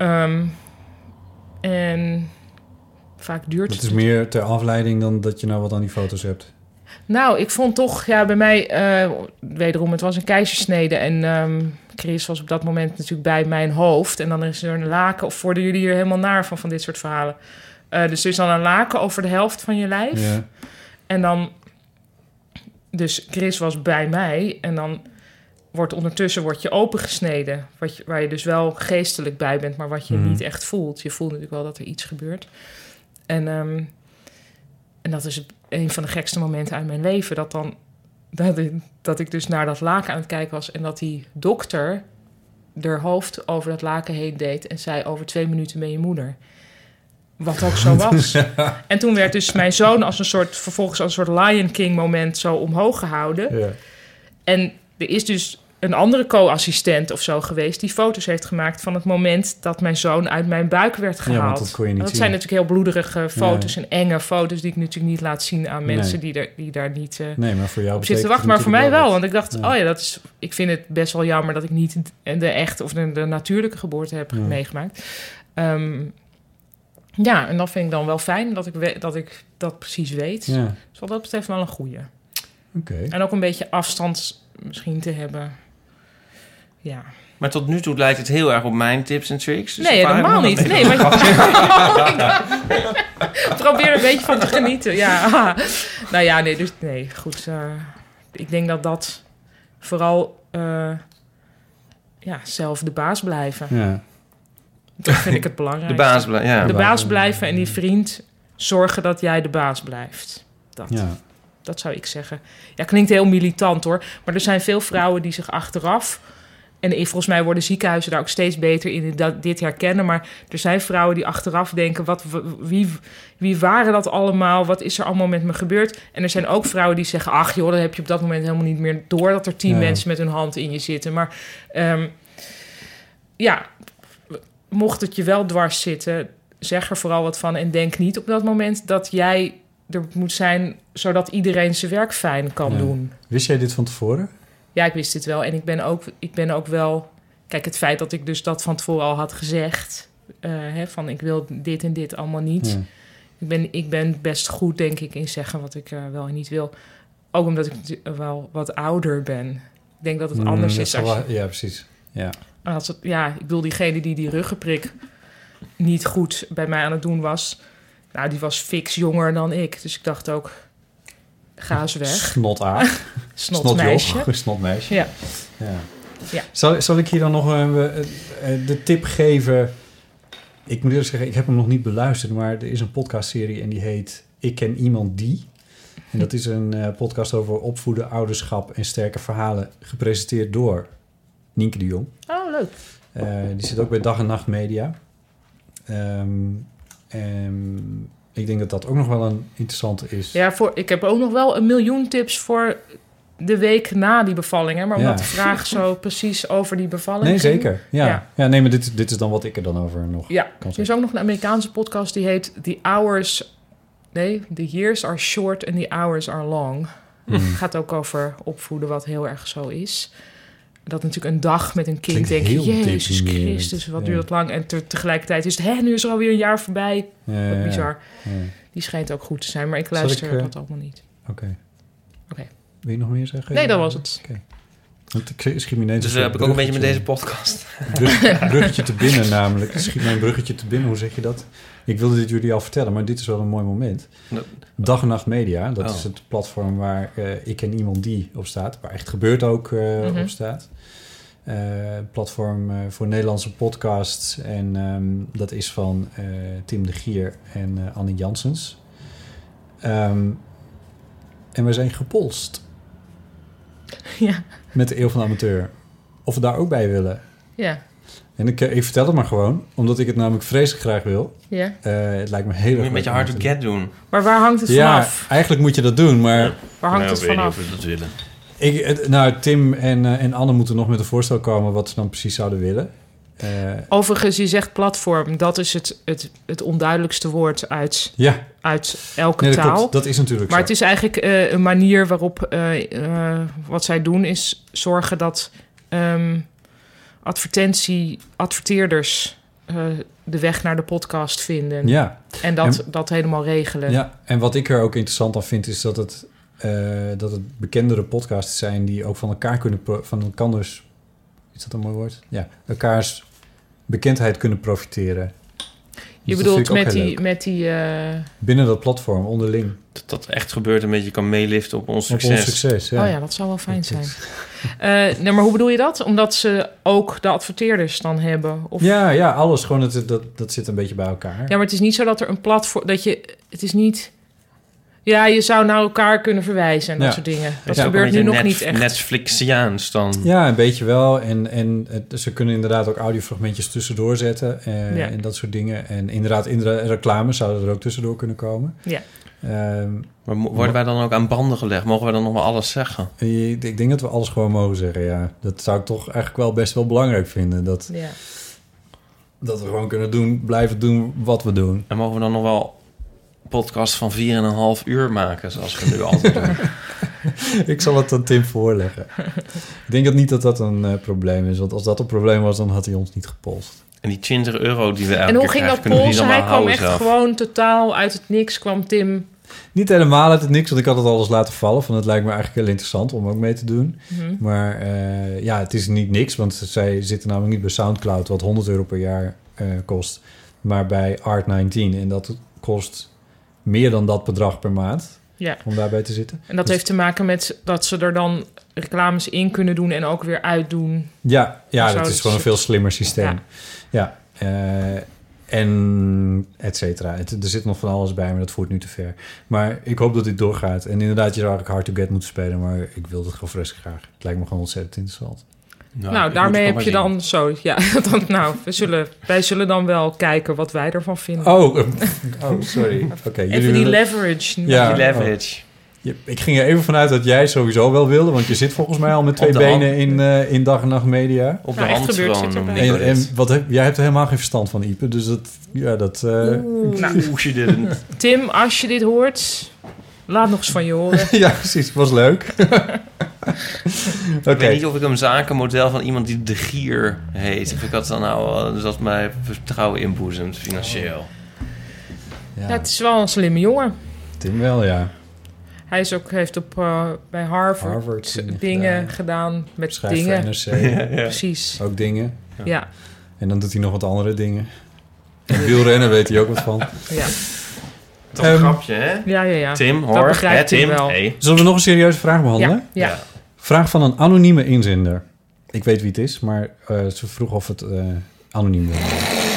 [SPEAKER 6] En vaak duurt het...
[SPEAKER 7] Het is meer ter afleiding dan dat je nou wat aan die foto's hebt.
[SPEAKER 6] Nou, ik vond toch, bij mij... wederom, het was een keizersnede... en Chris was op dat moment natuurlijk bij mijn hoofd... en dan is er een laken... of worden jullie hier helemaal naar van dit soort verhalen? Dus er is dan een laken over de helft van je lijf. Ja. En dan... Dus Chris was bij mij... en dan ondertussen word je opengesneden... waar je dus wel geestelijk bij bent... maar wat je niet echt voelt. Je voelt natuurlijk wel dat er iets gebeurt. En dat is een van de gekste momenten uit mijn leven... dat ik dus naar dat laken aan het kijken was... en dat die dokter haar hoofd over dat laken heen deed... en zei, over 2 minuten ben je moeder. Wat ook zo was. Ja. En toen werd dus mijn zoon vervolgens als een soort Lion King moment... zo omhoog gehouden. Ja. En er is dus een andere co-assistent of zo geweest... die foto's heeft gemaakt van het moment... dat mijn zoon uit mijn buik werd gehaald. Ja, want dat kon je niet zien. Zijn natuurlijk heel bloederige foto's en enge foto's... die ik natuurlijk niet laat zien aan mensen die daar niet
[SPEAKER 7] maar voor jou
[SPEAKER 6] op zitten te wachten. Maar voor mij wel, want ik dacht... ik vind het best wel jammer dat ik niet de echte of de natuurlijke geboorte heb meegemaakt. En dat vind ik dan wel fijn dat ik dat precies weet. Ja. Dus wat dat betreft wel een goeie.
[SPEAKER 7] Okay.
[SPEAKER 6] En ook een beetje afstand misschien te hebben. Ja.
[SPEAKER 5] Maar tot nu toe lijkt het heel erg op mijn tips en tricks. Dus
[SPEAKER 6] nee, helemaal niet. Nee, maar probeer er een beetje van te genieten. Ja. Nou ja, nee, goed. Ik denk dat vooral zelf de baas blijven. Ja. Dat vind ik het belangrijkste. De baas blijven en die vriend zorgen dat jij de baas blijft. Dat zou ik zeggen. Ja, klinkt heel militant hoor. Maar er zijn veel vrouwen die zich achteraf... en volgens mij worden ziekenhuizen daar ook steeds beter in dit herkennen... maar er zijn vrouwen die achteraf denken... wie waren dat allemaal? Wat is er allemaal met me gebeurd? En er zijn ook vrouwen die zeggen... ach joh, dan heb je op dat moment helemaal niet meer door... dat er 10 mensen met hun hand in je zitten. Maar mocht het je wel dwars zitten... zeg er vooral wat van en denk niet op dat moment... dat jij er moet zijn... zodat iedereen zijn werk fijn kan doen.
[SPEAKER 7] Wist jij dit van tevoren?
[SPEAKER 6] Ja, ik wist dit wel. En ik ben ook wel... Kijk, het feit dat ik dus dat van tevoren al had gezegd... van ik wil dit en dit allemaal niet. Ja. Ik ben best goed, denk ik, in zeggen wat ik wel en niet wil. Ook omdat ik wel wat ouder ben. Ik denk dat het anders is.
[SPEAKER 7] Ja, precies. Ja.
[SPEAKER 6] Ik bedoel, diegene die ruggenprik niet goed bij mij aan het doen was... Nou, die was fix jonger dan ik. Dus ik dacht ook, ga eens weg.
[SPEAKER 7] Snot-aag.
[SPEAKER 6] Snotmeisje.
[SPEAKER 7] Snotmeisje.
[SPEAKER 6] Ja.
[SPEAKER 7] Zal ik hier dan nog de tip geven? Ik moet eerlijk zeggen, ik heb hem nog niet beluisterd... maar er is een podcastserie en die heet Ik ken iemand die. En dat is een podcast over opvoeden, ouderschap en sterke verhalen... gepresenteerd door Nienke de Jong.
[SPEAKER 6] Oh, leuk.
[SPEAKER 7] Die zit ook bij Dag en Nacht Media. Ik denk dat dat ook nog wel een interessante is.
[SPEAKER 6] Ja, ik heb ook nog wel 1 miljoen tips voor de week na die bevalling. Hè? Maar omdat de vraag zo precies over die bevalling
[SPEAKER 7] ging. Zeker. Ja, nee, maar dit is dan wat ik er dan over nog kan zeggen.
[SPEAKER 6] Er is ook nog een Amerikaanse podcast die heet The Years Are Short and the Hours Are Long. Het gaat ook over opvoeden wat heel erg zo is. Dat natuurlijk een dag met een kind denk je... Jezus Christus, wat duurt dat lang? En tegelijkertijd is het... nu is er alweer een jaar voorbij. Wat bizar. Ja. Die schijnt ook goed te zijn, maar ik luister dat allemaal niet.
[SPEAKER 7] Oké. Wil je nog meer zeggen?
[SPEAKER 6] Nee, dat was het.
[SPEAKER 7] Okay. Want ik schiet me ineens...
[SPEAKER 5] Dus heb ik ook een beetje met deze podcast.
[SPEAKER 7] Bruggetje te binnen namelijk. Schiet mij een bruggetje te binnen, hoe zeg je dat? Ik wilde dit jullie al vertellen, maar dit is wel een mooi moment. Dag en Nacht Media, dat is het platform waar ik en iemand die op staat. Waar echt gebeurt ook op staat. Platform voor Nederlandse podcasts. En dat is van Tim de Gier en Annie Janssens. En we zijn gepolst.
[SPEAKER 6] Ja.
[SPEAKER 7] Met de Eeuw van de Amateur. Of we daar ook bij willen.
[SPEAKER 6] Ja.
[SPEAKER 7] En ik vertel het maar gewoon, omdat ik het namelijk vreselijk graag wil.
[SPEAKER 6] Ja.
[SPEAKER 7] Het lijkt me heel erg
[SPEAKER 5] Moet je met je hard to get doen.
[SPEAKER 6] Maar waar hangt het vanaf?
[SPEAKER 7] Eigenlijk moet je dat doen, maar...
[SPEAKER 6] Waar hangt het vanaf?
[SPEAKER 5] Ik weet niet of we dat willen.
[SPEAKER 7] Tim en Anne moeten nog met een voorstel komen wat ze dan precies zouden willen.
[SPEAKER 6] Overigens, je zegt platform. Dat is het onduidelijkste woord uit elke taal.
[SPEAKER 7] Klopt, dat is natuurlijk
[SPEAKER 6] maar
[SPEAKER 7] zo.
[SPEAKER 6] het is eigenlijk een manier waarop wat zij doen is zorgen dat adverteerders de weg naar de podcast vinden.
[SPEAKER 7] Ja.
[SPEAKER 6] En dat helemaal regelen.
[SPEAKER 7] Ja, en wat ik er ook interessant aan vind is dat het bekendere podcasts zijn die ook van elkaar kunnen... Is dat een mooi woord? Ja, elkaars bekendheid kunnen profiteren.
[SPEAKER 6] Je
[SPEAKER 7] Dus
[SPEAKER 6] bedoelt
[SPEAKER 7] met die binnen dat platform, onderling.
[SPEAKER 5] Dat echt gebeurt en je kan meeliften op ons succes.
[SPEAKER 7] Op ons succes, ja.
[SPEAKER 6] Oh ja, dat zou wel fijn zijn. Nee, maar hoe bedoel je dat? Omdat ze ook de adverteerders dan hebben? Of...
[SPEAKER 7] Ja, alles. Gewoon dat zit een beetje bij elkaar.
[SPEAKER 6] Ja, maar het is niet zo dat er een platform... Het is niet... Ja, je zou naar elkaar kunnen verwijzen en dat soort dingen. Dat gebeurt nu nog niet echt.
[SPEAKER 5] Netflixiaans dan.
[SPEAKER 7] Ja, een beetje wel. En ze kunnen inderdaad ook audiofragmentjes tussendoor zetten. En dat soort dingen. En inderdaad, in de reclame zouden er ook tussendoor kunnen komen.
[SPEAKER 6] Ja.
[SPEAKER 5] Maar worden wij dan ook aan banden gelegd? Mogen wij dan nog maar alles zeggen?
[SPEAKER 7] Ik denk dat we alles gewoon mogen zeggen, ja. Dat zou ik toch eigenlijk wel best wel belangrijk vinden. Dat we gewoon kunnen blijven doen wat we doen.
[SPEAKER 5] En mogen we dan nog wel podcast van 4,5 uur maken, zoals we nu altijd doen?
[SPEAKER 7] Ik zal het aan Tim voorleggen. Ik denk niet dat dat een probleem is. Want als dat een probleem was, dan had hij ons niet gepolst.
[SPEAKER 5] En die €20 die we elke
[SPEAKER 6] En hoe
[SPEAKER 5] keer
[SPEAKER 6] ging
[SPEAKER 5] krijgen,
[SPEAKER 6] dat
[SPEAKER 5] kunnen we die
[SPEAKER 6] polsen?
[SPEAKER 5] dan
[SPEAKER 6] Hij
[SPEAKER 5] maar
[SPEAKER 6] kwam
[SPEAKER 5] houden
[SPEAKER 6] echt
[SPEAKER 5] zelf?
[SPEAKER 6] gewoon totaal uit het niks, kwam Tim...
[SPEAKER 7] Niet helemaal uit het niks, want ik had het alles laten vallen. Van het lijkt me eigenlijk heel interessant om ook mee te doen.
[SPEAKER 6] Mm-hmm.
[SPEAKER 7] Maar het is niet niks, want zij zitten namelijk niet bij Soundcloud, wat €100 per jaar kost. Maar bij Art19. En dat kost meer dan dat bedrag per maand om daarbij te zitten.
[SPEAKER 6] En dat heeft te maken met dat ze er dan reclames in kunnen doen en ook weer uitdoen.
[SPEAKER 7] Ja, dat is gewoon een veel slimmer systeem. Ja. En et cetera. Er zit nog van alles bij, maar dat voert nu te ver. Maar ik hoop dat dit doorgaat. En inderdaad, je zou eigenlijk hard to get moeten spelen, maar ik wil het gewoon vreselijk graag. Het lijkt me gewoon ontzettend interessant.
[SPEAKER 6] Nou, daarmee heb je dan zo... Ja, wij zullen dan wel kijken wat wij ervan vinden.
[SPEAKER 7] Oh, sorry. Okay,
[SPEAKER 6] even die leverage.
[SPEAKER 7] Ja,
[SPEAKER 5] die leverage.
[SPEAKER 7] Ik ging er even vanuit dat jij sowieso wel wilde, want je zit volgens mij al met 2 benen in Dag en Nacht Media.
[SPEAKER 5] Op de hand gewoon.
[SPEAKER 7] En jij hebt er helemaal geen verstand van, Ipe. Dus
[SPEAKER 5] she didn't.
[SPEAKER 6] Tim, als je dit hoort, laat nog eens van je horen.
[SPEAKER 7] Ja, precies. Was leuk.
[SPEAKER 5] Ik weet niet of ik een zakenmodel van iemand die De Gier heet. Of ik had dan dat mij vertrouwen inboezemt financieel.
[SPEAKER 6] Ja, het is wel een slimme jongen.
[SPEAKER 7] Tim wel, ja.
[SPEAKER 6] Hij heeft bij Harvard dingen gedaan met
[SPEAKER 7] Schrijft
[SPEAKER 6] dingen.
[SPEAKER 7] Voor NRC.
[SPEAKER 6] Precies.
[SPEAKER 7] Ook dingen.
[SPEAKER 6] Ja.
[SPEAKER 7] En dan doet hij nog wat andere dingen. En wielrennen weet hij ook wat van.
[SPEAKER 6] Ja.
[SPEAKER 5] Toch een grapje, hè?
[SPEAKER 6] Ja.
[SPEAKER 5] Tim, hoor.
[SPEAKER 6] Dat begrijpt Tim wel.
[SPEAKER 5] Hey.
[SPEAKER 7] Zullen we nog een serieuze vraag behandelen?
[SPEAKER 6] Ja.
[SPEAKER 7] Vraag van een anonieme inzender. Ik weet wie het is, maar ze vroeg of het anoniem was.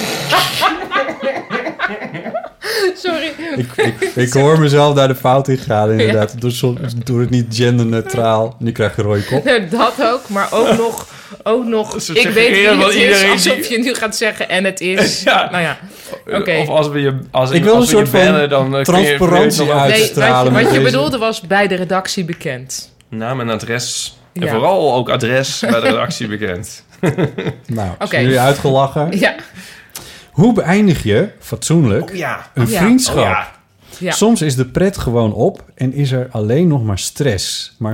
[SPEAKER 6] Sorry.
[SPEAKER 7] Ik hoor mezelf daar de fout in gaan, inderdaad. Doe het niet genderneutraal. Nu krijg je een rode kop.
[SPEAKER 6] Dat ook, maar ook nog ik weet wie het is, alsof je nu gaat zeggen en het is.
[SPEAKER 5] Ja.
[SPEAKER 6] Nou ja, oké.
[SPEAKER 5] Of als we je
[SPEAKER 7] een soort van
[SPEAKER 5] bellen, dan
[SPEAKER 7] transparantie uitstralen.
[SPEAKER 6] Wat je bedoelde was bij de redactie bekend.
[SPEAKER 5] Naam en adres. En vooral ook adres bij de redactie bekend.
[SPEAKER 7] Nou, zijn jullie uitgelachen?
[SPEAKER 6] Ja.
[SPEAKER 7] Hoe beëindig je fatsoenlijk een vriendschap?
[SPEAKER 6] Ja.
[SPEAKER 7] Soms is de pret gewoon op en is er alleen nog maar stress. Maar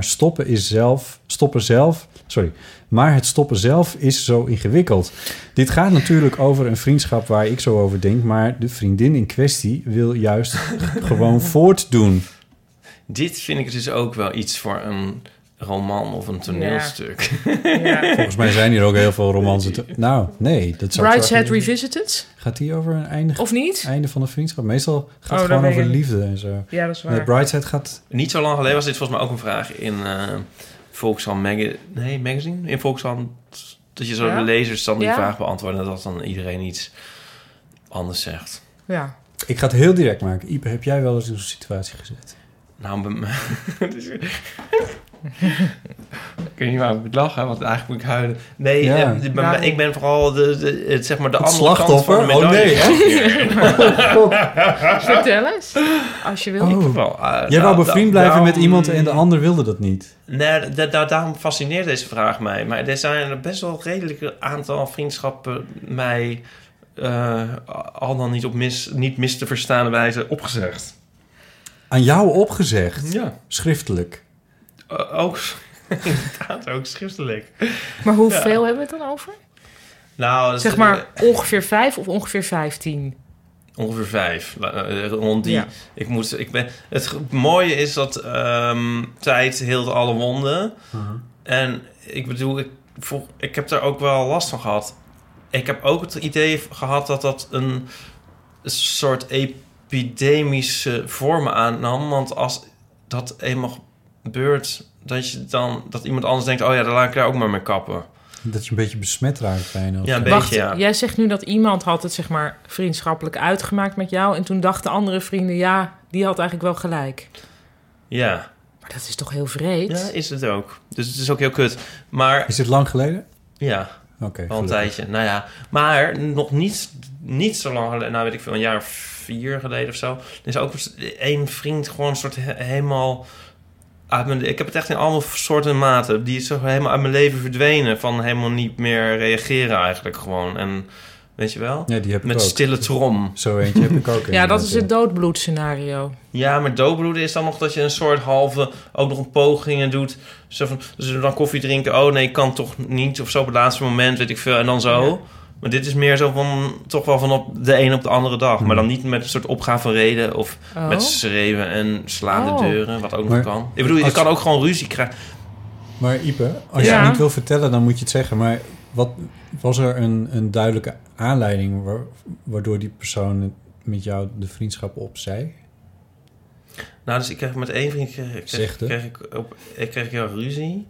[SPEAKER 7] het stoppen zelf is zo ingewikkeld. Dit gaat natuurlijk over een vriendschap waar ik zo over denk, maar de vriendin in kwestie wil juist gewoon voortdoen.
[SPEAKER 5] Dit vind ik dus ook wel iets voor een roman of een toneelstuk.
[SPEAKER 6] Ja.
[SPEAKER 7] Volgens mij zijn hier ook heel veel romansen. Nou, nee. Dat zou
[SPEAKER 6] Brideshead Revisited?
[SPEAKER 7] Gaat die over een einde?
[SPEAKER 6] Of niet?
[SPEAKER 7] Einde van de vriendschap. Meestal gaat het gewoon over liefde en zo.
[SPEAKER 6] Ja, dat is waar.
[SPEAKER 7] Nee, Brideshead gaat...
[SPEAKER 5] Niet zo lang geleden was dit volgens mij ook een vraag in Volkskrant magazine. In Volkskrant dat je zo de lezers dan die vraag beantwoordt... en dat dan iedereen iets anders zegt.
[SPEAKER 6] Ja.
[SPEAKER 7] Ik ga het heel direct maken. Ipe, heb jij wel eens in zo'n situatie gezeten?
[SPEAKER 5] Nou, ik weet niet waarom ik lach, hè, want eigenlijk moet ik huilen. Nee, ik ben vooral de andere
[SPEAKER 7] slachtoffer?
[SPEAKER 5] Kant van de medaille.
[SPEAKER 6] Vertel eens, als je wil.
[SPEAKER 7] Jij wou bevriend blijven met iemand en de ander wilde dat niet.
[SPEAKER 5] Nee, daarom fascineert deze vraag mij. Maar er zijn best wel redelijk aantal vriendschappen mij... al dan niet mis te verstaande wijze opgezegd.
[SPEAKER 7] Aan jou opgezegd?
[SPEAKER 5] Ja.
[SPEAKER 7] Schriftelijk?
[SPEAKER 5] Ook, inderdaad, ook schriftelijk.
[SPEAKER 6] Maar hoeveel hebben we het dan over?
[SPEAKER 5] Nou,
[SPEAKER 6] zeg maar ongeveer 5 of ongeveer 15?
[SPEAKER 5] Ongeveer 5. Rond die. Ja. Het mooie is dat tijd heelt alle wonden. En ik bedoel, ik heb daar ook wel last van gehad. Ik heb ook het idee gehad dat een soort epidemische vormen aannam. Want als dat eenmaal gebeurt, dat iemand anders denkt... oh ja, dan laat ik daar ook maar mee kappen. Dat
[SPEAKER 7] je een beetje besmet raakt bijna.
[SPEAKER 5] Ja, een beetje, ja.
[SPEAKER 6] Jij zegt nu dat iemand had het zeg maar vriendschappelijk uitgemaakt met jou... en toen dachten andere vrienden, ja, die had eigenlijk wel gelijk.
[SPEAKER 5] Ja.
[SPEAKER 6] Maar dat is toch heel vreed?
[SPEAKER 5] Ja, is het ook. Dus het is ook heel kut. Maar...
[SPEAKER 7] Is dit lang geleden?
[SPEAKER 5] Ja.
[SPEAKER 7] Oké.
[SPEAKER 5] Al een tijdje. Nou ja, maar nog niet zo lang geleden. Nou, weet ik veel, een jaar of 4 geleden of zo. Er is ook één vriend gewoon een soort helemaal... ik heb het echt in allemaal soorten en maten. Die is zo helemaal uit mijn leven verdwenen. Van helemaal niet meer reageren eigenlijk gewoon. En weet je wel?
[SPEAKER 7] Ja, die heb ik
[SPEAKER 5] met
[SPEAKER 7] ook.
[SPEAKER 5] Stille trom.
[SPEAKER 7] Zo eentje heb ik ook.
[SPEAKER 6] Ja, dat is het doodbloedscenario.
[SPEAKER 5] Ja, maar doodbloeden is dan nog dat je een soort halve... ook nog een pogingen doet. Zo van, dus dan koffie drinken. Oh nee, kan toch niet. Of zo op het laatste moment, weet ik veel. En dan zo. Ja. Maar dit is meer zo van... toch wel van op de een op de andere dag. Maar dan niet met een soort opgave van reden... of met schreeuwen en slaande deuren. Wat ook nog kan. Ik bedoel, je kan ook gewoon ruzie krijgen.
[SPEAKER 7] Maar Ipe, als je het niet wil vertellen... dan moet je het zeggen. Maar wat was er een duidelijke aanleiding... waardoor die persoon met jou de vriendschap opzei?
[SPEAKER 5] Nou, dus ik kreeg met één vriend... ik kreeg heel ruzie...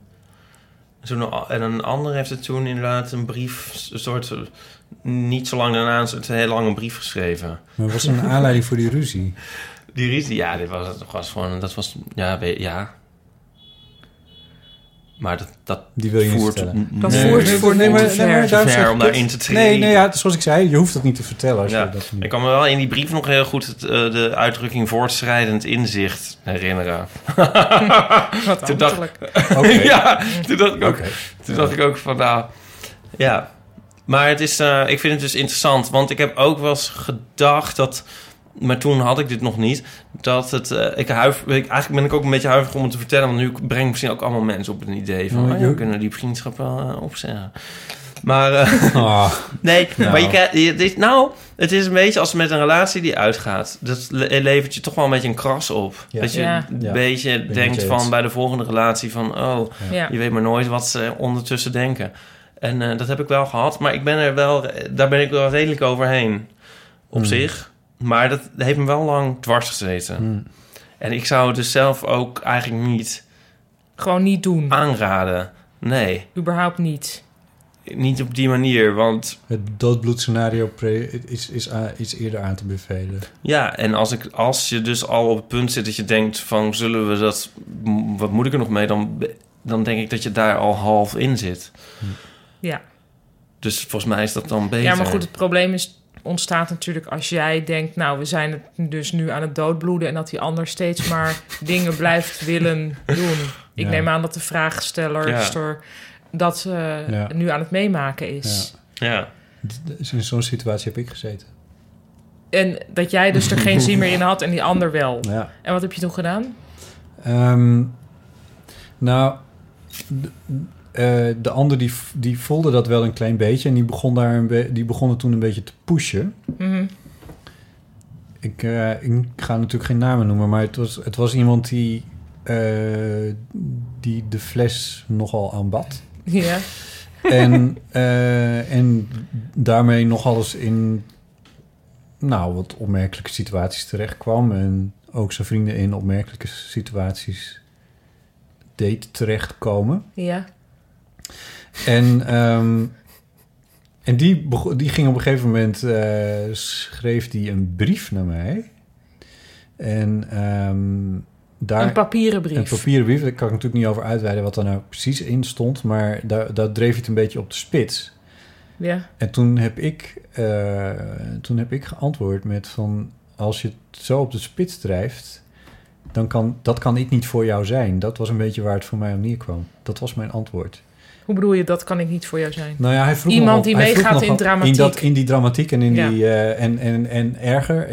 [SPEAKER 5] En een ander heeft het toen inderdaad een brief... een soort... niet zo lang daarna een heel lange brief geschreven.
[SPEAKER 7] Maar was er een aanleiding voor die ruzie?
[SPEAKER 5] Die ruzie, ja, was gewoon... dat was... ja. Maar dat
[SPEAKER 7] die wil je
[SPEAKER 5] voert...
[SPEAKER 7] niet vertellen.
[SPEAKER 6] Dat voert voor
[SPEAKER 5] ver om daarin te treden.
[SPEAKER 7] Nee, ja, zoals ik zei, je hoeft dat niet te vertellen. Als je dat niet...
[SPEAKER 5] Ik kan me wel in die brief nog heel goed de uitdrukking voortschrijdend inzicht herinneren.
[SPEAKER 6] Wat ambtelijk.
[SPEAKER 5] Ja, toen dacht ik ook van, nou... Ja, maar het is, ik vind het dus interessant. Want ik heb ook wel eens gedacht dat... Maar toen had ik dit nog niet. Dat het... eigenlijk ben ik ook een beetje huiverig om het te vertellen. Want nu breng ik misschien ook allemaal mensen op een idee van... we kunnen die vriendschap wel opzeggen. Maar... nee, maar het is een beetje als met een relatie die uitgaat. Dat levert je toch wel een beetje een kras op. Ja. Dat je een beetje denkt van bij de volgende relatie van... je weet maar nooit wat ze ondertussen denken. En dat heb ik wel gehad. Maar daar ben ik wel redelijk overheen. Op zich... Maar dat heeft me wel lang dwars gezeten. En ik zou het dus zelf ook eigenlijk niet...
[SPEAKER 6] Gewoon niet doen?
[SPEAKER 5] Aanraden. Nee.
[SPEAKER 6] Überhaupt niet?
[SPEAKER 5] Niet op die manier, want...
[SPEAKER 7] Het doodbloedscenario is eerder aan te bevelen.
[SPEAKER 5] Ja, en als je dus al op het punt zit dat je denkt van... zullen we dat... wat moet ik er nog mee? Dan denk ik dat je daar al half in zit.
[SPEAKER 6] Ja.
[SPEAKER 5] Dus volgens mij is dat dan beter.
[SPEAKER 6] Ja, maar goed, het probleem ontstaat natuurlijk als jij denkt... nou, we zijn het dus nu aan het doodbloeden... en dat die ander steeds maar dingen blijft willen doen. Ik neem aan dat de vraagsteller dat nu aan het meemaken is.
[SPEAKER 5] Ja.
[SPEAKER 7] In zo'n situatie heb ik gezeten.
[SPEAKER 6] En dat jij dus er geen zin meer in had en die ander wel.
[SPEAKER 7] Ja.
[SPEAKER 6] En wat heb je toen gedaan?
[SPEAKER 7] De ander die voelde dat wel een klein beetje... en die begon het toen een beetje te pushen.
[SPEAKER 6] Mm-hmm.
[SPEAKER 7] Ik ga natuurlijk geen namen noemen... maar het was iemand die de fles nogal aanbad.
[SPEAKER 6] Ja.
[SPEAKER 7] En daarmee nogal eens in... wat opmerkelijke situaties terecht kwam... en ook zijn vrienden in opmerkelijke situaties deed terechtkomen.
[SPEAKER 6] Ja.
[SPEAKER 7] En die ging op een gegeven moment... schreef die een brief naar mij. En daar...
[SPEAKER 6] Een papieren brief.
[SPEAKER 7] Een papieren brief. Daar kan ik natuurlijk niet over uitweiden wat er nou precies in stond. Maar daar dreef je het een beetje op de spits.
[SPEAKER 6] Ja.
[SPEAKER 7] En toen heb ik geantwoord met van... als je het zo op de spits drijft... dan kan ik niet voor jou zijn. Dat was een beetje waar het voor mij op neerkwam. Dat was mijn antwoord.
[SPEAKER 6] Hoe bedoel je, dat kan ik niet voor jou zijn?
[SPEAKER 7] Nou ja, hij vroeg
[SPEAKER 6] iemand die meegaat in dramatiek.
[SPEAKER 7] In die dramatiek en in die... en erger.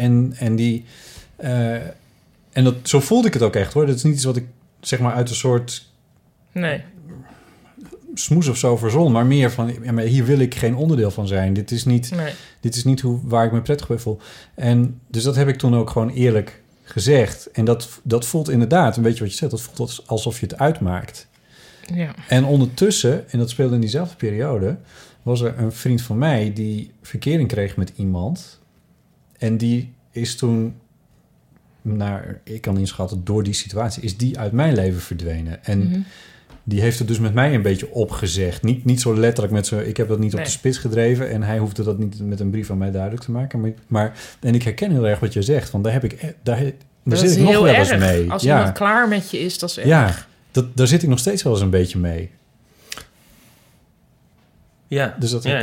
[SPEAKER 7] En dat, zo voelde ik het ook echt, hoor. Dat is niet iets wat ik, zeg maar, uit een soort...
[SPEAKER 6] Nee.
[SPEAKER 7] smoes of zo verzon, maar meer van... Ja, maar hier wil ik geen onderdeel van zijn. Dit is niet, waar ik me prettig bij voel. En dus dat heb ik toen ook gewoon eerlijk gezegd. En dat voelt inderdaad, een beetje wat je zegt... dat voelt alsof je het uitmaakt.
[SPEAKER 6] Ja.
[SPEAKER 7] En ondertussen, en dat speelde in diezelfde periode... was er een vriend van mij die verkering kreeg met iemand. En die is toen... ik kan inschatten, door die situatie... is die uit mijn leven verdwenen. En die heeft het dus met mij een beetje opgezegd. Niet zo letterlijk met zo... Ik heb dat niet op de spits gedreven... en hij hoefde dat niet met een brief aan mij duidelijk te maken. Maar en ik herken heel erg wat je zegt. Want daar zit ik nog wel eens mee.
[SPEAKER 6] Als iemand klaar met je is, dat is erg.
[SPEAKER 7] Ja, daar zit ik nog steeds wel eens een beetje mee.
[SPEAKER 5] Ja,
[SPEAKER 7] dus dat,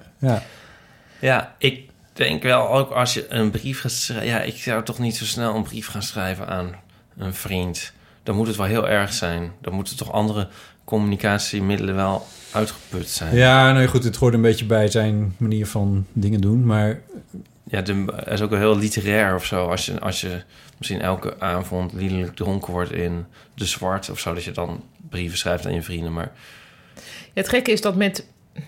[SPEAKER 5] ja, ik denk wel ook als je een brief gaat schrijven... Ja, ik zou toch niet zo snel een brief gaan schrijven aan een vriend. Dan moet het wel heel erg zijn. Dan moeten toch andere communicatiemiddelen wel uitgeput zijn.
[SPEAKER 7] Ja, nou goed, het hoort een beetje bij zijn manier van dingen doen, maar...
[SPEAKER 5] Ja, het is ook wel heel literair of zo. Als je misschien elke avond liederlijk dronken wordt in De Zwart of zo... dat je dan brieven schrijft aan je vrienden, maar...
[SPEAKER 6] Ja, het gekke is dat met...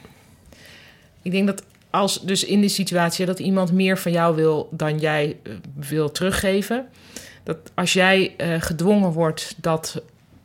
[SPEAKER 6] Ik denk dat als dus in die situatie... dat iemand meer van jou wil dan jij wil teruggeven... dat als jij gedwongen wordt dat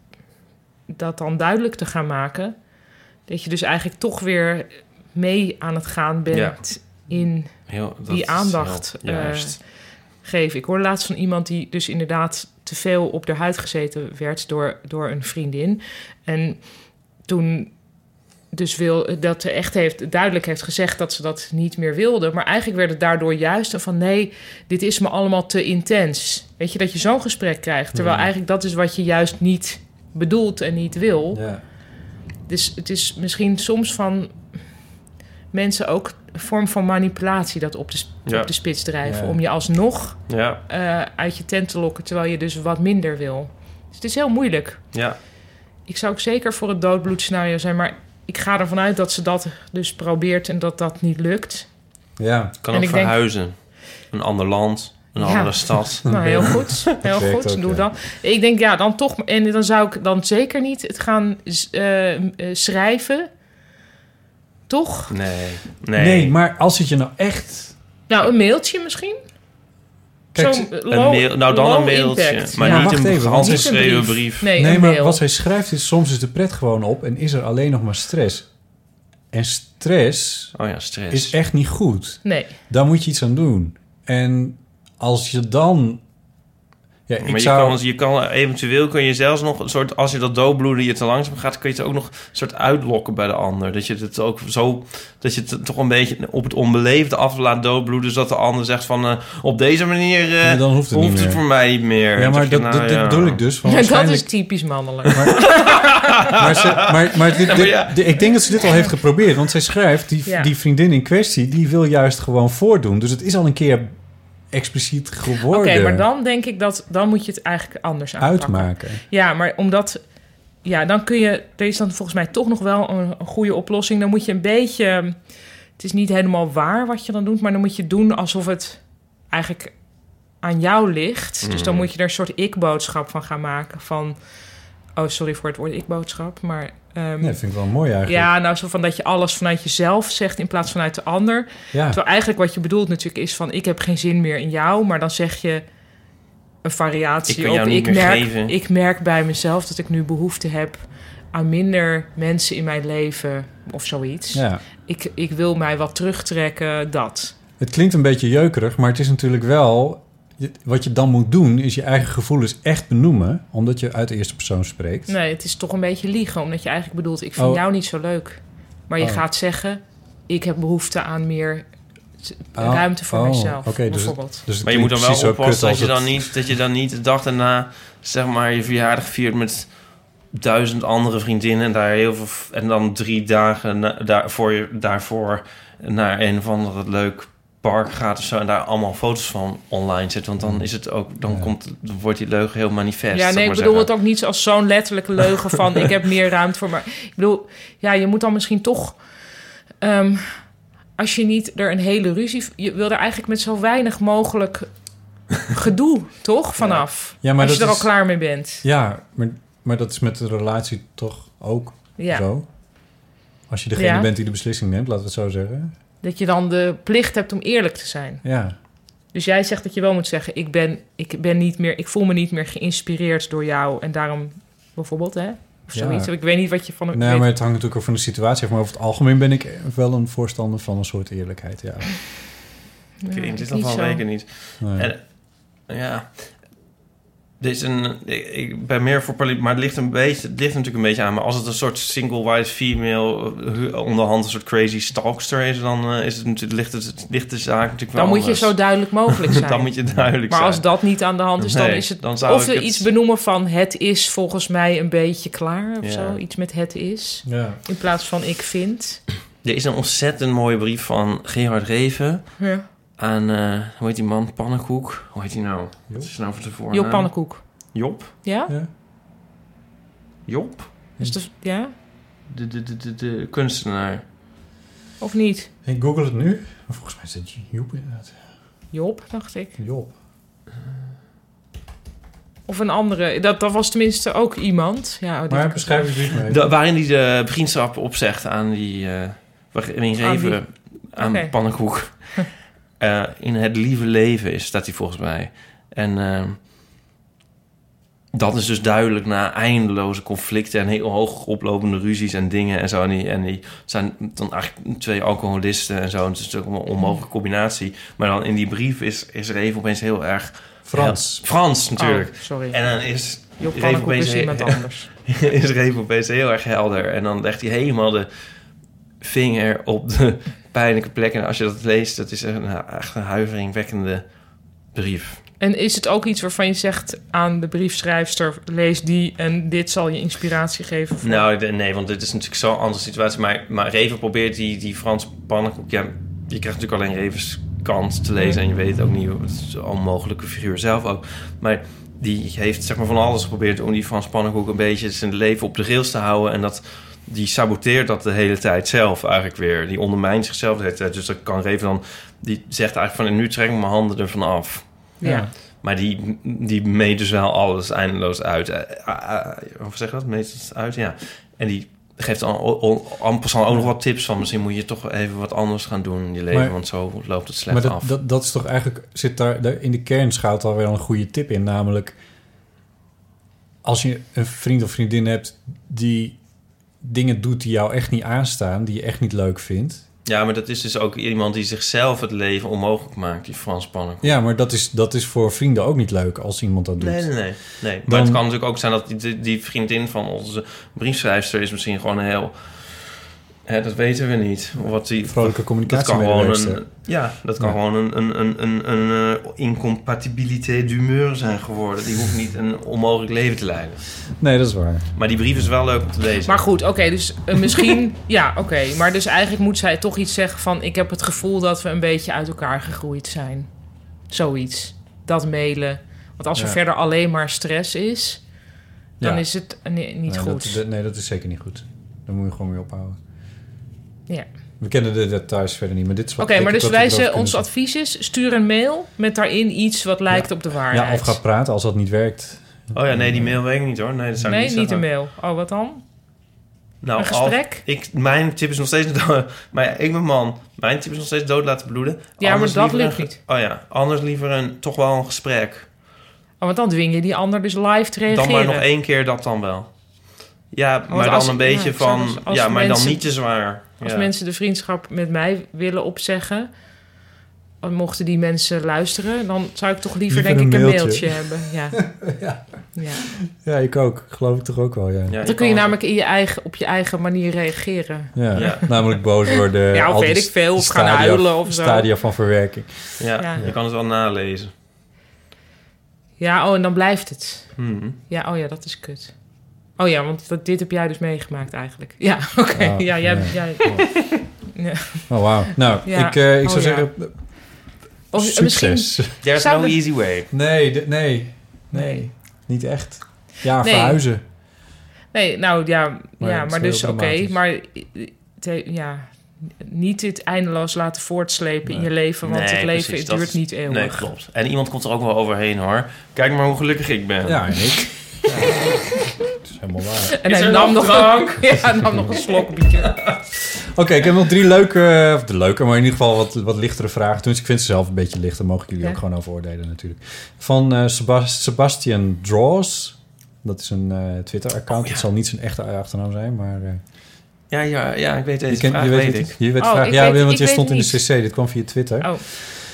[SPEAKER 6] dan duidelijk te gaan maken... dat je dus eigenlijk toch weer mee aan het gaan bent... in die aandacht geven. Ik hoorde laatst van iemand die dus inderdaad... te veel op de huid gezeten werd door een vriendin. En toen... dus dat ze echt duidelijk heeft gezegd dat ze dat niet meer wilde. Maar eigenlijk werd het daardoor juist van... nee, dit is me allemaal te intens. Weet je, dat je zo'n gesprek krijgt. Terwijl eigenlijk dat is wat je juist niet bedoelt en niet wil. Ja. Dus het is misschien soms van mensen ook een vorm van manipulatie... dat op de spits drijven. Ja. Om je alsnog uit je tent te lokken... terwijl je dus wat minder wil. Dus het is heel moeilijk. Ja. Ik zou ook zeker voor het doodbloedscenario zijn... maar ik ga ervan uit dat ze dat dus probeert en dat niet lukt.
[SPEAKER 7] Ja.
[SPEAKER 5] Kan ook verhuizen. Een ander land, een andere stad.
[SPEAKER 6] Nou, heel goed. Heel goed, ook, doe dan. Ik denk, dan toch... En dan zou ik dan zeker niet het gaan schrijven. Toch?
[SPEAKER 5] Nee,
[SPEAKER 7] maar als het je nou echt...
[SPEAKER 6] Nou, een mailtje misschien?
[SPEAKER 7] Kijk,
[SPEAKER 5] een mailtje.
[SPEAKER 6] Impact.
[SPEAKER 5] Maar niet een handgeschreven brief.
[SPEAKER 7] Nee, maar wat zij schrijft is... soms is de pret gewoon op en is er alleen nog maar stress. En stress is echt niet goed.
[SPEAKER 6] Nee.
[SPEAKER 7] Daar moet je iets aan doen. En als je dan... Ja,
[SPEAKER 5] maar je kan eventueel kun je zelfs nog een soort... als je dat doodbloeden je te langzaam gaat... kun je het ook nog een soort uitlokken bij de ander. Dat je het ook zo... dat je het toch een beetje op het onbeleefde af laat doodbloeden... zodat de ander zegt van... op deze manier
[SPEAKER 7] dan hoeft het
[SPEAKER 5] voor mij niet meer.
[SPEAKER 7] Ja, maar dat bedoel ik dus. Van
[SPEAKER 6] dat is typisch mannelijk.
[SPEAKER 7] Ik denk dat ze dit al heeft geprobeerd. Want zij schrijft, die vriendin in kwestie... die wil juist gewoon voordoen. Dus het is al een keer... expliciet geworden.
[SPEAKER 6] Oké, maar dan denk ik dat... dan moet je het eigenlijk anders aanpakken.
[SPEAKER 7] Uitmaken.
[SPEAKER 6] Ja, maar omdat... ja, dan kun je... er is dan volgens mij toch nog wel een goede oplossing. Dan moet je een beetje... het is niet helemaal waar wat je dan doet... maar dan moet je doen alsof het eigenlijk aan jou ligt. Dus dan moet je er een soort ik-boodschap van gaan maken. Van... oh, sorry voor het woord ik-boodschap, maar...
[SPEAKER 7] nee, dat vind ik wel mooi eigenlijk.
[SPEAKER 6] Ja, nou, zo van dat je alles vanuit jezelf zegt in plaats vanuit de ander. Ja. Terwijl eigenlijk wat je bedoelt natuurlijk is van... ik heb geen zin meer in jou, maar dan zeg je een variatie op... ik merk bij mezelf dat ik nu behoefte heb aan minder mensen in mijn leven of zoiets. Ja. Ik wil mij wat terugtrekken, dat.
[SPEAKER 7] Het klinkt een beetje jeukerig, maar het is natuurlijk wel... wat je dan moet doen, is je eigen gevoelens echt benoemen... omdat je uit de eerste persoon spreekt.
[SPEAKER 6] Nee, het is toch een beetje liegen, omdat je eigenlijk bedoelt... ik vind jou niet zo leuk. Maar je gaat zeggen, ik heb behoefte aan meer ruimte voor mezelf, bijvoorbeeld.
[SPEAKER 5] Dus maar je moet dan wel oppassen dat je dan niet de dag daarna, zeg maar, je verjaardag viert met 1000 andere vriendinnen en daar heel veel en dan 3 dagen daarvoor naar een of andere leuk park gaat of zo en daar allemaal foto's van online zet, want dan is het ook dan wordt die leugen heel manifest.
[SPEAKER 6] Ja, nee, ik bedoel het ook niet als zo'n letterlijke leugen van ik heb meer ruimte voor, maar ik bedoel, ja, je moet dan misschien toch als je niet er een hele ruzie, je wil er eigenlijk met zo weinig mogelijk gedoe, toch? Vanaf.
[SPEAKER 7] Ja, maar
[SPEAKER 6] als je er al klaar mee bent.
[SPEAKER 7] Ja, maar dat is met de relatie toch ook zo? Als je degene bent die de beslissing neemt, laten we het zo zeggen.
[SPEAKER 6] Dat je dan de plicht hebt om eerlijk te zijn.
[SPEAKER 7] Ja.
[SPEAKER 6] Dus jij zegt dat je wel moet zeggen, ik ben niet meer, ik voel me niet meer geïnspireerd door jou en daarom bijvoorbeeld, hè? Of zoiets. Ik weet niet wat je van...
[SPEAKER 7] Nee, maar het hangt natuurlijk ook van de situatie af. Maar over het algemeen ben ik wel een voorstander van een soort eerlijkheid, ja.
[SPEAKER 5] Ik weet dit al van weken niet.
[SPEAKER 7] Nee.
[SPEAKER 5] En, ik ben meer voor maar het ligt natuurlijk een beetje aan. Maar als het een soort single white female onderhand een soort crazy stalkster is, dan is het natuurlijk ligt de zaak natuurlijk wel.
[SPEAKER 6] Dan moet je zo duidelijk mogelijk zijn.
[SPEAKER 5] Dan moet je duidelijk zijn.
[SPEAKER 6] Maar als dat niet aan de hand is, dan is het. Of we iets benoemen van het is volgens mij een beetje klaar of zo. Iets met het is.
[SPEAKER 7] Ja.
[SPEAKER 6] In plaats van ik vind.
[SPEAKER 5] Er is een ontzettend mooie brief van Gerard Reven.
[SPEAKER 6] Ja.
[SPEAKER 5] Aan, hoe heet die man? Pannenkoek. Hoe heet die nou? Wat is nou voor de voornaam?
[SPEAKER 6] Job Pannenkoek.
[SPEAKER 5] Job?
[SPEAKER 6] Ja?
[SPEAKER 5] Job?
[SPEAKER 6] Is de, ja?
[SPEAKER 5] De kunstenaar.
[SPEAKER 6] Of niet?
[SPEAKER 7] Ik google het nu. Maar volgens mij is het Job inderdaad.
[SPEAKER 6] Job, dacht ik.
[SPEAKER 7] Job.
[SPEAKER 6] Of een andere. Dat was tenminste ook iemand. Ja,
[SPEAKER 7] maar beschrijf het niet mee.
[SPEAKER 5] Waarin hij de vriendschap opzegt aan die... waarin Reven aan Pannenkoek... in het lieve leven staat hij volgens mij. En dat is dus duidelijk na eindeloze conflicten en heel hoog oplopende ruzies en dingen en zo. En die zijn dan eigenlijk 2 alcoholisten en zo. Het is natuurlijk een onmogelijke combinatie. Maar dan in die brief is Reven opeens heel erg... Frans natuurlijk.
[SPEAKER 6] Oh, sorry.
[SPEAKER 5] En dan is
[SPEAKER 6] Reven opeens iemand anders.
[SPEAKER 5] Is Reven opeens heel erg helder. En dan legt hij helemaal de vinger op de pijnlijke plek. En als je dat leest, dat is echt een huiveringwekkende brief.
[SPEAKER 6] En is het ook iets waarvan je zegt aan de briefschrijfster, lees die en dit zal je inspiratie geven? Voor...
[SPEAKER 5] Nou, nee, want dit is natuurlijk zo'n andere situatie. Maar Reven probeert die Frans Pannenkoek... Ja, je krijgt natuurlijk alleen Revens kant te lezen en je weet ook niet, het is een onmogelijke figuur zelf ook. Maar die heeft zeg maar van alles geprobeerd om die Frans Pannenkoek een beetje zijn leven op de rails te houden. En die saboteert dat de hele tijd zelf eigenlijk weer. Die ondermijnt zichzelf de hele tijd. Dus dat kan Reven dan... Die zegt eigenlijk van, nu trek ik mijn handen ervan af.
[SPEAKER 6] Ja.
[SPEAKER 5] Maar die meet dus wel alles eindeloos uit. Hoe zeg je dat? Meet het uit, ja. En die geeft dan ook nog wat tips van... misschien moet je toch even wat anders gaan doen in je leven... want zo loopt het slecht af.
[SPEAKER 7] Maar dat is toch eigenlijk... zit daar in de kern schuilt alweer een goede tip in. Namelijk, als je een vriend of vriendin hebt... die dingen doet die jou echt niet aanstaan... die je echt niet leuk vindt...
[SPEAKER 5] Ja, maar dat is dus ook iemand die zichzelf het leven onmogelijk maakt, die Frans Pannenkoek.
[SPEAKER 7] Ja, maar dat is voor vrienden ook niet leuk als iemand dat doet.
[SPEAKER 5] Nee. Maar het kan natuurlijk ook zijn dat die vriendin van onze briefschrijfster is misschien gewoon een heel... dat weten we niet. Wat die
[SPEAKER 7] vrolijke communicatie.
[SPEAKER 5] Dat kan gewoon een incompatibiliteit d'humeur zijn geworden. Die hoeft niet een onmogelijk leven te leiden.
[SPEAKER 7] Nee, dat is waar.
[SPEAKER 5] Maar die brief is wel leuk om te lezen.
[SPEAKER 6] Maar goed, oké, dus misschien... ja, oké. Maar dus eigenlijk moet zij toch iets zeggen van... ik heb het gevoel dat we een beetje uit elkaar gegroeid zijn. Zoiets. Dat mailen. Want als er verder alleen maar stress is... dan is het niet goed.
[SPEAKER 7] Dat is zeker niet goed. Daar moet je gewoon mee ophouden.
[SPEAKER 6] Ja.
[SPEAKER 7] We kennen de details verder niet, maar dit is wat...
[SPEAKER 6] Oké, maar dus ons advies is... stuur een mail met daarin iets wat lijkt op de waarheid.
[SPEAKER 7] Ja, of ga praten als dat niet werkt.
[SPEAKER 5] Oh ja, nee, die mail weet ik niet hoor. Nee, dat zou ik niet
[SPEAKER 6] een mail. Oh, wat dan?
[SPEAKER 5] Nou,
[SPEAKER 6] een gesprek?
[SPEAKER 5] Mijn tip is nog steeds... maar ik ben man. Mijn tip is nog steeds dood laten bloeden.
[SPEAKER 6] Ja, anders maar dat lukt niet.
[SPEAKER 5] Oh ja, anders liever toch wel een gesprek.
[SPEAKER 6] Oh, want dan dwing je die ander dus live te reageren.
[SPEAKER 5] Dan maar nog 1 keer dat dan wel. Ja, maar dan een beetje van... maar mensen, dan niet te zwaar.
[SPEAKER 6] Als mensen de vriendschap met mij willen opzeggen... mochten die mensen luisteren, dan zou ik toch liever
[SPEAKER 7] Liever
[SPEAKER 6] denk ik
[SPEAKER 7] een
[SPEAKER 6] een
[SPEAKER 7] mailtje.
[SPEAKER 6] mailtje hebben. Ja.
[SPEAKER 7] Ja.
[SPEAKER 6] Ja.
[SPEAKER 7] Ja, ik ook. Geloof ik toch ook wel, ja.
[SPEAKER 5] Ja,
[SPEAKER 6] Dan kun je namelijk op je eigen manier reageren.
[SPEAKER 7] Ja,
[SPEAKER 5] Ja.
[SPEAKER 7] namelijk boos worden.
[SPEAKER 6] Ja, of
[SPEAKER 7] al
[SPEAKER 6] weet
[SPEAKER 7] die
[SPEAKER 6] ik veel, of
[SPEAKER 7] stadia-
[SPEAKER 6] gaan huilen of zo.
[SPEAKER 7] Stadia van verwerking.
[SPEAKER 5] Ja, je kan het wel nalezen.
[SPEAKER 6] Ja, en dan blijft het.
[SPEAKER 5] Mhm.
[SPEAKER 6] Ja, dat is kut. Oh ja, want dit heb jij dus meegemaakt eigenlijk. Ja, oké.
[SPEAKER 7] Ja,
[SPEAKER 6] Ja,
[SPEAKER 7] ja.
[SPEAKER 6] jij... Ja.
[SPEAKER 7] Oh, wauw. Nou,
[SPEAKER 6] Ja.
[SPEAKER 7] ik zou
[SPEAKER 6] Oh, ja.
[SPEAKER 7] zeggen,
[SPEAKER 6] Of
[SPEAKER 7] succes.
[SPEAKER 5] There's
[SPEAKER 6] Zou
[SPEAKER 5] no
[SPEAKER 6] de-
[SPEAKER 5] easy way.
[SPEAKER 7] Nee, niet echt. Ja,
[SPEAKER 6] Nee.
[SPEAKER 7] verhuizen.
[SPEAKER 6] Nee, nou ja,
[SPEAKER 7] Maar het is
[SPEAKER 6] maar
[SPEAKER 7] heel
[SPEAKER 6] dus oké.
[SPEAKER 7] dramatisch.
[SPEAKER 6] Maar niet dit eindeloos laten voortslepen in je leven, want
[SPEAKER 5] Nee,
[SPEAKER 6] het leven
[SPEAKER 5] precies, dat
[SPEAKER 6] duurt
[SPEAKER 5] is-
[SPEAKER 6] niet eeuwig.
[SPEAKER 5] Nee, klopt. En iemand komt er ook wel overheen, hoor. Kijk maar hoe gelukkig ik ben.
[SPEAKER 7] Ja, en ik. Het is helemaal waar.
[SPEAKER 6] En
[SPEAKER 5] Is
[SPEAKER 6] hij
[SPEAKER 5] er
[SPEAKER 6] nam
[SPEAKER 5] nog
[SPEAKER 6] nog
[SPEAKER 5] drank?
[SPEAKER 6] nam nog een slok bier.
[SPEAKER 7] Oké, ik heb nog 3 leuke, maar in ieder geval wat lichtere vragen. Dus ik vind ze zelf een beetje licht. Daar mogen jullie ook gewoon over oordelen natuurlijk. Van Sebastian Draws. Dat is een Twitter-account. Het zal niet zijn echte achternaam zijn, maar...
[SPEAKER 5] Ja, ik weet deze
[SPEAKER 7] je
[SPEAKER 5] vraag,
[SPEAKER 7] weet
[SPEAKER 5] weet
[SPEAKER 7] het.
[SPEAKER 5] ik.
[SPEAKER 7] Je weet
[SPEAKER 6] Oh,
[SPEAKER 7] vraag.
[SPEAKER 6] ik
[SPEAKER 7] Ja,
[SPEAKER 6] weet-
[SPEAKER 7] want
[SPEAKER 6] ik
[SPEAKER 7] je
[SPEAKER 6] weet
[SPEAKER 7] stond in de
[SPEAKER 6] niet.
[SPEAKER 7] CC. Dit kwam via Twitter.
[SPEAKER 6] Oh.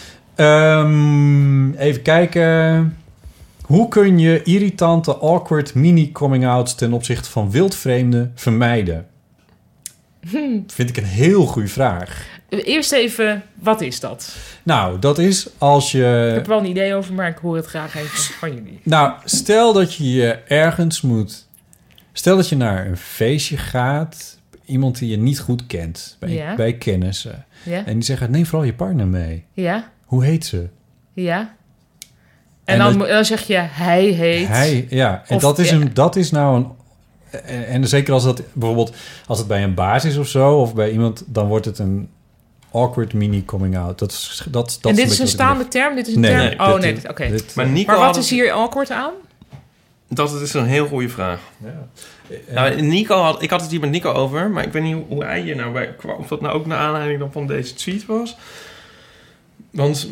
[SPEAKER 7] Even kijken. Hoe kun je irritante, awkward mini-coming-outs ten opzichte van wildvreemden vermijden? Vind ik een heel goede vraag.
[SPEAKER 6] Eerst even, wat is dat?
[SPEAKER 7] Nou, dat is als
[SPEAKER 6] Ik
[SPEAKER 7] je...
[SPEAKER 6] heb er wel een idee over, maar ik hoor het graag even van jullie.
[SPEAKER 7] Nou, stel dat je ergens moet... Stel dat je naar een feestje gaat... Iemand die je niet goed kent.
[SPEAKER 6] Ja.
[SPEAKER 7] Bij kennissen.
[SPEAKER 6] Ja?
[SPEAKER 7] En die zeggen, neem vooral je partner mee.
[SPEAKER 6] Ja?
[SPEAKER 7] Hoe heet ze?
[SPEAKER 6] Ja?
[SPEAKER 7] En
[SPEAKER 6] En dan zeg je, hij heet...
[SPEAKER 7] Hij, ja. En
[SPEAKER 6] Of-
[SPEAKER 7] dat is nou een... En zeker als dat bijvoorbeeld... Als het bij een baas is of zo... Of bij iemand... Dan wordt het een awkward mini coming out. Dat
[SPEAKER 6] en dit is
[SPEAKER 7] beetje
[SPEAKER 6] een staande term? Dit is een
[SPEAKER 7] Nee,
[SPEAKER 6] term?
[SPEAKER 7] nee,
[SPEAKER 6] Oh,
[SPEAKER 7] dit-
[SPEAKER 6] nee, oké.
[SPEAKER 7] dit-
[SPEAKER 5] Maar Nico
[SPEAKER 6] Maar wat
[SPEAKER 5] had
[SPEAKER 6] is
[SPEAKER 5] het-
[SPEAKER 6] hier awkward aan?
[SPEAKER 5] Dat is een heel goede vraag.
[SPEAKER 7] Ja.
[SPEAKER 5] Nou, ik had het hier met Nico over, maar ik weet niet hoe hij hier nou bij kwam. Of dat nou ook naar aanleiding dan van deze tweet was. Want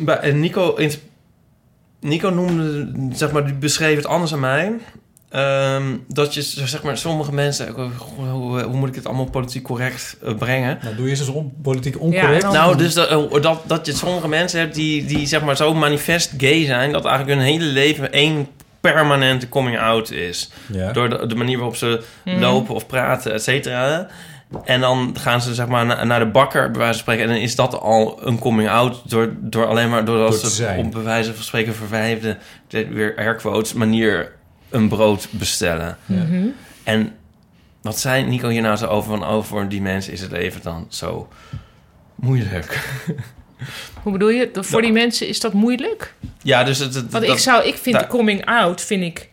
[SPEAKER 5] Nico noemde, zeg maar, die beschreef het anders aan mij. Dat je, zeg maar, sommige mensen... Hoe moet ik het allemaal politiek correct brengen?
[SPEAKER 7] Nou, doe je eens politiek oncorrect.
[SPEAKER 6] en dan-
[SPEAKER 5] Nou, dus dat je sommige mensen hebt die zeg maar zo manifest gay zijn... dat eigenlijk hun hele leven één permanente coming-out is.
[SPEAKER 7] Ja.
[SPEAKER 5] Door de manier waarop ze lopen of praten, et cetera. En dan gaan ze zeg maar naar de bakker, bij wijze van spreken... en dan is dat al een coming-out door alleen maar... doordat
[SPEAKER 7] Door te
[SPEAKER 5] ze
[SPEAKER 7] zijn.
[SPEAKER 5] op bij wijze van spreken verwijfde... weer airquotes manier een brood bestellen.
[SPEAKER 7] Ja.
[SPEAKER 5] En wat zei Nico hier nou zo over? Van voor die mensen is het leven dan zo moeilijk.
[SPEAKER 6] Hoe bedoel je? Voor die mensen is dat moeilijk?
[SPEAKER 5] Ja, dus
[SPEAKER 6] Want ik vind
[SPEAKER 5] daar-
[SPEAKER 6] de coming out, vind ik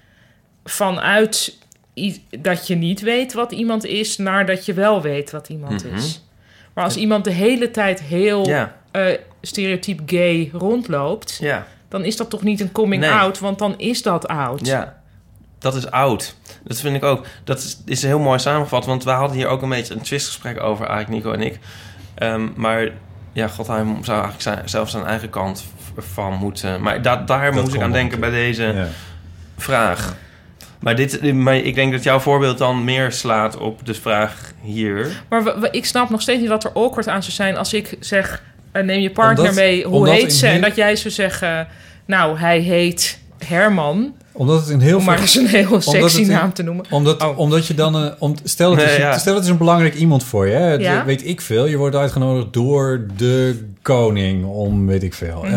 [SPEAKER 6] vanuit dat je niet weet wat iemand is, naar dat je wel weet wat iemand
[SPEAKER 5] Mhm.
[SPEAKER 6] is. Maar als iemand de hele tijd heel
[SPEAKER 5] Ja,
[SPEAKER 6] stereotyp gay rondloopt,
[SPEAKER 5] ja,
[SPEAKER 6] dan is dat toch niet een coming
[SPEAKER 5] Nee.
[SPEAKER 6] out, want dan is dat oud.
[SPEAKER 5] ja. Dat is oud. Dat vind ik ook. Dat is heel mooi samengevat. Want we hadden hier ook een beetje een twistgesprek over, eigenlijk Nico en ik. Maar ja, god, hij zou eigenlijk zelf zijn eigen kant van moeten. Maar daar moest ik
[SPEAKER 7] kon
[SPEAKER 5] aan
[SPEAKER 7] wel
[SPEAKER 5] denken bij deze
[SPEAKER 7] Ja.
[SPEAKER 5] vraag. Maar ik denk dat jouw voorbeeld dan meer slaat op de vraag hier.
[SPEAKER 6] Maar ik snap nog steeds niet wat er awkward aan zou zijn als ik zeg, neem je partner
[SPEAKER 7] Omdat-
[SPEAKER 6] mee, hoe
[SPEAKER 7] omdat
[SPEAKER 6] heet
[SPEAKER 7] in
[SPEAKER 6] ze?
[SPEAKER 7] heel-
[SPEAKER 6] En dat jij zou zeggen, nou, hij heet Herman.
[SPEAKER 7] Omdat het in heel
[SPEAKER 6] Om
[SPEAKER 7] veel...
[SPEAKER 6] maar eens een heel sexy
[SPEAKER 7] het in-
[SPEAKER 6] naam te noemen.
[SPEAKER 7] Omdat je dan... stel dat is een belangrijk iemand voor je. Hè?
[SPEAKER 6] Ja.
[SPEAKER 7] Weet ik veel. Je wordt uitgenodigd door de koning om weet ik veel.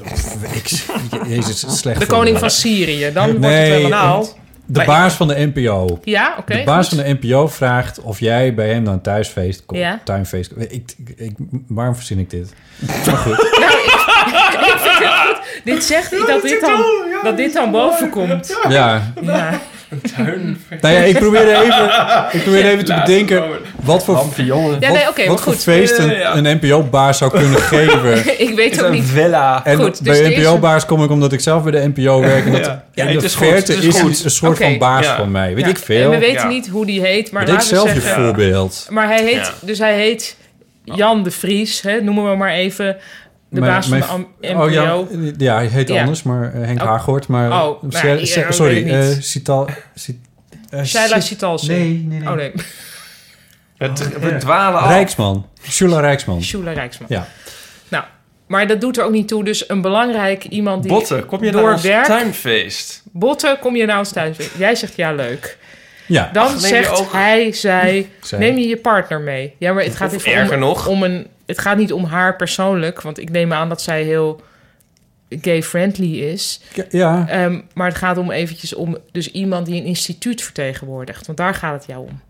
[SPEAKER 7] Jezus, slecht
[SPEAKER 6] De
[SPEAKER 7] voor
[SPEAKER 6] koning
[SPEAKER 7] me.
[SPEAKER 6] van Syrië. Dan wordt
[SPEAKER 7] Nee,
[SPEAKER 6] het wel een...
[SPEAKER 5] Nou,
[SPEAKER 7] de
[SPEAKER 5] maar-
[SPEAKER 7] baas van de NPO.
[SPEAKER 6] Ja, oké.
[SPEAKER 7] De baas
[SPEAKER 6] goed.
[SPEAKER 7] van de NPO vraagt of jij bij hem naar een thuisfeest komt.
[SPEAKER 6] Ja.
[SPEAKER 7] Tuinfeest. Waarom verzin ik dit? Maar goed.
[SPEAKER 6] Ik vind het goed. Dit zegt dat dit dan boven komt.
[SPEAKER 7] Ja.
[SPEAKER 6] Ja.
[SPEAKER 7] Nou ja, ik probeer even te bedenken wat voor,
[SPEAKER 5] jongen.
[SPEAKER 6] Ja, nee, oké, maar
[SPEAKER 7] wat voor
[SPEAKER 6] goed.
[SPEAKER 7] feest een NPO-baas zou kunnen geven.
[SPEAKER 6] Ik weet ook niet.
[SPEAKER 5] villa.
[SPEAKER 7] En
[SPEAKER 6] Goed, dus
[SPEAKER 7] bij
[SPEAKER 6] de eerste-
[SPEAKER 7] NPO-baas kom ik omdat ik zelf bij de NPO werk. En dat
[SPEAKER 5] Ja,
[SPEAKER 7] in
[SPEAKER 5] het
[SPEAKER 7] de
[SPEAKER 5] is goed,
[SPEAKER 7] verte
[SPEAKER 5] het is
[SPEAKER 7] is
[SPEAKER 5] goed.
[SPEAKER 7] een soort
[SPEAKER 6] Oké.
[SPEAKER 7] van baas
[SPEAKER 5] Ja.
[SPEAKER 7] van mij. Weet
[SPEAKER 6] Ja.
[SPEAKER 7] ik veel.
[SPEAKER 6] En we weten
[SPEAKER 5] Ja.
[SPEAKER 6] niet hoe die heet, maar
[SPEAKER 7] Bedenk
[SPEAKER 6] laten we
[SPEAKER 7] zelf je
[SPEAKER 6] zeggen...
[SPEAKER 7] voorbeeld.
[SPEAKER 6] Maar hij heet,
[SPEAKER 5] Ja.
[SPEAKER 6] dus hij heet Jan de Vries, hè, noemen we maar even de baas van de NPO.
[SPEAKER 7] Oh ja, hij heet
[SPEAKER 6] Ja.
[SPEAKER 7] anders, maar Henk
[SPEAKER 6] Oh.
[SPEAKER 7] Haaghoort. Maar,
[SPEAKER 6] Oh, nou ja,
[SPEAKER 7] sorry,
[SPEAKER 6] weet ik niet. Shaila
[SPEAKER 7] Sit-
[SPEAKER 6] Sitalse.
[SPEAKER 7] Nee.
[SPEAKER 6] Oh nee,
[SPEAKER 5] We dwalen af.
[SPEAKER 7] Rijksman. Shula Rijksman.
[SPEAKER 6] Shula Rijksman.
[SPEAKER 7] Ja.
[SPEAKER 6] Nou, Maar dat doet er ook niet toe. Dus een belangrijk iemand die
[SPEAKER 5] Botte, kom je
[SPEAKER 6] door
[SPEAKER 5] naar ons
[SPEAKER 6] werk...
[SPEAKER 5] tuinfeest?
[SPEAKER 6] Botte, kom je naar ons tuinfeest? Jij zegt ja, leuk.
[SPEAKER 7] Ja.
[SPEAKER 6] Dan
[SPEAKER 5] neem je
[SPEAKER 6] zegt
[SPEAKER 5] ook-
[SPEAKER 6] hij, zij,
[SPEAKER 7] Zij.
[SPEAKER 6] neem je partner mee. Ja, maar het gaat
[SPEAKER 5] Of
[SPEAKER 6] even
[SPEAKER 5] erger nog.
[SPEAKER 6] het gaat niet om haar persoonlijk. Want ik neem aan dat zij heel gay-friendly is.
[SPEAKER 7] Ja.
[SPEAKER 6] Maar het gaat om eventjes om dus iemand die een instituut vertegenwoordigt. Want daar gaat het jou om.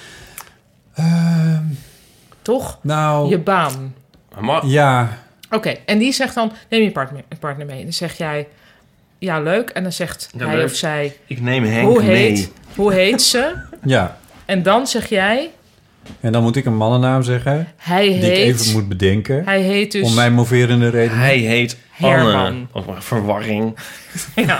[SPEAKER 6] Toch?
[SPEAKER 7] Nou,
[SPEAKER 6] Je baan.
[SPEAKER 5] Maar,
[SPEAKER 7] ja.
[SPEAKER 6] Oké, en die zegt dan, neem je partner mee. En dan zeg jij, ja, leuk. En dan zegt
[SPEAKER 5] Ja,
[SPEAKER 6] hij
[SPEAKER 5] leuk.
[SPEAKER 6] of zij,
[SPEAKER 5] ik neem Henk mee.
[SPEAKER 6] hoe heet ze?
[SPEAKER 7] Ja.
[SPEAKER 6] En dan zeg jij,
[SPEAKER 7] En dan moet ik een mannennaam zeggen,
[SPEAKER 6] hij
[SPEAKER 7] die ik even moet bedenken.
[SPEAKER 6] Hij heet dus
[SPEAKER 7] om mijn moverende reden.
[SPEAKER 5] Hij heet
[SPEAKER 6] Herman.
[SPEAKER 5] Anne. Oh, maar verwarring.
[SPEAKER 6] Ja.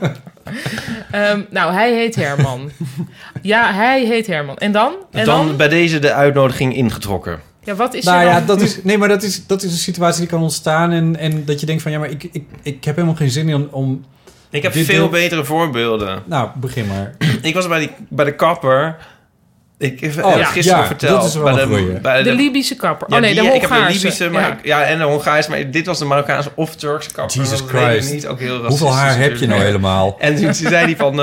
[SPEAKER 6] Nou, hij heet Herman. Ja, hij heet Herman. En dan? En
[SPEAKER 5] Dan bij deze de uitnodiging ingetrokken.
[SPEAKER 6] Ja, wat is
[SPEAKER 7] Nou
[SPEAKER 6] er
[SPEAKER 7] ja,
[SPEAKER 6] dan?
[SPEAKER 7] dat is een situatie die kan ontstaan. En dat je denkt van, ja, maar ik heb helemaal geen zin in om...
[SPEAKER 5] Ik heb
[SPEAKER 7] Dit
[SPEAKER 5] veel
[SPEAKER 7] deel-
[SPEAKER 5] betere voorbeelden.
[SPEAKER 7] Nou, begin maar.
[SPEAKER 5] Ik was bij de kapper. Ik heb
[SPEAKER 7] Oh,
[SPEAKER 5] het gisteren
[SPEAKER 7] ja,
[SPEAKER 5] verteld.
[SPEAKER 7] dat is wel een goeie.
[SPEAKER 5] bij
[SPEAKER 6] De Libische kapper.
[SPEAKER 5] Ja,
[SPEAKER 6] Oh nee, de
[SPEAKER 5] ik heb de
[SPEAKER 6] Hongaarse.
[SPEAKER 5] Libische, maar
[SPEAKER 6] Ja.
[SPEAKER 5] en de Hongaarse. Maar dit was de Marokkaanse of Turkse kapper.
[SPEAKER 7] Jesus
[SPEAKER 5] Dat weet ik
[SPEAKER 7] Christ.
[SPEAKER 5] niet, ook heel racistisch
[SPEAKER 7] Hoeveel haar heb je
[SPEAKER 5] natuurlijk.
[SPEAKER 7] nou helemaal?
[SPEAKER 5] En toen zei hij van...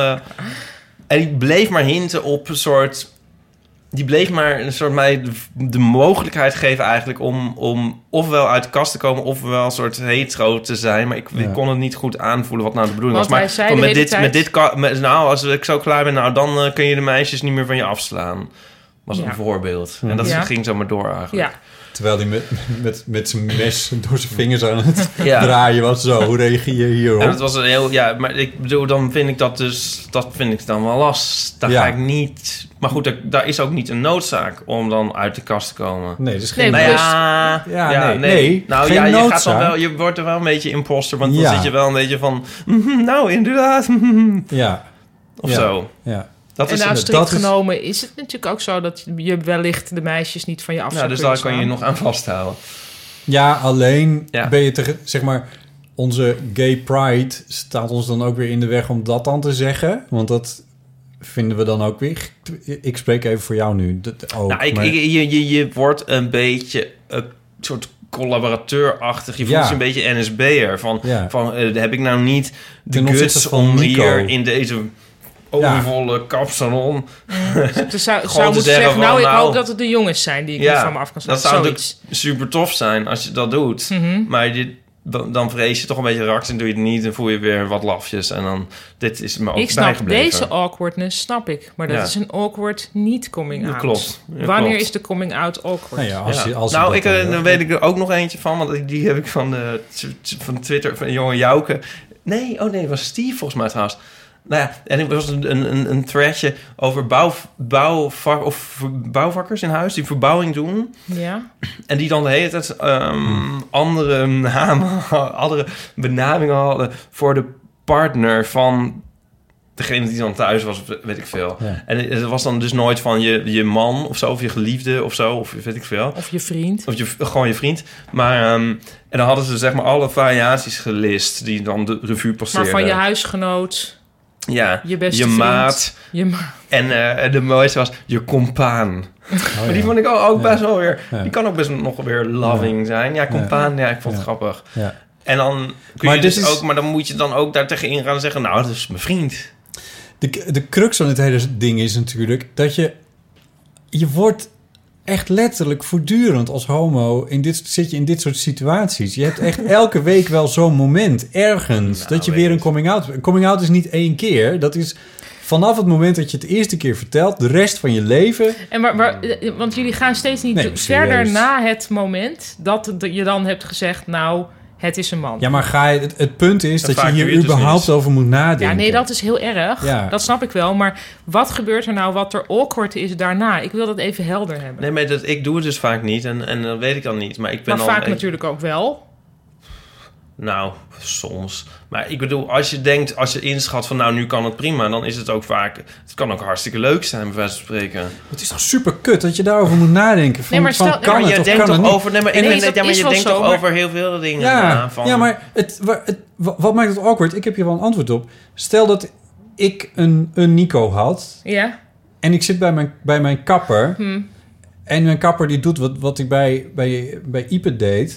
[SPEAKER 5] en die bleef maar hinten op een soort... Die bleef maar een soort mij de mogelijkheid geven eigenlijk om ofwel uit de kast te komen... ofwel een soort hetero te zijn. Maar ik kon het niet goed aanvoelen wat nou de bedoeling
[SPEAKER 6] Want
[SPEAKER 5] was.
[SPEAKER 6] hij
[SPEAKER 5] Maar
[SPEAKER 6] zei
[SPEAKER 5] van
[SPEAKER 6] de hele tijd-
[SPEAKER 5] nou, als ik zo klaar ben... nou, dan kun je de meisjes niet meer van je afslaan. Was
[SPEAKER 6] Ja.
[SPEAKER 5] een voorbeeld. En dat
[SPEAKER 6] Ja.
[SPEAKER 5] ging zo maar door eigenlijk.
[SPEAKER 6] Ja.
[SPEAKER 7] Terwijl hij met zijn mes door zijn vingers aan het
[SPEAKER 5] Ja.
[SPEAKER 7] draaien was. Zo, hoe reageer je hierop?
[SPEAKER 5] En het was een heel... Ja, maar ik bedoel, dan vind ik dat dus... Dat vind ik dan wel lastig. Daar
[SPEAKER 7] Ja.
[SPEAKER 5] ga ik niet... Maar goed, daar is ook niet een noodzaak om dan uit de kast te komen.
[SPEAKER 7] Nee, dat is
[SPEAKER 6] Nee,
[SPEAKER 7] geen...
[SPEAKER 5] Nou
[SPEAKER 6] plus-
[SPEAKER 5] ja,
[SPEAKER 7] nee,
[SPEAKER 5] Nou
[SPEAKER 7] geen
[SPEAKER 5] ja, je gaat
[SPEAKER 7] noodzaak.
[SPEAKER 5] dan wel... Je wordt er wel een beetje imposter. Want dan
[SPEAKER 7] Ja.
[SPEAKER 5] zit je wel een beetje van... nou, inderdaad.
[SPEAKER 7] Ja,
[SPEAKER 5] Of
[SPEAKER 7] Ja.
[SPEAKER 5] zo.
[SPEAKER 7] ja.
[SPEAKER 5] Dat
[SPEAKER 6] En
[SPEAKER 5] is...
[SPEAKER 6] nou,
[SPEAKER 7] dat
[SPEAKER 6] strikt
[SPEAKER 7] is-
[SPEAKER 6] genomen is het natuurlijk ook zo... dat je wellicht de meisjes niet van je af
[SPEAKER 5] Nou,
[SPEAKER 6] zou
[SPEAKER 5] dus
[SPEAKER 6] kunnen
[SPEAKER 5] daar kan je
[SPEAKER 6] slaan.
[SPEAKER 5] nog aan vasthouden.
[SPEAKER 7] Ja, alleen
[SPEAKER 5] Ja.
[SPEAKER 7] ben je zeg maar... Onze gay pride staat ons dan ook weer in de weg om dat dan te zeggen. Want dat vinden we dan ook weer... Ik spreek even voor jou nu. Dat ook,
[SPEAKER 5] Nou,
[SPEAKER 7] maar-
[SPEAKER 5] je wordt een beetje een soort collaborateurachtig. Je voelt
[SPEAKER 7] Ja.
[SPEAKER 5] je een beetje NSB'er.
[SPEAKER 7] Ja.
[SPEAKER 5] Heb ik nou niet de
[SPEAKER 7] Ten opzichte
[SPEAKER 5] guts
[SPEAKER 7] van
[SPEAKER 5] om
[SPEAKER 7] Nico.
[SPEAKER 5] hier in deze overvolle kapsalon...
[SPEAKER 6] Dus zou
[SPEAKER 5] Gewoon te
[SPEAKER 6] moeten
[SPEAKER 5] zeggen
[SPEAKER 6] zeggen,
[SPEAKER 5] van,
[SPEAKER 6] nou, ik
[SPEAKER 5] nou-
[SPEAKER 6] hoop dat het de jongens zijn... die ik niet van me af kan slaan.
[SPEAKER 5] dat zou
[SPEAKER 6] Zoiets.
[SPEAKER 5] natuurlijk super tof zijn als je dat doet. Maar dan vrees je toch een beetje raks en doe je het niet... en voel je weer wat lafjes. En dan, dit is me ook
[SPEAKER 6] Ik snap
[SPEAKER 5] bijgebleven.
[SPEAKER 6] deze awkwardness, snap ik. Maar dat
[SPEAKER 5] Ja.
[SPEAKER 6] is een awkward niet coming
[SPEAKER 5] Dat
[SPEAKER 6] out.
[SPEAKER 5] klopt. Ja,
[SPEAKER 6] Wanneer
[SPEAKER 5] klopt.
[SPEAKER 6] is de coming out awkward?
[SPEAKER 7] Nou ja, als
[SPEAKER 5] Ja.
[SPEAKER 7] je, als
[SPEAKER 5] nou,
[SPEAKER 7] je dat
[SPEAKER 5] dan weet ik er ook nog eentje van. Want die heb ik van Twitter, van jonge Jouke. Nee, het was Steve volgens mij trouwens. Nou ja, en het was een threadje over bouwvakkers in huis... die verbouwing doen.
[SPEAKER 6] Ja.
[SPEAKER 5] En die dan de hele tijd andere namen, andere benamingen hadden... voor de partner van degene die dan thuis was, of weet ik veel.
[SPEAKER 7] Ja.
[SPEAKER 5] En het was dan dus nooit van je man of zo... of je geliefde of zo, of weet ik veel...
[SPEAKER 6] Of je vriend.
[SPEAKER 5] Of gewoon je vriend. Maar, en dan hadden ze zeg maar alle variaties gelist... die dan de revue
[SPEAKER 6] Maar
[SPEAKER 5] passeerden.
[SPEAKER 6] van je huisgenoot,
[SPEAKER 5] Ja,
[SPEAKER 6] je beste
[SPEAKER 5] je
[SPEAKER 6] vriend.
[SPEAKER 5] maat.
[SPEAKER 6] Je
[SPEAKER 5] En de mooiste was je compaan.
[SPEAKER 7] Oh,
[SPEAKER 5] Maar die
[SPEAKER 7] ja.
[SPEAKER 5] vond ik ook
[SPEAKER 7] Ja.
[SPEAKER 5] best wel weer...
[SPEAKER 7] Ja.
[SPEAKER 5] Die kan ook best nog weer loving zijn. Ja, compaan, ja, ik vond het
[SPEAKER 7] Ja.
[SPEAKER 5] grappig.
[SPEAKER 7] Ja.
[SPEAKER 5] En dan kun
[SPEAKER 7] Maar
[SPEAKER 5] je
[SPEAKER 7] dit
[SPEAKER 5] dus
[SPEAKER 7] is-
[SPEAKER 5] ook... Maar dan moet je dan ook daar tegenin gaan zeggen... Nou, dat is mijn vriend.
[SPEAKER 7] De crux van het hele ding is natuurlijk dat je wordt echt letterlijk voortdurend als homo zit je in dit soort situaties. Je hebt echt elke week wel zo'n moment ergens
[SPEAKER 5] Nou,
[SPEAKER 7] dat je
[SPEAKER 5] weet
[SPEAKER 7] weer
[SPEAKER 5] ik
[SPEAKER 7] een coming out. Een coming out is niet één keer. Dat is vanaf het moment dat je het eerste keer vertelt, de rest van je leven.
[SPEAKER 6] En want jullie gaan steeds niet
[SPEAKER 7] Nee,
[SPEAKER 6] verder
[SPEAKER 7] serieus.
[SPEAKER 6] na het moment dat je dan hebt gezegd, nou, het is een man.
[SPEAKER 7] Ja, maar het punt is
[SPEAKER 5] Dat
[SPEAKER 7] dat je
[SPEAKER 5] vaak
[SPEAKER 7] hier
[SPEAKER 5] doe je het dus
[SPEAKER 7] überhaupt
[SPEAKER 5] niet.
[SPEAKER 7] over moet nadenken.
[SPEAKER 6] Ja, nee, dat is heel erg.
[SPEAKER 7] Ja.
[SPEAKER 6] Dat snap ik wel. Maar wat gebeurt er nou wat er awkward is daarna? Ik wil dat even helder hebben.
[SPEAKER 5] Nee, maar ik doe het dus vaak niet. En dat weet ik dan niet. Maar ik ben
[SPEAKER 6] maar
[SPEAKER 5] dan...
[SPEAKER 6] vaak natuurlijk ook wel.
[SPEAKER 5] Nou, soms. Maar ik bedoel, als je inschat van... nou, nu kan het prima, dan is het ook vaak... Het kan ook hartstikke leuk zijn, bij wijze van spreken.
[SPEAKER 7] Het is toch super kut dat je daarover moet nadenken. Van,
[SPEAKER 6] Nee, maar
[SPEAKER 7] van
[SPEAKER 6] stel-
[SPEAKER 7] kan
[SPEAKER 6] maar
[SPEAKER 7] het
[SPEAKER 5] je
[SPEAKER 7] of
[SPEAKER 5] denkt
[SPEAKER 7] kan het
[SPEAKER 5] toch
[SPEAKER 7] niet?
[SPEAKER 5] over... Nee, maar
[SPEAKER 6] Nee,
[SPEAKER 5] ik
[SPEAKER 6] dat
[SPEAKER 5] denk, maar
[SPEAKER 6] is
[SPEAKER 5] je
[SPEAKER 6] wel
[SPEAKER 5] denkt
[SPEAKER 6] zo,
[SPEAKER 5] toch
[SPEAKER 6] maar-
[SPEAKER 5] over heel veel dingen
[SPEAKER 7] Ja,
[SPEAKER 5] na, van...
[SPEAKER 7] ja, maar wat maakt het awkward? Ik heb hier wel een antwoord op. Stel dat ik een Nico had
[SPEAKER 6] Ja.
[SPEAKER 7] en ik zit bij mijn kapper en mijn kapper die doet wat ik bij Ipe deed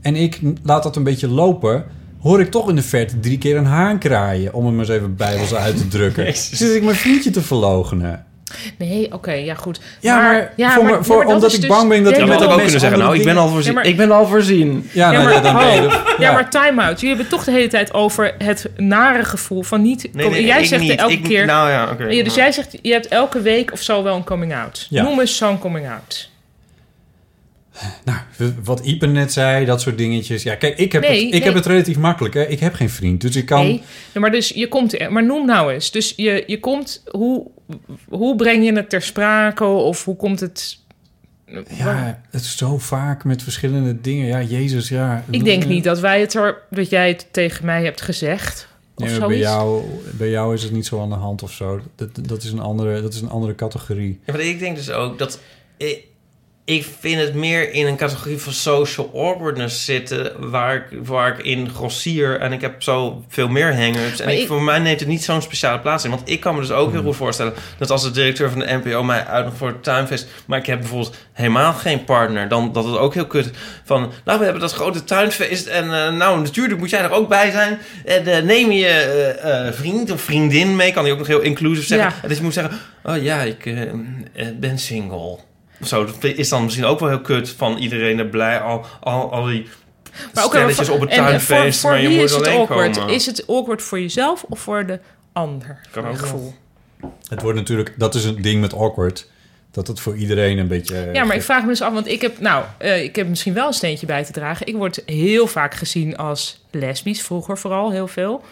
[SPEAKER 7] en ik laat dat een beetje lopen, hoor ik toch in de verte 3 keer een haan kraaien, om hem eens even bijbels uit te drukken. Zit ik mijn vriendje te verloochenen?
[SPEAKER 6] Nee, oké, ja goed.
[SPEAKER 7] Maar omdat ik bang ben dat
[SPEAKER 5] je
[SPEAKER 7] ik met
[SPEAKER 5] had
[SPEAKER 7] ook
[SPEAKER 5] ook kunnen zeggen, nou, ik ben al voorzien.
[SPEAKER 6] Ja,
[SPEAKER 5] Ik ben al voorzien.
[SPEAKER 6] Maar time-out. Jullie hebben het toch de hele tijd over het nare gevoel van niet... jij zegt
[SPEAKER 5] niet.
[SPEAKER 6] elke keer...
[SPEAKER 5] Nou ja, oké.
[SPEAKER 6] Dus jij zegt, je hebt elke week of zo wel een coming-out.
[SPEAKER 7] Ja.
[SPEAKER 6] Noem eens zo'n coming-out.
[SPEAKER 7] Nou, wat Ipe net zei, dat soort dingetjes. Ja, kijk, ik heb het relatief makkelijk. Hè? Ik heb geen vriend, dus ik kan...
[SPEAKER 6] Nee, maar dus je komt... Maar noem nou eens. Dus je komt... Hoe breng je het ter sprake? Of hoe komt het...
[SPEAKER 7] Ja, het is zo vaak met verschillende dingen. Ja, Jezus, ja.
[SPEAKER 6] Ik denk niet dat dat jij het tegen mij hebt gezegd.
[SPEAKER 7] Nee, maar bij jou is het niet zo aan de hand of zo. Dat is een andere categorie.
[SPEAKER 5] Ja, maar ik denk dus ook dat... Ik vind het meer in een categorie van social awkwardness zitten, waar ik in grossier en ik heb zo veel meer hang-ups. En voor mij neemt het niet zo'n speciale plaats in. Want ik kan me dus ook heel goed voorstellen dat als de directeur van de NPO mij uitnodigt voor het tuinfeest, maar ik heb bijvoorbeeld helemaal geen partner, dan dat het ook heel kut van, nou, we hebben dat grote tuinfeest en nou, natuurlijk moet jij er ook bij zijn. En neem je vriend of vriendin mee, kan die ook nog heel inclusief zeggen. Ja. En dus je moet zeggen, oh ja, ik ben single. Zo, dat is dan misschien ook wel heel kut van iedereen er blij, al die stelletjes op het tuinfeest,
[SPEAKER 6] voor
[SPEAKER 5] maar je moet alleen
[SPEAKER 6] awkward?
[SPEAKER 5] komen.
[SPEAKER 6] Is het awkward voor jezelf of voor de ander?
[SPEAKER 5] Kan ook gevoel.
[SPEAKER 7] Het wordt natuurlijk, dat is een ding met awkward, dat het voor iedereen een beetje...
[SPEAKER 6] Ja, maar ik vraag me dus af, want ik heb misschien wel een steentje bij te dragen. Ik word heel vaak gezien als lesbisch, vroeger vooral heel veel.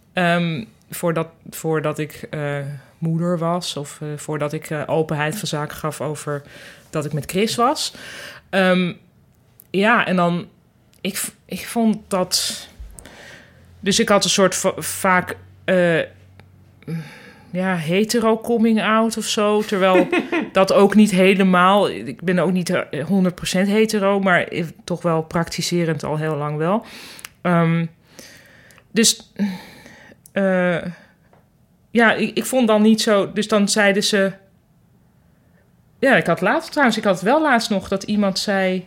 [SPEAKER 6] Voordat ik moeder was of voordat ik openheid van zaken gaf over dat ik met Chris was. En dan... Ik vond dat... Dus ik had een soort vaak... hetero coming out of zo. Terwijl dat ook niet helemaal... Ik ben ook niet 100% hetero, maar toch wel praktiserend al heel lang wel. Ik vond dan niet zo... Dus dan zeiden ze... Ja, ik had het wel laatst nog dat iemand zei...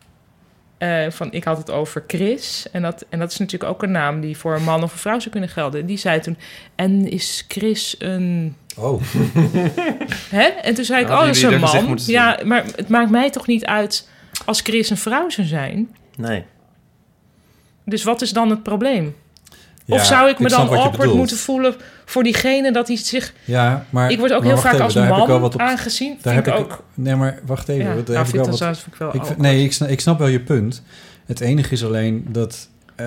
[SPEAKER 6] ik had het over Chris. En dat is natuurlijk ook een naam die voor een man of een vrouw zou kunnen gelden. En die zei toen... En is Chris een...
[SPEAKER 7] Oh.
[SPEAKER 6] Hè? En toen zei ik, dat is een man. Ja, maar het maakt mij toch niet uit als Chris een vrouw zou zijn?
[SPEAKER 5] Nee.
[SPEAKER 6] Dus wat is dan het probleem?
[SPEAKER 7] Ja,
[SPEAKER 6] of zou ik me dan awkward moeten voelen voor diegene dat hij zich...
[SPEAKER 7] Ja, maar...
[SPEAKER 6] Ik word ook heel vaak als man aangezien.
[SPEAKER 7] Daar heb ik ook... Nee, maar wacht even.
[SPEAKER 6] Ja,
[SPEAKER 7] ik snap wel je punt. Het enige is alleen dat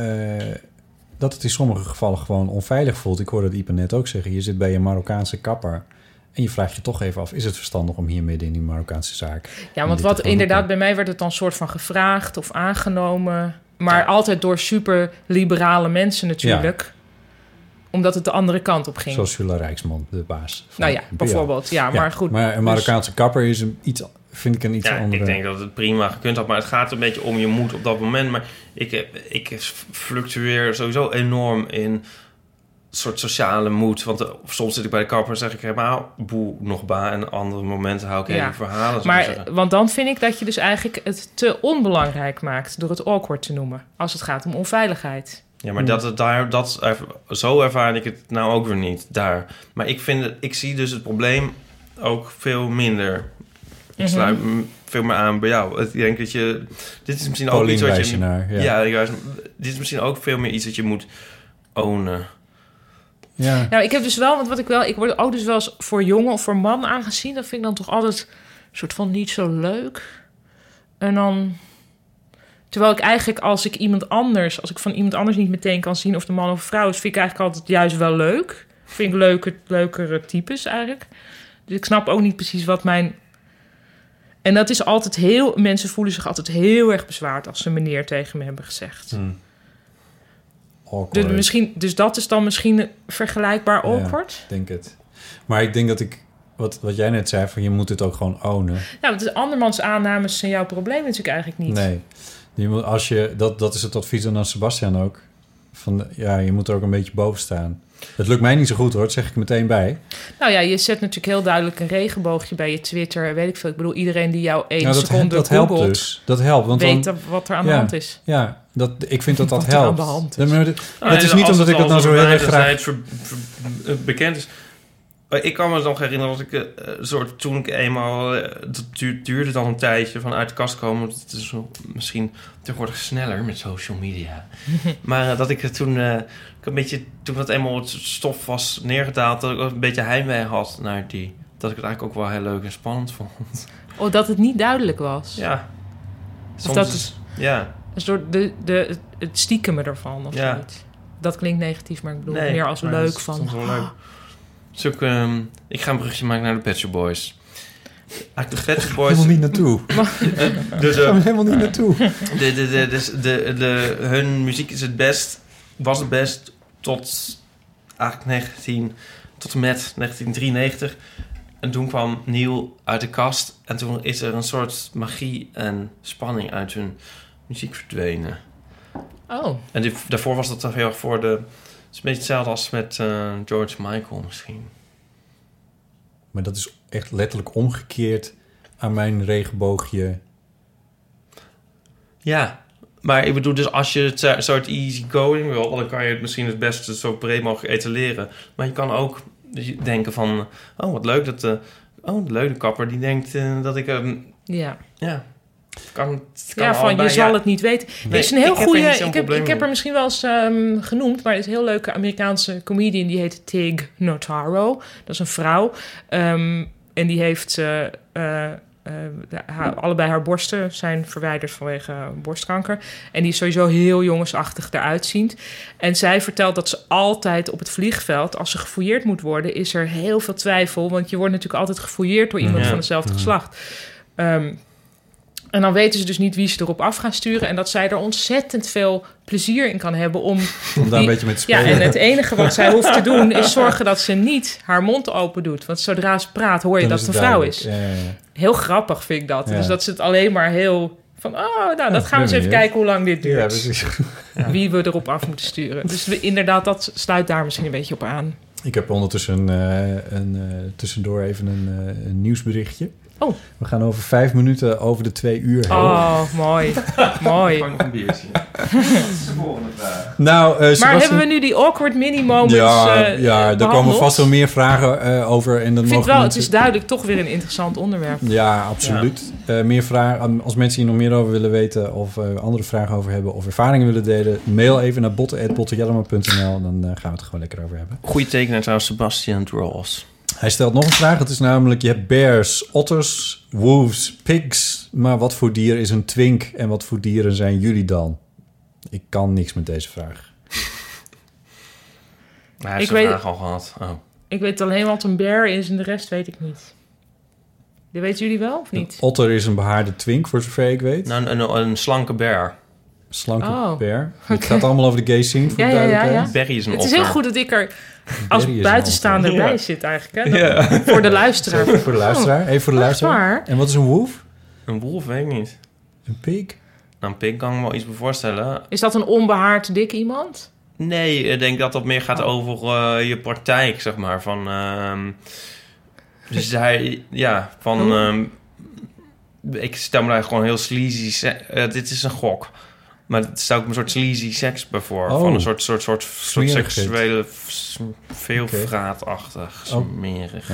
[SPEAKER 7] het in sommige gevallen gewoon onveilig voelt. Ik hoorde dat Ipe net ook zeggen. Je zit bij een Marokkaanse kapper en je vraagt je toch even af... is het verstandig om hier midden in die Marokkaanse zaak...
[SPEAKER 6] Ja, want wat inderdaad bij mij werd het dan soort van gevraagd of aangenomen... Maar altijd door super liberale mensen natuurlijk. Ja. Omdat het de andere kant op ging.
[SPEAKER 7] Zoals Ulla Rijksman, de baas.
[SPEAKER 6] Nou ja, bijvoorbeeld. Ja, maar goed.
[SPEAKER 7] Maar een Marokkaanse kapper is vind ik een iets andere...
[SPEAKER 5] Ik denk dat het prima gekund had. Maar het gaat een beetje om je moed op dat moment. Maar ik fluctueer sowieso enorm in soort sociale moed. Want soms zit ik bij de kapper en zeg ik helemaal boe nog ba. En andere momenten hou ik even verhalen.
[SPEAKER 6] Want dan vind ik dat je dus eigenlijk het te onbelangrijk maakt door het awkward te noemen. Als het gaat om onveiligheid.
[SPEAKER 5] Ja, maar zo ervaar ik het nou ook weer niet daar. Maar ik zie dus het probleem ook veel minder. Ik sluit veel meer aan bij jou. Ik denk dat dit is misschien ook iets wat je... dit is misschien ook veel meer iets dat je moet ownen.
[SPEAKER 7] Ja.
[SPEAKER 6] Nou, ik heb dus wel, ik word ook dus wel eens voor jongen of voor man aangezien. Dat vind ik dan toch altijd een soort van niet zo leuk. En dan... Terwijl ik eigenlijk, als ik van iemand anders niet meteen kan zien of de man of vrouw is, vind ik eigenlijk altijd juist wel leuk. Vind ik leukere types eigenlijk. Dus ik snap ook niet precies wat mijn... En dat is altijd mensen voelen zich altijd heel erg bezwaard als ze meneer tegen me hebben gezegd. Dus dat is dan misschien vergelijkbaar awkward?
[SPEAKER 7] Ja, ik denk het. Maar ik denk dat wat jij net zei, van je moet het ook gewoon ownen.
[SPEAKER 6] Ja, want andermans aannames zijn jouw probleem natuurlijk eigenlijk niet.
[SPEAKER 7] Nee. Dat is het advies aan Sebastian ook. Je moet er ook een beetje boven staan. Het lukt mij niet zo goed hoor, dat zeg ik meteen bij.
[SPEAKER 6] Nou ja, je zet natuurlijk heel duidelijk een regenboogje bij je Twitter, weet ik veel. Ik bedoel, iedereen die jou 1 seconde
[SPEAKER 7] dat helpt dus. Dat helpt. Want
[SPEAKER 6] weet wat er aan de hand is.
[SPEAKER 7] Ja, Ik vind dat
[SPEAKER 6] Wat er
[SPEAKER 7] helpt.
[SPEAKER 6] aan de hand
[SPEAKER 7] Nee,
[SPEAKER 6] is.
[SPEAKER 7] maar het is niet omdat ik dat nou zo heel erg graag...
[SPEAKER 5] bekend is. Ik kan me nog herinneren dat ik toen ik eenmaal... Het duurde dan een tijdje vanuit de kast komen. Het is misschien tegenwoordig sneller met social media. Maar dat ik toen... een beetje, toen dat eenmaal het stof was neergedaald... dat ik ook een beetje heimwee had naar die... Dat ik het eigenlijk ook wel heel leuk en spannend vond.
[SPEAKER 6] Oh, dat het niet duidelijk was.
[SPEAKER 5] Ja.
[SPEAKER 6] Of dat is...
[SPEAKER 5] Ja.
[SPEAKER 6] Dus door het stiekemen ervan of zoiets. Dat klinkt negatief, maar ik bedoel meer als leuk van...
[SPEAKER 5] Leuk. Dus ook, ik ga een brugje maken naar de Pet Shop Boys. Eigenlijk de Pet Shop Boys...
[SPEAKER 7] Helemaal niet naartoe. Helemaal niet naartoe.
[SPEAKER 5] Hun muziek is was het best tot eigenlijk tot en met 1993. En toen kwam Neil uit de kast. En toen is er een soort magie en spanning uit hun muziek verdwenen.
[SPEAKER 6] Oh.
[SPEAKER 5] En daarvoor was dat toch heel erg voor de... Het is een beetje hetzelfde als met George Michael misschien.
[SPEAKER 7] Maar dat is echt letterlijk omgekeerd aan mijn regenboogje.
[SPEAKER 5] Ja, maar ik bedoel, dus als je het soort easygoing wil... dan kan je het misschien het beste zo breed mogelijk etaleren. Maar je kan ook denken van... oh, wat leuk dat... de leuke kapper die denkt dat ik...
[SPEAKER 6] ja.
[SPEAKER 5] Kan
[SPEAKER 6] van je zal het niet weten.
[SPEAKER 5] Nee,
[SPEAKER 6] er is een heel goede...
[SPEAKER 5] Ik
[SPEAKER 6] heb er misschien wel eens genoemd... maar het is een heel leuke Amerikaanse comedian... die heet Tig Notaro. Dat is een vrouw. En die heeft... allebei haar borsten zijn verwijderd vanwege borstkanker. En die is sowieso heel jongensachtig eruit ziet. En zij vertelt dat ze altijd op het vliegveld... als ze gefouilleerd moet worden... is er heel veel twijfel. Want je wordt natuurlijk altijd gefouilleerd... door iemand van hetzelfde geslacht. En dan weten ze dus niet wie ze erop af gaan sturen... en dat zij er ontzettend veel plezier in kan hebben om
[SPEAKER 7] daar een beetje mee te spelen.
[SPEAKER 6] Ja, en het enige wat zij hoeft te doen... is zorgen dat ze niet haar mond open doet. Want zodra ze praat, hoor je dat het een vrouw is.
[SPEAKER 7] Ja.
[SPEAKER 6] Heel grappig vind ik dat.
[SPEAKER 7] Ja.
[SPEAKER 6] Dus dat ze het alleen maar heel... van, dat gaan we eens even kijken hoe lang dit duurt.
[SPEAKER 7] Ja, precies.
[SPEAKER 6] Wie we erop af moeten sturen. Dus inderdaad, dat sluit daar misschien een beetje op aan.
[SPEAKER 7] Ik heb ondertussen tussendoor even een nieuwsberichtje.
[SPEAKER 6] Oh.
[SPEAKER 7] We gaan over 5 minuten over de 2 uur heen.
[SPEAKER 6] Oh, mooi. Mooi.
[SPEAKER 5] Ik nog een biertje. Dat is de volgende vraag.
[SPEAKER 7] Nou,
[SPEAKER 6] maar hebben we nu die awkward mini-moments
[SPEAKER 7] er komen vast wel meer vragen over. En
[SPEAKER 6] ik vind wel, het is duidelijk toch weer een interessant onderwerp.
[SPEAKER 7] Ja, absoluut. Meer vragen. Als mensen hier nog meer over willen weten... of andere vragen over hebben of ervaringen willen delen... mail even naar botten@bottenjellema.nl. Dan gaan we het gewoon lekker over hebben.
[SPEAKER 5] Goeie tekenaar trouwens, Sebastian Drols.
[SPEAKER 7] Hij stelt nog een vraag. Het is namelijk, je hebt bears, otters, wolves, pigs. Maar wat voor dier is een twink en wat voor dieren zijn jullie dan? Ik kan niks met deze vraag.
[SPEAKER 5] Hij heeft zijn vraag al gehad. Oh.
[SPEAKER 6] Ik weet alleen wat een bear is en de rest weet ik niet. Dat weten jullie wel of niet?
[SPEAKER 7] Een otter is een behaarde twink, voor zover ik weet.
[SPEAKER 5] Nou, een slanke bear.
[SPEAKER 7] Slanke bear. Het gaat allemaal over de gay scene, voor duidelijkheid.
[SPEAKER 6] Ja.
[SPEAKER 5] Barry is een otter.
[SPEAKER 6] Het is heel goed dat ik er als buitenstaander bij zit eigenlijk. Hè?
[SPEAKER 5] Ja.
[SPEAKER 6] Voor de luisteraar.
[SPEAKER 7] Sorry, voor de luisteraar. Even voor de luisteraar.
[SPEAKER 6] Waar?
[SPEAKER 7] En wat is een wolf?
[SPEAKER 5] Een wolf weet ik niet.
[SPEAKER 7] Een pig?
[SPEAKER 5] Nou, een pig kan ik me wel iets bij voorstellen.
[SPEAKER 6] Is dat een onbehaard dik iemand?
[SPEAKER 5] Nee, ik denk dat dat meer gaat over je praktijk, zeg maar. Van, dus hij, ik stel me daar gewoon heel sleazy... dit is een gok. Maar het stel ik me een soort sleazy seks bij voor. Van een soort seksuele, veel vraatachtig, smerig.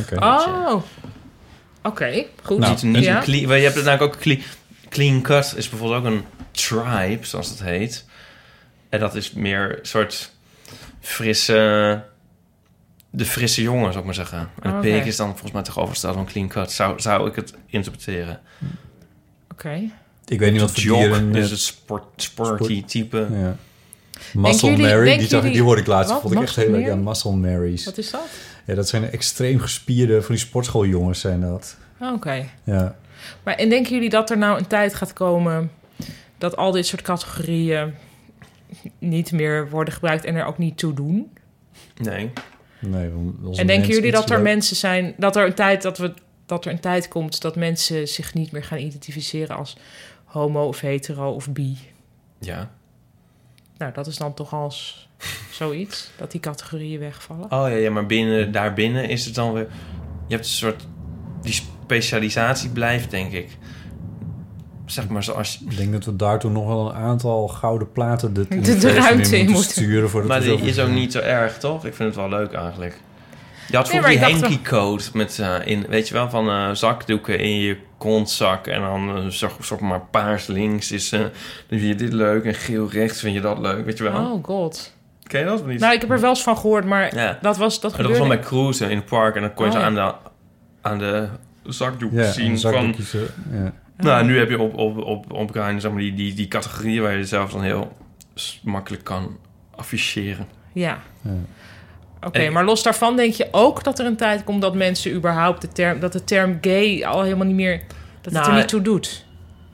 [SPEAKER 6] Oké, goed.
[SPEAKER 5] Nou, je hebt het namelijk ook clean cut is bijvoorbeeld ook een tribe, zoals het heet. En dat is meer een soort frisse jongen, zou ik maar zeggen. En de pig is dan volgens mij tegenovergesteld van clean cut. Zou ik het interpreteren.
[SPEAKER 6] Oké.
[SPEAKER 7] Ik weet niet wat voor dieren...
[SPEAKER 5] Dus het sporty type.
[SPEAKER 7] Ja. Muscle Mary, die hoorde ik laatst. Vond ik echt heel leuk. Ja, Muscle Marys.
[SPEAKER 6] Wat is dat?
[SPEAKER 7] Ja, dat zijn extreem gespierde, van die sportschooljongens zijn dat.
[SPEAKER 6] Oké.
[SPEAKER 7] Ja.
[SPEAKER 6] Maar en denken jullie dat er nou een tijd gaat komen... dat al dit soort categorieën niet meer worden gebruikt... en er ook niet toe doen?
[SPEAKER 5] Nee.
[SPEAKER 6] En denken jullie dat er mensen zijn... dat er een tijd komt dat mensen zich niet meer gaan identificeren als homo of hetero of bi?
[SPEAKER 5] Ja.
[SPEAKER 6] Nou, dat is dan toch als zoiets, dat die categorieën wegvallen.
[SPEAKER 5] Oh ja, maar daarbinnen is het dan weer... Je hebt een soort... Die specialisatie blijft, denk ik. zeg maar zoals...
[SPEAKER 7] Ik denk dat we daartoe nog wel een aantal gouden platen de
[SPEAKER 6] ruimte in moeten
[SPEAKER 7] sturen.
[SPEAKER 5] Maar die is ook niet zo erg, toch? Ik vind het wel leuk eigenlijk. Je had vroeger die Henkie-code met, weet je wel, van zakdoeken in je kontzak. En dan zeg maar paars links is, dan vind je dit leuk. En geel rechts vind je dat leuk, weet je wel.
[SPEAKER 6] Oh god.
[SPEAKER 5] Ken je dat of niet?
[SPEAKER 6] Nou, ik heb er wel eens van gehoord, maar dat gebeurde...
[SPEAKER 5] Dat was wel bij cruisen in het park. En dan kon je ze aan de zakdoek zien. Van, Nou, nu heb je op Grindr, zeg maar, die categorieën waar je zelf dan heel makkelijk kan afficheren.
[SPEAKER 6] Ja. Oké, maar los daarvan denk je ook dat er een tijd komt dat mensen überhaupt de term gay al helemaal niet meer... Dat het er niet toe doet.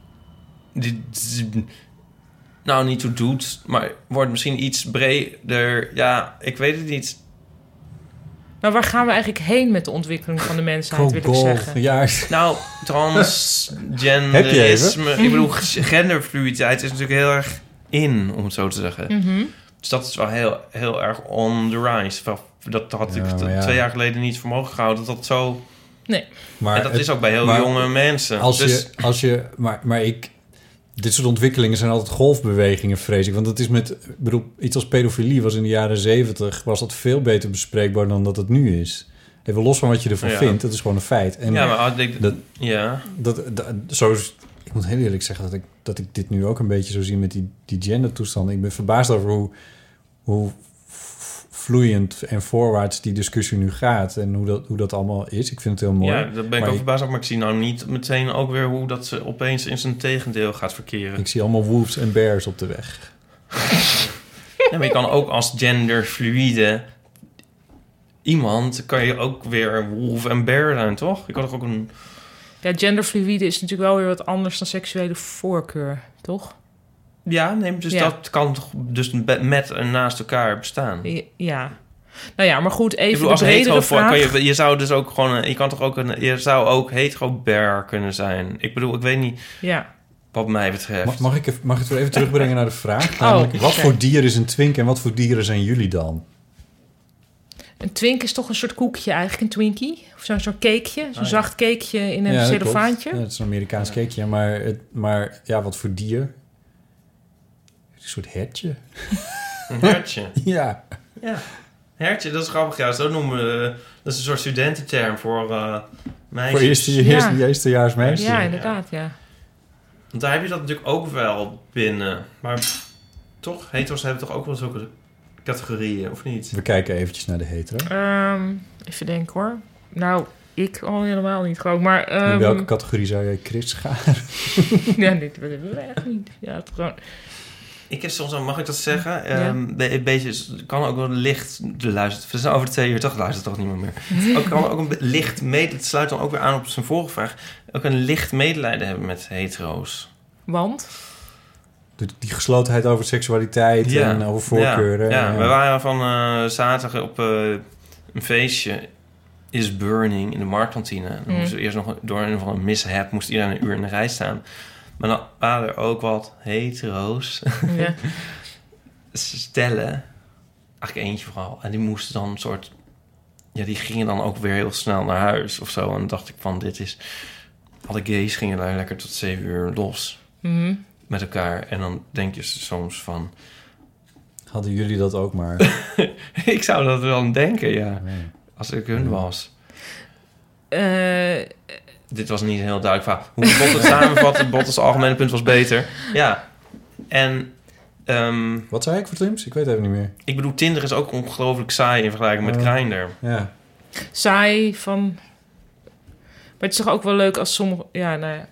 [SPEAKER 5] Nou, niet toe doet, maar wordt misschien iets breder. Ja, ik weet het niet.
[SPEAKER 6] Maar waar gaan we eigenlijk heen met de ontwikkeling van de mensheid, wil ik zeggen?
[SPEAKER 7] Ja.
[SPEAKER 5] Nou, transgenderisme... Ik bedoel, genderfluiditeit is natuurlijk heel erg in, om het zo te zeggen.
[SPEAKER 6] Mm-hmm.
[SPEAKER 5] Dus dat is wel heel, heel erg on the rise. Dat had ik 2 jaar geleden niet voor mogelijk gehouden. Dat zo...
[SPEAKER 6] Nee.
[SPEAKER 7] Maar
[SPEAKER 5] en dat is ook bij heel jonge mensen.
[SPEAKER 7] Dit soort ontwikkelingen zijn altijd golfbewegingen, vrees ik. Want dat is iets als pedofilie was in de jaren 70... was dat veel beter bespreekbaar dan dat het nu is. Even los van wat je ervan vindt, dat is gewoon een feit. En ik moet heel eerlijk zeggen dat ik dit nu ook een beetje zo zie met die gendertoestanden. Ik ben verbaasd over hoe vloeiend en voorwaarts die discussie nu gaat en hoe dat allemaal is. Ik vind het heel mooi.
[SPEAKER 5] Ja, daar ben ik ook verbaasd over, maar ik zie nou niet meteen ook weer hoe dat ze opeens in zijn tegendeel gaat verkeren.
[SPEAKER 7] Ik zie allemaal wolves en bears op de weg.
[SPEAKER 5] Ja, maar je kan ook als genderfluïde iemand, kan je ook weer wolf en bear zijn, toch? Je kan toch ook een...
[SPEAKER 6] Ja, genderfluïde is natuurlijk wel weer wat anders dan seksuele voorkeur, toch?
[SPEAKER 5] Ja, nee, dus dat kan toch dus met en naast elkaar bestaan.
[SPEAKER 6] Ja. Nou ja, maar goed, even
[SPEAKER 5] bedoel, als
[SPEAKER 6] de bredere vraag.
[SPEAKER 5] Je zou dus ook gewoon... Je zou ook hetero-bear kunnen zijn. Ik bedoel, ik weet niet...
[SPEAKER 6] Ja.
[SPEAKER 5] Wat mij betreft.
[SPEAKER 7] Mag ik het weer even terugbrengen naar de vraag? Namelijk, wat voor dier is een twink en wat voor dieren zijn jullie dan?
[SPEAKER 6] Een twink is toch een soort koekje eigenlijk, een Twinkie? Of zo'n cakeje, zo'n zacht cakeje in een cellofaantje.
[SPEAKER 7] Ja, het is een Amerikaans cakeje, maar wat voor dier? Een soort hertje.
[SPEAKER 5] Een hertje?
[SPEAKER 7] Ja.
[SPEAKER 5] Hertje, dat is grappig. Ja, zo noemen we... Dat is een soort studententerm voor meisjes.
[SPEAKER 7] Voor eerstejaars meisjes.
[SPEAKER 6] Ja, inderdaad, ja.
[SPEAKER 5] Want daar heb je dat natuurlijk ook wel binnen. Maar toch, hetero's hebben toch ook wel zulke categorieën, of niet?
[SPEAKER 7] We kijken eventjes naar de hetero.
[SPEAKER 6] Even denken hoor. Nou, ik al helemaal niet gewoon, maar...
[SPEAKER 7] In welke categorie zou jij Chris scharen?
[SPEAKER 6] Ja, dit willen we echt niet. Ja, het gewoon...
[SPEAKER 5] Ik heb soms, mag ik dat zeggen? Een beetje, kan ook wel licht luisteren. We zijn over de 2 uur, toch luistert toch niemand meer. Kan ook een licht het sluit dan ook weer aan op zijn vorige vraag. Ook een licht medelijden hebben met hetero's.
[SPEAKER 6] Want?
[SPEAKER 7] Die geslotenheid over seksualiteit en over voorkeuren.
[SPEAKER 5] Ja. We waren van zaterdag op een feestje is Burning in de marktkantine. Dan moesten we eerst nog door een of andere mishap moest iedereen een uur in de rij staan. Maar dan waren er ook wat hetero's.
[SPEAKER 6] Ja.
[SPEAKER 5] Stellen. Eigenlijk eentje vooral. En die moesten dan een soort... Ja, die gingen dan ook weer heel snel naar huis of zo. En dan dacht ik van, dit is... Alle gays gingen daar lekker tot 7 uur los.
[SPEAKER 6] Mm-hmm.
[SPEAKER 5] Met elkaar. En dan denk je soms van...
[SPEAKER 7] Hadden jullie dat ook maar?
[SPEAKER 5] Ik zou dat wel denken, ja. Nee. Als ik hun was. Dit was niet een heel duidelijk verhaal. Hoe Bot het samenvatte, Bot's algemene punt was beter. Ja. En...
[SPEAKER 7] Wat zei ik voor Tims? Ik weet het even niet meer.
[SPEAKER 5] Ik bedoel, Tinder is ook ongelooflijk saai in vergelijking met Grindr.
[SPEAKER 7] Ja.
[SPEAKER 6] Saai van... Maar het is toch ook wel leuk als sommige... Ja, nou ja...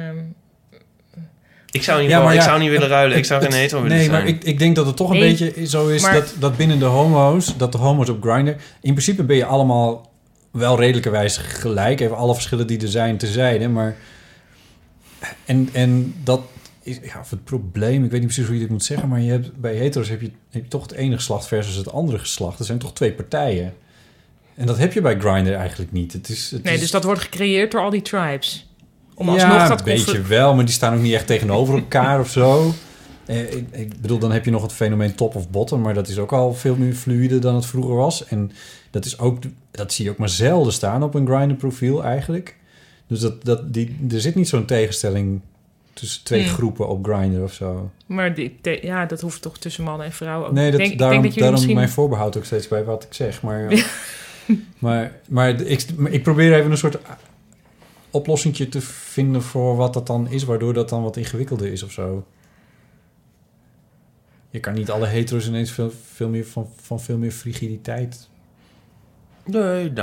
[SPEAKER 5] Ik zou niet willen ruilen. Ik zou geen hetero willen zijn.
[SPEAKER 7] Nee, maar ik denk dat het toch een beetje zo is... Maar, dat binnen de homo's op Grindr... In principe ben je allemaal wel redelijkerwijs gelijk. Even alle verschillen die er zijn terzijde. Maar... En dat is of het probleem... Ik weet niet precies hoe je dit moet zeggen... Maar bij hetero's heb je toch het ene geslacht versus het andere geslacht. Er zijn toch 2 partijen. En dat heb je bij Grindr eigenlijk niet.
[SPEAKER 6] Dus dat wordt gecreëerd door al die tribes...
[SPEAKER 7] Een beetje wel, maar die staan ook niet echt tegenover elkaar of zo. Ik bedoel, dan heb je nog het fenomeen top of bottom... maar dat is ook al veel meer fluïde dan het vroeger was. En dat zie je ook maar zelden staan op een Grindr profiel eigenlijk. Dus er zit niet zo'n tegenstelling tussen twee groepen op Grindr of zo.
[SPEAKER 6] Maar dat hoeft toch tussen mannen en vrouwen ook.
[SPEAKER 7] Nee, daarom
[SPEAKER 6] misschien...
[SPEAKER 7] mijn voorbehoud ook steeds bij wat ik zeg. Maar ik probeer even een soort oplossingje te vinden voor wat dat dan is, waardoor dat dan wat ingewikkelder is of zo. Je kan niet alle hetero's ineens veel meer van veel meer frigiditeit.
[SPEAKER 5] Nee.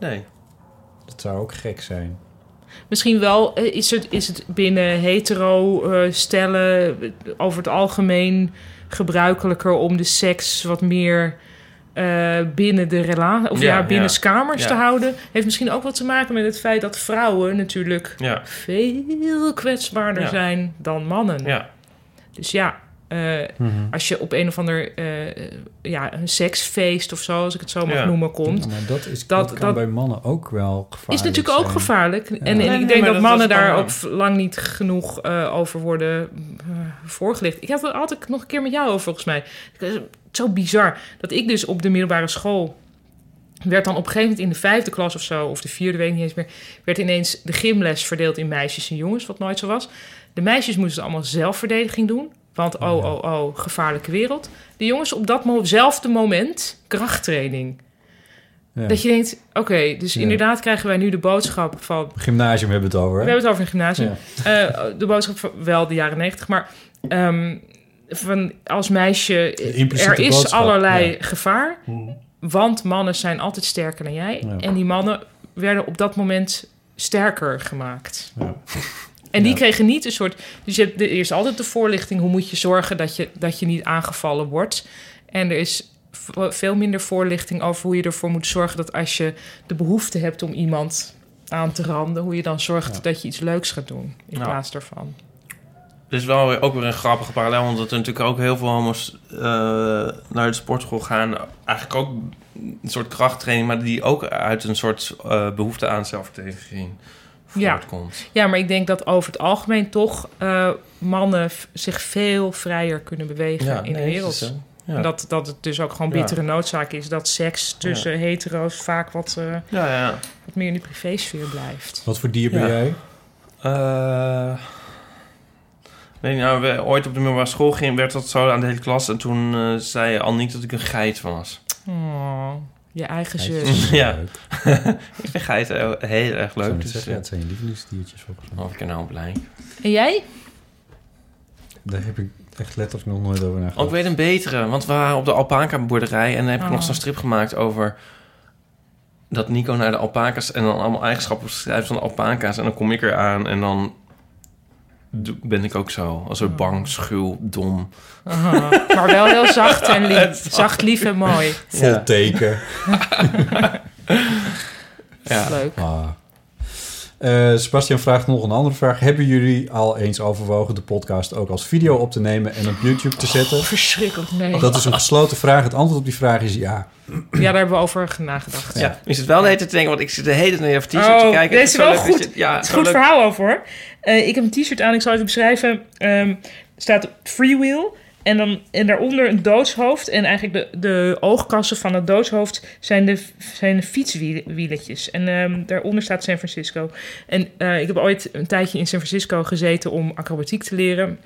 [SPEAKER 7] Dat zou ook gek zijn.
[SPEAKER 6] Misschien wel is het binnen hetero stellen over het algemeen gebruikelijker om de seks wat meer binnen de relatie of binnen kamers te houden. Heeft misschien ook wat te maken met het feit dat vrouwen natuurlijk veel kwetsbaarder zijn dan mannen. Ja. Dus als je op een of ander een seksfeest of zo, als ik het zo mag noemen, komt.
[SPEAKER 7] Ja, maar dat kan bij mannen ook wel gevaarlijk
[SPEAKER 6] is natuurlijk
[SPEAKER 7] zijn.
[SPEAKER 6] Ook gevaarlijk. Ja. En ik denk dat mannen daar ook lang niet genoeg over worden voorgelicht. Ik heb het altijd nog een keer met jou over, volgens mij. Zo bizar. Dat ik dus op de middelbare school werd dan op een gegeven moment in de 5e klas of zo, of de 4e, weet ik niet eens meer, werd ineens de gymles verdeeld in meisjes en jongens, wat nooit zo was. De meisjes moesten allemaal zelfverdediging doen. Want gevaarlijke wereld. De jongens op datzelfde moment krachttraining. Ja. Dat je denkt, oké, dus inderdaad krijgen wij nu de boodschap van...
[SPEAKER 7] Gymnasium hebben we het over, hè?
[SPEAKER 6] We hebben het over een gymnasium. Ja. De boodschap van wel de jaren 90, maar van als meisje... Er is boodschap. Allerlei gevaar, want mannen zijn altijd sterker dan jij. Ja. En die mannen werden op dat moment sterker gemaakt. Ja. En die kregen niet een soort... Dus je hebt eerst altijd de voorlichting... hoe moet je zorgen dat je niet aangevallen wordt. En er is veel minder voorlichting over hoe je ervoor moet zorgen... dat als je de behoefte hebt om iemand aan te randen... hoe je dan zorgt dat je iets leuks gaat doen in plaats daarvan.
[SPEAKER 5] Het is wel ook weer een grappige parallel... want er natuurlijk ook heel veel homo's naar de sportschool gaan. Eigenlijk ook een soort krachttraining... maar die ook uit een soort behoefte aan zelfverdediging... Ja, maar ik denk dat over het algemeen toch mannen zich veel vrijer kunnen bewegen in de wereld. Ja. En dat het dus ook gewoon bittere noodzaak is dat seks tussen hetero's vaak wat meer in de privésfeer blijft.
[SPEAKER 7] Wat voor dier ben jij?
[SPEAKER 5] Weet je, nou, we ooit op de middelbare school gingen, werd dat zo aan de hele klas. En toen zei Anniek dat ik een geit was.
[SPEAKER 6] Oh. Je eigen zus.
[SPEAKER 5] Ja. Ik vind geiten heel erg leuk.
[SPEAKER 7] Dus, het zijn je lievelingsdiertjes volgens mij.
[SPEAKER 5] Of ik er nou blij.
[SPEAKER 6] En jij?
[SPEAKER 7] Daar heb ik echt letterlijk nog nooit over nagedacht.
[SPEAKER 5] Ik weet een betere, want we waren op de alpaca-boerderij... en dan heb ik nog zo'n strip gemaakt over... dat Nico naar de alpaca's... en dan allemaal eigenschappen schrijft van de alpaca's... en dan kom ik eraan en dan... ben ik ook zo. Als een bang, schuw, dom.
[SPEAKER 6] Maar wel heel zacht en lief. Zacht, lief en mooi.
[SPEAKER 7] Vol teken.
[SPEAKER 6] Leuk.
[SPEAKER 7] Sebastian vraagt nog een andere vraag. Hebben jullie al eens overwogen de podcast ook als video op te nemen... en op YouTube te zetten?
[SPEAKER 6] Verschrikkelijk, nee.
[SPEAKER 7] Dat is een gesloten vraag. Het antwoord op die vraag is ja.
[SPEAKER 6] Ja, daar hebben we over nagedacht.
[SPEAKER 5] Ja. Is het wel de hele tijd te denken... want ik zit de hele tijd naar je t-shirt te kijken.
[SPEAKER 6] Dit is wel goed. Het is een goed verhaal over, hoor. Ik heb een t-shirt aan, ik zal even beschrijven. Er staat Freewheel... En daaronder een doodshoofd. En eigenlijk de oogkassen van het doodshoofd zijn de fietswieletjes. En daaronder staat San Francisco. En ik heb ooit een tijdje in San Francisco gezeten om acrobatiek te leren.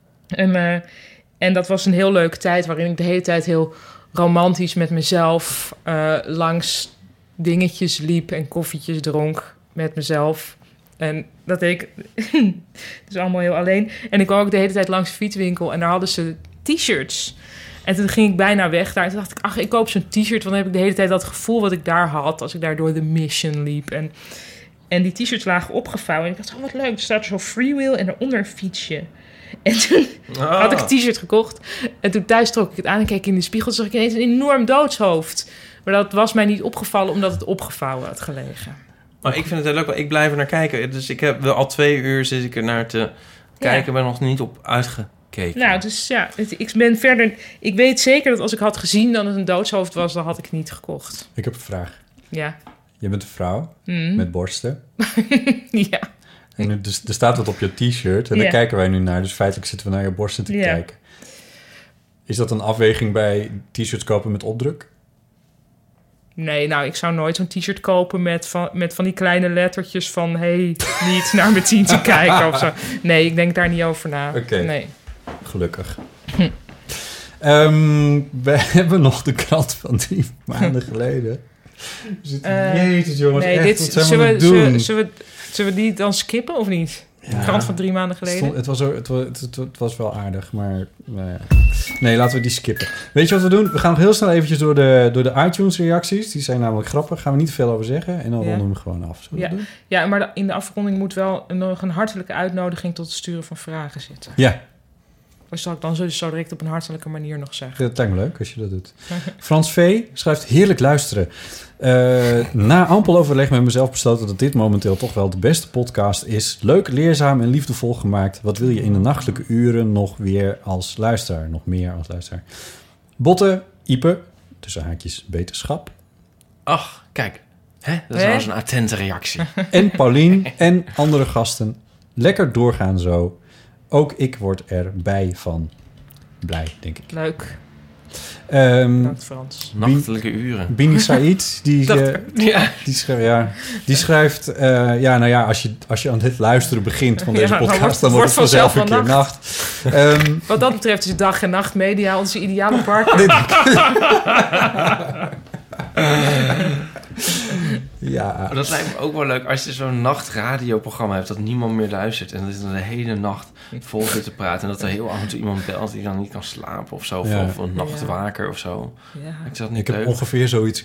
[SPEAKER 6] En dat was een heel leuke tijd waarin ik de hele tijd heel romantisch met mezelf langs dingetjes liep en koffietjes dronk met mezelf. En dat deed ik dus allemaal heel alleen. En ik kwam ook de hele tijd langs de fietswinkel en daar hadden ze t-shirts. En toen ging ik bijna weg daar. En toen dacht ik, ik koop zo'n t-shirt. Want dan heb ik de hele tijd dat gevoel wat ik daar had als ik daar door de Mission liep. En die t-shirts lagen opgevouwen. En ik dacht, wat leuk. Er staat zo Freewheel en daaronder een fietsje. En toen had ik een t-shirt gekocht. En toen thuis trok ik het aan en keek in de spiegel. Toen zag ik ineens een enorm doodshoofd. Maar dat was mij niet opgevallen omdat het opgevouwen had gelegen.
[SPEAKER 5] Maar ik vind het heel leuk, want ik blijf er naar kijken. Dus ik heb wel al 2 uur zit ik er naar te kijken. Ben nog niet op uitgekeken.
[SPEAKER 6] Nou, dus ja, ik ben verder... Ik weet zeker dat als ik had gezien dat het een doodshoofd was, dan had ik het niet gekocht.
[SPEAKER 7] Ik heb een vraag.
[SPEAKER 6] Ja.
[SPEAKER 7] Je bent een vrouw met borsten.
[SPEAKER 6] Ja.
[SPEAKER 7] En er staat wat op je t-shirt en daar kijken wij nu naar. Dus feitelijk zitten we naar je borsten te kijken. Is dat een afweging bij t-shirts kopen met opdruk?
[SPEAKER 6] Nee, nou, ik zou nooit zo'n t-shirt kopen met van die kleine lettertjes van... hey, niet naar mijn 10 te kijken of zo. Nee, ik denk daar niet over na.
[SPEAKER 7] Oké.
[SPEAKER 6] Nee.
[SPEAKER 7] Gelukkig. We hebben nog de krant van 3 maanden geleden. Jezus jongens,
[SPEAKER 6] nee,
[SPEAKER 7] echt, wat zijn we aan het doen?
[SPEAKER 6] Zullen we die dan skippen of niet? De krant van 3 maanden geleden?
[SPEAKER 7] Het was wel aardig, maar... Nee, laten we die skippen. Weet je wat we doen? We gaan nog heel snel eventjes door de iTunes-reacties. Die zijn namelijk grappig. Daar gaan we niet veel over zeggen. En dan ronden we hem gewoon af. Zullen we dat doen?
[SPEAKER 6] Ja, maar in de afronding moet wel nog een hartelijke uitnodiging... tot het sturen van vragen zitten.
[SPEAKER 7] Ja.
[SPEAKER 6] Dat zal ik dan zo direct op een hartelijke manier nog zeggen.
[SPEAKER 7] Dat lijkt me leuk als je dat doet. Frans V. schrijft heerlijk luisteren. Na ampel overleg met mezelf besloten dat dit momenteel toch wel de beste podcast is. Leuk, leerzaam en liefdevol gemaakt. Wat wil je in de nachtelijke uren nog meer als luisteraar? Botte, Ipe, tussen haakjes beterschap.
[SPEAKER 5] Ach, kijk. Dat is nou eens een attente reactie.
[SPEAKER 7] En Paulien en andere gasten. Lekker doorgaan zo. Ook ik word erbij van. Blij, denk ik.
[SPEAKER 6] Leuk. Bedankt, Frans.
[SPEAKER 5] Nachtelijke uren.
[SPEAKER 7] Bini Said, die schrijft... als je aan dit luisteren begint van deze podcast... dan wordt het vanzelf een keer nacht.
[SPEAKER 6] Wat dat betreft is dag en nacht media onze ideale partner.
[SPEAKER 7] Ja.
[SPEAKER 5] Dat lijkt me ook wel leuk als je zo'n nachtradioprogramma hebt... dat niemand meer luistert en dat is dan de hele nacht vol zit te praten... en dat er heel af en toe iemand belt die dan niet kan slapen of zo... of een nachtwaker of zo.
[SPEAKER 6] Ja.
[SPEAKER 5] Ik
[SPEAKER 7] heb ongeveer zoiets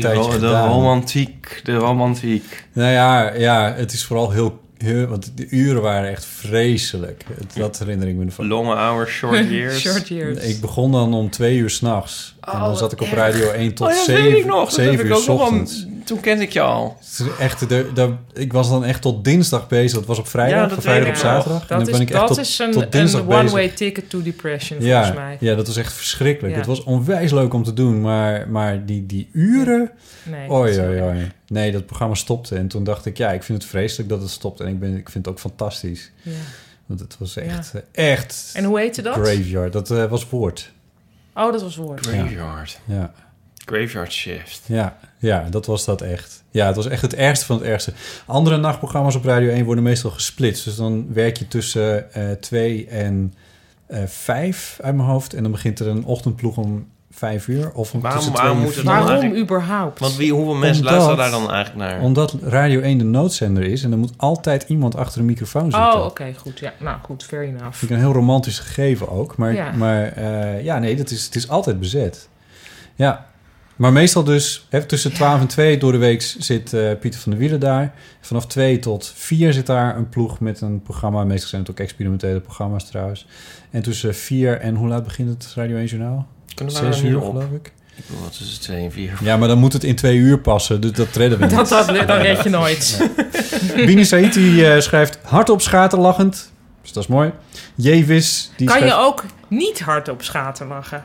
[SPEAKER 5] de romantiek.
[SPEAKER 7] Nou ja, het is vooral heel... Want de uren waren echt vreselijk. Dat herinner ik me ervan.
[SPEAKER 5] Long hours, short years.
[SPEAKER 6] Short years.
[SPEAKER 7] Ik begon dan om 2 uur 's nachts. En dan zat ik op Radio 1 tot 7 uur 's ochtends.
[SPEAKER 5] Toen kende ik je al.
[SPEAKER 7] Echt, ik was dan echt tot dinsdag bezig. Het was op vrijdag, van vrijdag op zaterdag.
[SPEAKER 6] Dat is een one-way ticket to depression, volgens mij.
[SPEAKER 7] Ja, dat was echt verschrikkelijk. Ja. Het was onwijs leuk om te doen, maar die uren... Nee, nee, dat programma stopte. En toen dacht ik, ik vind het vreselijk dat het stopt. En ik vind het ook fantastisch. Ja. Want het was echt...
[SPEAKER 6] En hoe heette dat?
[SPEAKER 7] Graveyard. Dat was Woord.
[SPEAKER 6] Oh, dat was Woord.
[SPEAKER 5] Graveyard.
[SPEAKER 7] Ja.
[SPEAKER 5] Graveyard Shift.
[SPEAKER 7] Ja, dat was dat echt. Ja, het was echt het ergste van het ergste. Andere nachtprogramma's op Radio 1 worden meestal gesplitst. Dus dan werk je tussen 2 en 5 uit mijn hoofd. En dan begint er een ochtendploeg om 5 uur. Of
[SPEAKER 6] waarom überhaupt?
[SPEAKER 5] Want hoeveel mensen luisteren daar dan eigenlijk naar?
[SPEAKER 7] Omdat Radio 1 de noodzender is. En er moet altijd iemand achter een microfoon zitten.
[SPEAKER 6] Oh, oké, goed. Ja, nou goed, fair enough.
[SPEAKER 7] Vind ik een heel romantisch gegeven ook. Maar het is altijd bezet. Ja. Maar meestal dus, tussen 12 en 2 door de week zit Pieter van der Wielen daar. Vanaf 2 tot 4 zit daar een ploeg met een programma. Meestal zijn het ook experimentele programma's trouwens. En tussen 4 en hoe laat begint het Radio 1 Journaal? 6 uur, geloof ik.
[SPEAKER 5] Ik bedoel, tussen 2 en 4.
[SPEAKER 7] Ja, maar dan moet het in 2 uur passen, dus dat redden we niet.
[SPEAKER 6] Dat red je nooit.
[SPEAKER 7] Bini Said schrijft hardop schaterlachend. Dus dat is mooi. Jevis, die
[SPEAKER 6] kan je ook niet hardop schaterlachen?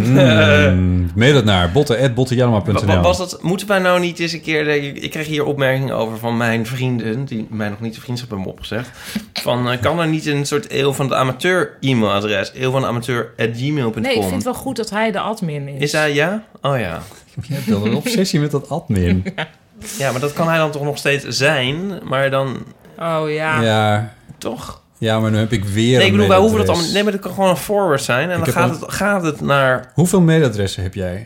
[SPEAKER 7] Mail het naar botte@bottejanema.nl.
[SPEAKER 5] Moeten wij nou niet eens een keer... Ik kreeg hier opmerkingen over van mijn vrienden... die mij nog niet de vriendschap hebben opgezegd. Kan er niet een soort eeuw van de amateur e-mailadres... eeuwvandeamateur@gmail.com?
[SPEAKER 6] Nee, ik vind het wel goed dat hij de admin is.
[SPEAKER 5] Is hij ja? Oh ja.
[SPEAKER 7] Je hebt wel een obsessie met dat admin.
[SPEAKER 5] Ja, maar dat kan hij dan toch nog steeds zijn? Maar dan...
[SPEAKER 6] Oh ja.
[SPEAKER 7] Ja.
[SPEAKER 5] Toch?
[SPEAKER 7] Ja, maar nu heb ik weer
[SPEAKER 5] Nee, ik bedoel, wij hoeven dat allemaal... Nee, maar dat kan gewoon een forward zijn. En dan gaat het naar...
[SPEAKER 7] Hoeveel mailadressen heb jij?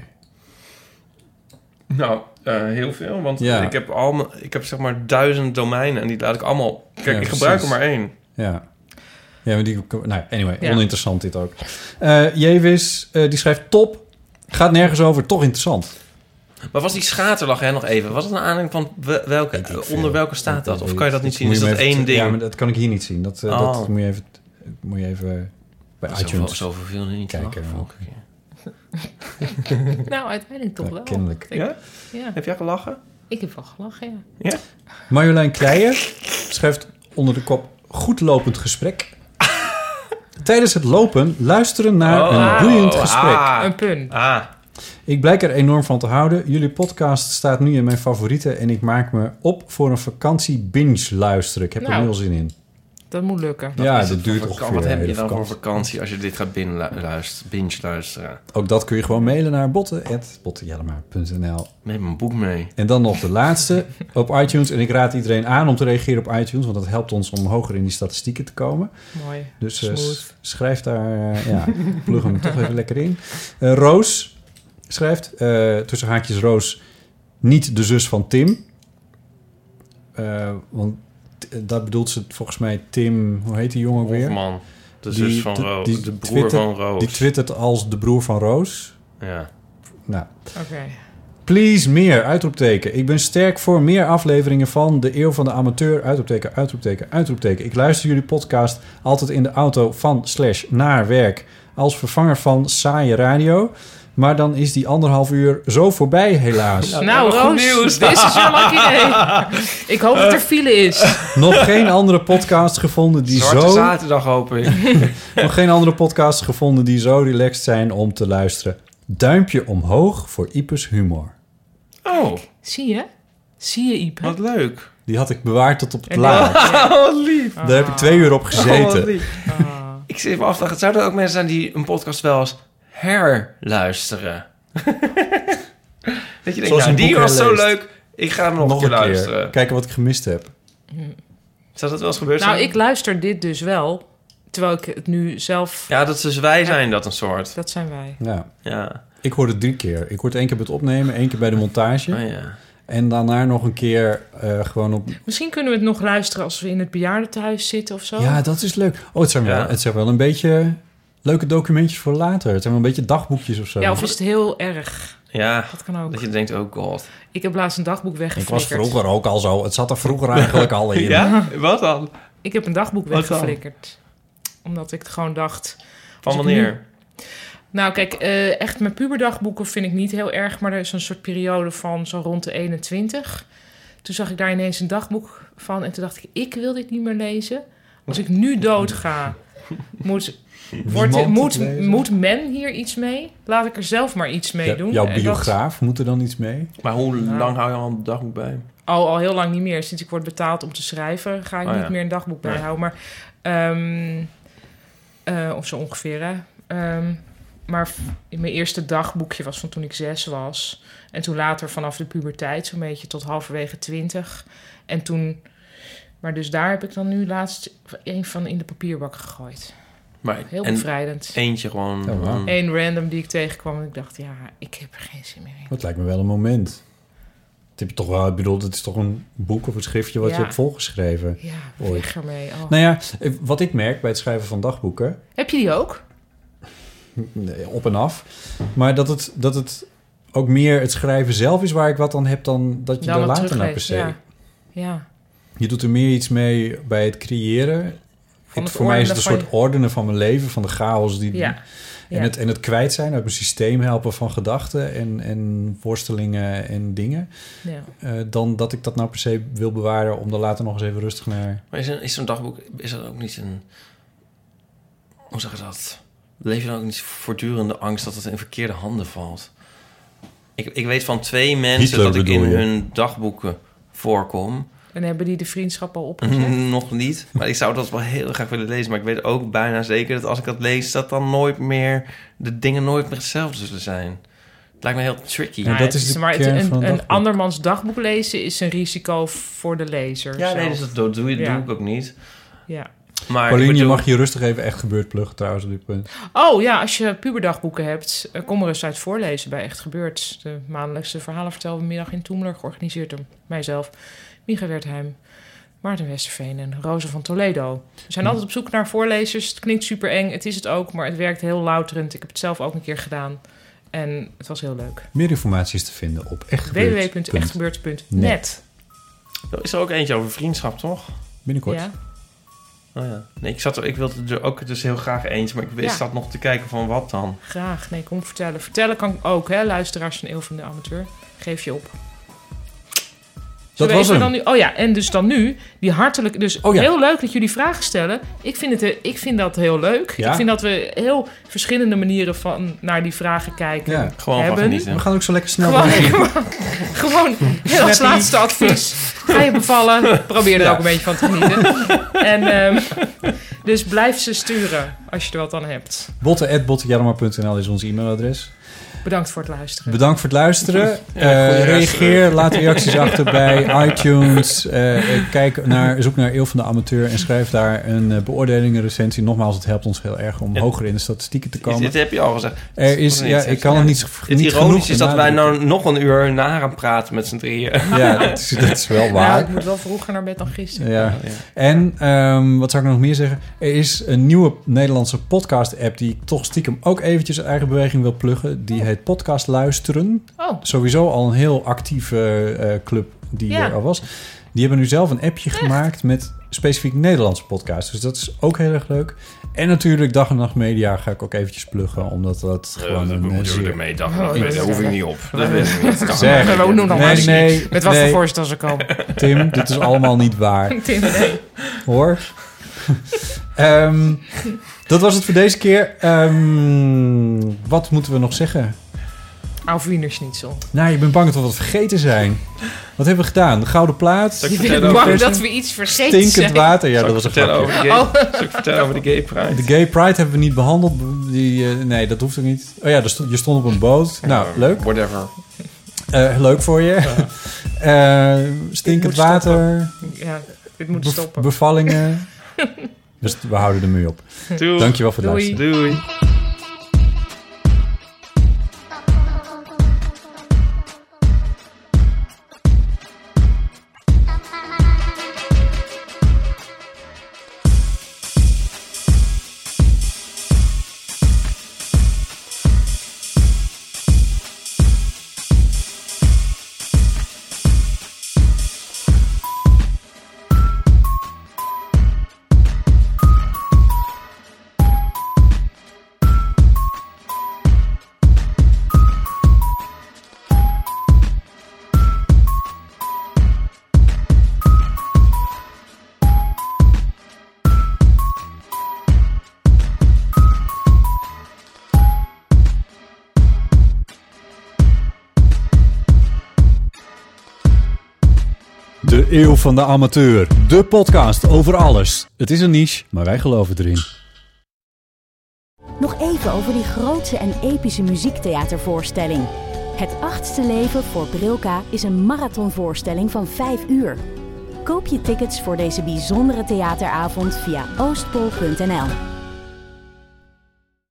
[SPEAKER 5] Nou, heel veel. Want ik heb zeg maar 1000 domeinen. En die laat ik allemaal... Kijk, ik gebruik er maar 1.
[SPEAKER 7] Ja. Ja, maar anyway, oninteressant dit ook. Jevis, die schrijft top. Gaat nergens over, toch interessant.
[SPEAKER 5] Maar was die schaterlach nog even? Was het een aanleiding van onder welke staat dat? Of kan je dat niet zien? Is dat één ding?
[SPEAKER 7] Ja, maar dat kan ik hier niet zien. Dat moet je even bij iTunes.
[SPEAKER 5] Zoveel viel er niet
[SPEAKER 7] kijken.
[SPEAKER 6] Nou, uiteindelijk toch wel.
[SPEAKER 7] Kennelijk.
[SPEAKER 5] Ja? Heb jij gelachen?
[SPEAKER 6] Ik heb wel gelachen, ja.
[SPEAKER 7] Marjolein Kleijer schrijft onder de kop goed lopend gesprek. Tijdens het lopen luisteren naar een boeiend gesprek.
[SPEAKER 6] Een pun.
[SPEAKER 7] Ik blijk er enorm van te houden. Jullie podcast staat nu in mijn favorieten... en ik maak me op voor een vakantie binge luisteren. Ik heb er heel zin in.
[SPEAKER 6] Dat moet lukken.
[SPEAKER 7] Ja,
[SPEAKER 5] Is
[SPEAKER 7] dat
[SPEAKER 5] het
[SPEAKER 7] duurt
[SPEAKER 5] voor
[SPEAKER 7] ongeveer
[SPEAKER 5] Wat heb
[SPEAKER 7] de
[SPEAKER 5] je dan voor
[SPEAKER 7] vakantie.
[SPEAKER 5] vakantie als je dit gaat binge luisteren?
[SPEAKER 7] Ook dat kun je gewoon mailen naar botten@bottenjellema.nl.
[SPEAKER 5] Neem mijn boek mee.
[SPEAKER 7] En dan nog de laatste op iTunes. En ik raad iedereen aan om te reageren op iTunes, want dat helpt ons om hoger in die statistieken te komen.
[SPEAKER 6] Mooi.
[SPEAKER 7] Dus
[SPEAKER 6] Smooth.
[SPEAKER 7] schrijf daar, plug hem toch even lekker in. Roos schrijft, tussen haakjes Roos, niet de zus van Tim. Want daar bedoelt ze volgens mij Tim, hoe heet die jongen ook weer?
[SPEAKER 5] Hofman, de zus van Roos, de broer
[SPEAKER 7] twittert,
[SPEAKER 5] van Roos.
[SPEAKER 7] Die twittert als de broer van Roos.
[SPEAKER 5] Ja.
[SPEAKER 7] Nou.
[SPEAKER 6] Oké.
[SPEAKER 7] Please, meer, uitroepteken. Ik ben sterk voor meer afleveringen van De Eeuw van de Amateur, uitroepteken, uitroepteken, uitroepteken. Ik luister jullie podcast altijd in de auto van/naar werk als vervanger van saaie radio. Maar dan is die 1,5 uur zo voorbij, helaas.
[SPEAKER 6] Nou, Roos, dit is your lucky day. Ik hoop dat er file is.
[SPEAKER 7] Nog geen andere podcast gevonden die
[SPEAKER 5] Zwarte
[SPEAKER 7] zo...
[SPEAKER 5] zaterdag, hoop ik.
[SPEAKER 7] Nog geen andere podcasts gevonden die zo relaxed zijn om te luisteren. Duimpje omhoog voor Ipes humor.
[SPEAKER 5] Oh,
[SPEAKER 6] Zie je? Zie je, Ipe?
[SPEAKER 5] wat leuk.
[SPEAKER 7] Die had ik bewaard tot op het
[SPEAKER 6] En
[SPEAKER 7] laatst.
[SPEAKER 5] Wat lief.
[SPEAKER 7] Daar heb ik 2 uur op gezeten.
[SPEAKER 5] Ik zit me af te vragen, zouden er ook mensen zijn die een podcast wel eens herluisteren? Dat je denkt,
[SPEAKER 7] Zoals
[SPEAKER 5] nou,
[SPEAKER 7] een
[SPEAKER 5] die
[SPEAKER 7] boek
[SPEAKER 5] was zo
[SPEAKER 7] herleest.
[SPEAKER 5] leuk. Ik ga hem nog een keer luisteren.
[SPEAKER 7] Kijken wat ik gemist heb.
[SPEAKER 5] Zou dat wel eens gebeurd
[SPEAKER 6] Nou,
[SPEAKER 5] zijn?
[SPEAKER 6] ik luister dit dus wel. Terwijl ik het nu zelf...
[SPEAKER 5] Ja, dat is dus wij zijn dat een soort.
[SPEAKER 6] Dat zijn wij.
[SPEAKER 7] Ja.
[SPEAKER 5] Ja.
[SPEAKER 7] Ik hoorde het 3 keer. Ik hoorde 1 keer bij het opnemen, 1 keer bij de montage.
[SPEAKER 5] Oh, ja.
[SPEAKER 7] En daarna nog een keer gewoon op...
[SPEAKER 6] Misschien kunnen we het nog luisteren als we in het bejaardentehuis zitten of zo.
[SPEAKER 7] Ja, dat is leuk. Oh, het zijn wel een beetje leuke documentjes voor later. Het zijn wel een beetje dagboekjes of zo.
[SPEAKER 6] Ja, of is het heel erg?
[SPEAKER 5] Ja,
[SPEAKER 6] Dat kan ook.
[SPEAKER 5] dat je denkt, oh god.
[SPEAKER 6] Ik heb laatst een dagboek
[SPEAKER 7] Ik
[SPEAKER 6] weggeflikkerd.
[SPEAKER 7] was vroeger ook al zo. Het zat er vroeger eigenlijk al in.
[SPEAKER 5] Ja? Wat dan?
[SPEAKER 6] Ik heb een dagboek
[SPEAKER 5] Wat dan?
[SPEAKER 6] weggeflikkerd. Omdat ik gewoon dacht...
[SPEAKER 5] Van
[SPEAKER 6] als ik
[SPEAKER 5] wanneer?
[SPEAKER 6] Nou, kijk, echt mijn puberdagboeken vind ik niet heel erg. Maar er is een soort periode van zo rond de 21. Toen zag ik daar ineens een dagboek van. En toen dacht ik wil dit niet meer lezen. Als ik nu doodga, moet men hier iets mee? Laat ik er zelf maar iets mee doen.
[SPEAKER 7] Jouw
[SPEAKER 6] En
[SPEAKER 7] biograaf moet er dan iets mee?
[SPEAKER 5] Maar hoe lang hou je al een dagboek bij?
[SPEAKER 6] al heel lang niet meer. Sinds ik word betaald om te schrijven, ga ik
[SPEAKER 5] Oh,
[SPEAKER 6] niet
[SPEAKER 5] ja.
[SPEAKER 6] meer een dagboek bijhouden. Maar, of zo ongeveer, hè. Maar mijn eerste dagboekje was van toen ik 6 was. En toen later vanaf de puberteit, zo'n beetje tot halverwege 20. En toen... Maar dus daar heb ik dan nu laatst een van in de papierbak gegooid.
[SPEAKER 5] Maar,
[SPEAKER 6] Heel
[SPEAKER 5] en
[SPEAKER 6] bevrijdend.
[SPEAKER 5] eentje gewoon...
[SPEAKER 7] Oh, wow.
[SPEAKER 6] Eén random die ik tegenkwam en ik dacht, ja, ik heb er geen zin meer in.
[SPEAKER 7] Dat lijkt me wel een moment. Het heb je toch wel, ik bedoel, het is toch een boek of een schriftje wat
[SPEAKER 6] Ja.
[SPEAKER 7] je hebt volgeschreven.
[SPEAKER 6] Ja,
[SPEAKER 7] Ooit.
[SPEAKER 6] weg ermee. Oh.
[SPEAKER 7] Nou ja, wat ik merk bij het schrijven van dagboeken,
[SPEAKER 6] Heb je die ook?
[SPEAKER 7] nee, op en af, maar dat het ook meer het schrijven zelf is waar ik wat aan heb dan dat je
[SPEAKER 6] Dan
[SPEAKER 7] er
[SPEAKER 6] het
[SPEAKER 7] later naar per
[SPEAKER 6] teruglezen,
[SPEAKER 7] se.
[SPEAKER 6] Ja.
[SPEAKER 7] Je doet er meer iets mee bij het creëren.
[SPEAKER 6] Het
[SPEAKER 7] Voor mij is het een
[SPEAKER 6] ordenen
[SPEAKER 7] soort ordenen van mijn leven, van de chaos die...
[SPEAKER 6] Ja.
[SPEAKER 7] En het kwijt zijn uit mijn systeem helpen van gedachten en worstelingen en dingen.
[SPEAKER 6] Ja.
[SPEAKER 7] Dan dat ik dat nou per se wil bewaren om er later nog eens even rustig naar...
[SPEAKER 5] Maar is zo'n dagboek... Is dat ook niet een... Hoe zeg je dat? Leef je dan ook niet voortdurende angst dat het in verkeerde handen valt? Ik weet van 2 mensen
[SPEAKER 7] Hitler
[SPEAKER 5] dat ik in
[SPEAKER 7] bedoel je?
[SPEAKER 5] hun dagboeken voorkom.
[SPEAKER 6] En hebben die de vriendschap al opgezet?
[SPEAKER 5] Nog niet. Maar ik zou dat wel heel graag willen lezen. Maar ik weet ook bijna zeker dat als ik dat lees... dat dan nooit meer... de dingen nooit meer hetzelfde zullen zijn. Het lijkt me heel tricky.
[SPEAKER 7] Ja, dat is de kern van een
[SPEAKER 6] een
[SPEAKER 7] dagboek.
[SPEAKER 6] andermans dagboek lezen is een risico voor de lezer.
[SPEAKER 5] Ja, nee,
[SPEAKER 6] zelf.
[SPEAKER 5] dus dat doe
[SPEAKER 6] Ja.
[SPEAKER 5] ik ook niet.
[SPEAKER 6] Ja.
[SPEAKER 5] Maar
[SPEAKER 7] Pauline,
[SPEAKER 5] ik bedoel,
[SPEAKER 7] je mag je rustig even echt gebeurd pluggen trouwens op dit punt.
[SPEAKER 6] Oh ja, als je puberdagboeken hebt, kom er eens uit voorlezen bij Echt Gebeurd. De maandelijkse verhalenvertelmiddag in Toemler, georganiseerd door mijzelf, Micha Wertheim, Maarten Westerveen en Rosa van Toledo. We zijn altijd op zoek naar voorlezers. Het klinkt super eng, het is het ook, maar het werkt heel louterend. Ik heb het zelf ook een keer gedaan en het was heel leuk.
[SPEAKER 7] Meer informatie is te vinden op echtgebeurd.net.
[SPEAKER 6] www.echtgebeurd.net.
[SPEAKER 5] is er ook eentje over vriendschap, toch?
[SPEAKER 7] Binnenkort.
[SPEAKER 6] Ja.
[SPEAKER 5] Oh ja. Nee, ik wilde er ook dus heel graag eentje, maar ik wist
[SPEAKER 6] Ja.
[SPEAKER 5] dat nog te kijken van wat dan.
[SPEAKER 6] Graag. Nee, kom vertellen. Vertellen kan ook, hè, luisteraars van Eeuw van de Amateur. Geef je op.
[SPEAKER 7] Dat was hem.
[SPEAKER 6] Dan nu, en dus dan nu, die hartelijk... Dus heel leuk dat jullie vragen stellen. Ik vind dat heel leuk.
[SPEAKER 7] Ja?
[SPEAKER 6] Ik vind dat we heel verschillende manieren van naar die vragen kijken
[SPEAKER 5] Gewoon
[SPEAKER 6] hebben.
[SPEAKER 5] van genieten.
[SPEAKER 7] We gaan ook zo lekker snel
[SPEAKER 6] Gewoon als laatste advies. Ga je bevallen, probeer er ook een beetje van te genieten. En dus blijf ze sturen als je er wat aan hebt.
[SPEAKER 7] botten@bottenjarma.nl is ons e-mailadres.
[SPEAKER 6] Bedankt voor het luisteren.
[SPEAKER 7] Bedankt voor het luisteren. Reageer, laat reacties achter bij iTunes. Zoek naar Eeuw van de Amateur en schrijf daar een beoordeling, een recensie. Nogmaals, het helpt ons heel erg om hoger in de statistieken te komen.
[SPEAKER 5] Dit heb je al gezegd.
[SPEAKER 7] Ik kan het niet
[SPEAKER 5] Het
[SPEAKER 7] niet
[SPEAKER 5] ironisch is dat wij
[SPEAKER 7] benadrukken.
[SPEAKER 5] nou nog een uur na gaan praten met z'n drieën.
[SPEAKER 7] Ja, dat is wel waar.
[SPEAKER 6] Nou, ik moet wel vroeger naar bed dan gisteren.
[SPEAKER 7] Ja. En wat zou ik nog meer zeggen? Er is een nieuwe Nederlandse podcast-app die ik toch stiekem ook eventjes uit eigen beweging wil pluggen. Die heet Podcast Luisteren.
[SPEAKER 6] Oh.
[SPEAKER 7] Sowieso al een heel actieve club die er al was. Die hebben nu zelf een appje gemaakt met specifiek Nederlandse podcasts. Dus dat is ook heel erg leuk. En natuurlijk Dag en Nacht Media ga ik ook eventjes pluggen, omdat dat gewoon een zeer...
[SPEAKER 5] ermee. Daar hoef ik niet op. Dat weet ik niet.
[SPEAKER 7] Zeg.
[SPEAKER 6] We doen nog maar eens
[SPEAKER 7] nee,
[SPEAKER 6] met wat voor voorstel ze komen.
[SPEAKER 7] Tim, dit is allemaal niet waar.
[SPEAKER 6] Tim, nee.
[SPEAKER 7] Hoor. Dat was het voor deze keer. Wat moeten we nog zeggen?
[SPEAKER 6] Auf Wienerschnitzel.
[SPEAKER 7] Nou, ik ben bang dat we wat vergeten zijn. Wat hebben we gedaan? De Gouden Plaat?
[SPEAKER 6] Je bent bang dat we iets vergeten zijn.
[SPEAKER 7] Stinkend water. Ja, dat was een grapje.
[SPEAKER 5] Zal ik vertellen over de Gay Pride?
[SPEAKER 7] De Gay Pride hebben we niet behandeld. Nee, dat hoeft ook niet. Oh ja, je stond op een boot. Nou, leuk.
[SPEAKER 5] Whatever.
[SPEAKER 7] Leuk voor je. Stinkend water.
[SPEAKER 6] Ja, dit moet stoppen.
[SPEAKER 7] Bevallingen. Dus we houden er mee op.
[SPEAKER 5] Doei.
[SPEAKER 7] Dankjewel voor het luisteren.
[SPEAKER 5] Doei.
[SPEAKER 7] De Eeuw van de Amateur. De podcast over alles. Het is een niche, maar wij geloven erin.
[SPEAKER 1] Nog even over die grootse en epische muziektheatervoorstelling. Het 8e leven voor Brilka is een marathonvoorstelling van 5 uur. Koop je tickets voor deze bijzondere theateravond via oostpol.nl.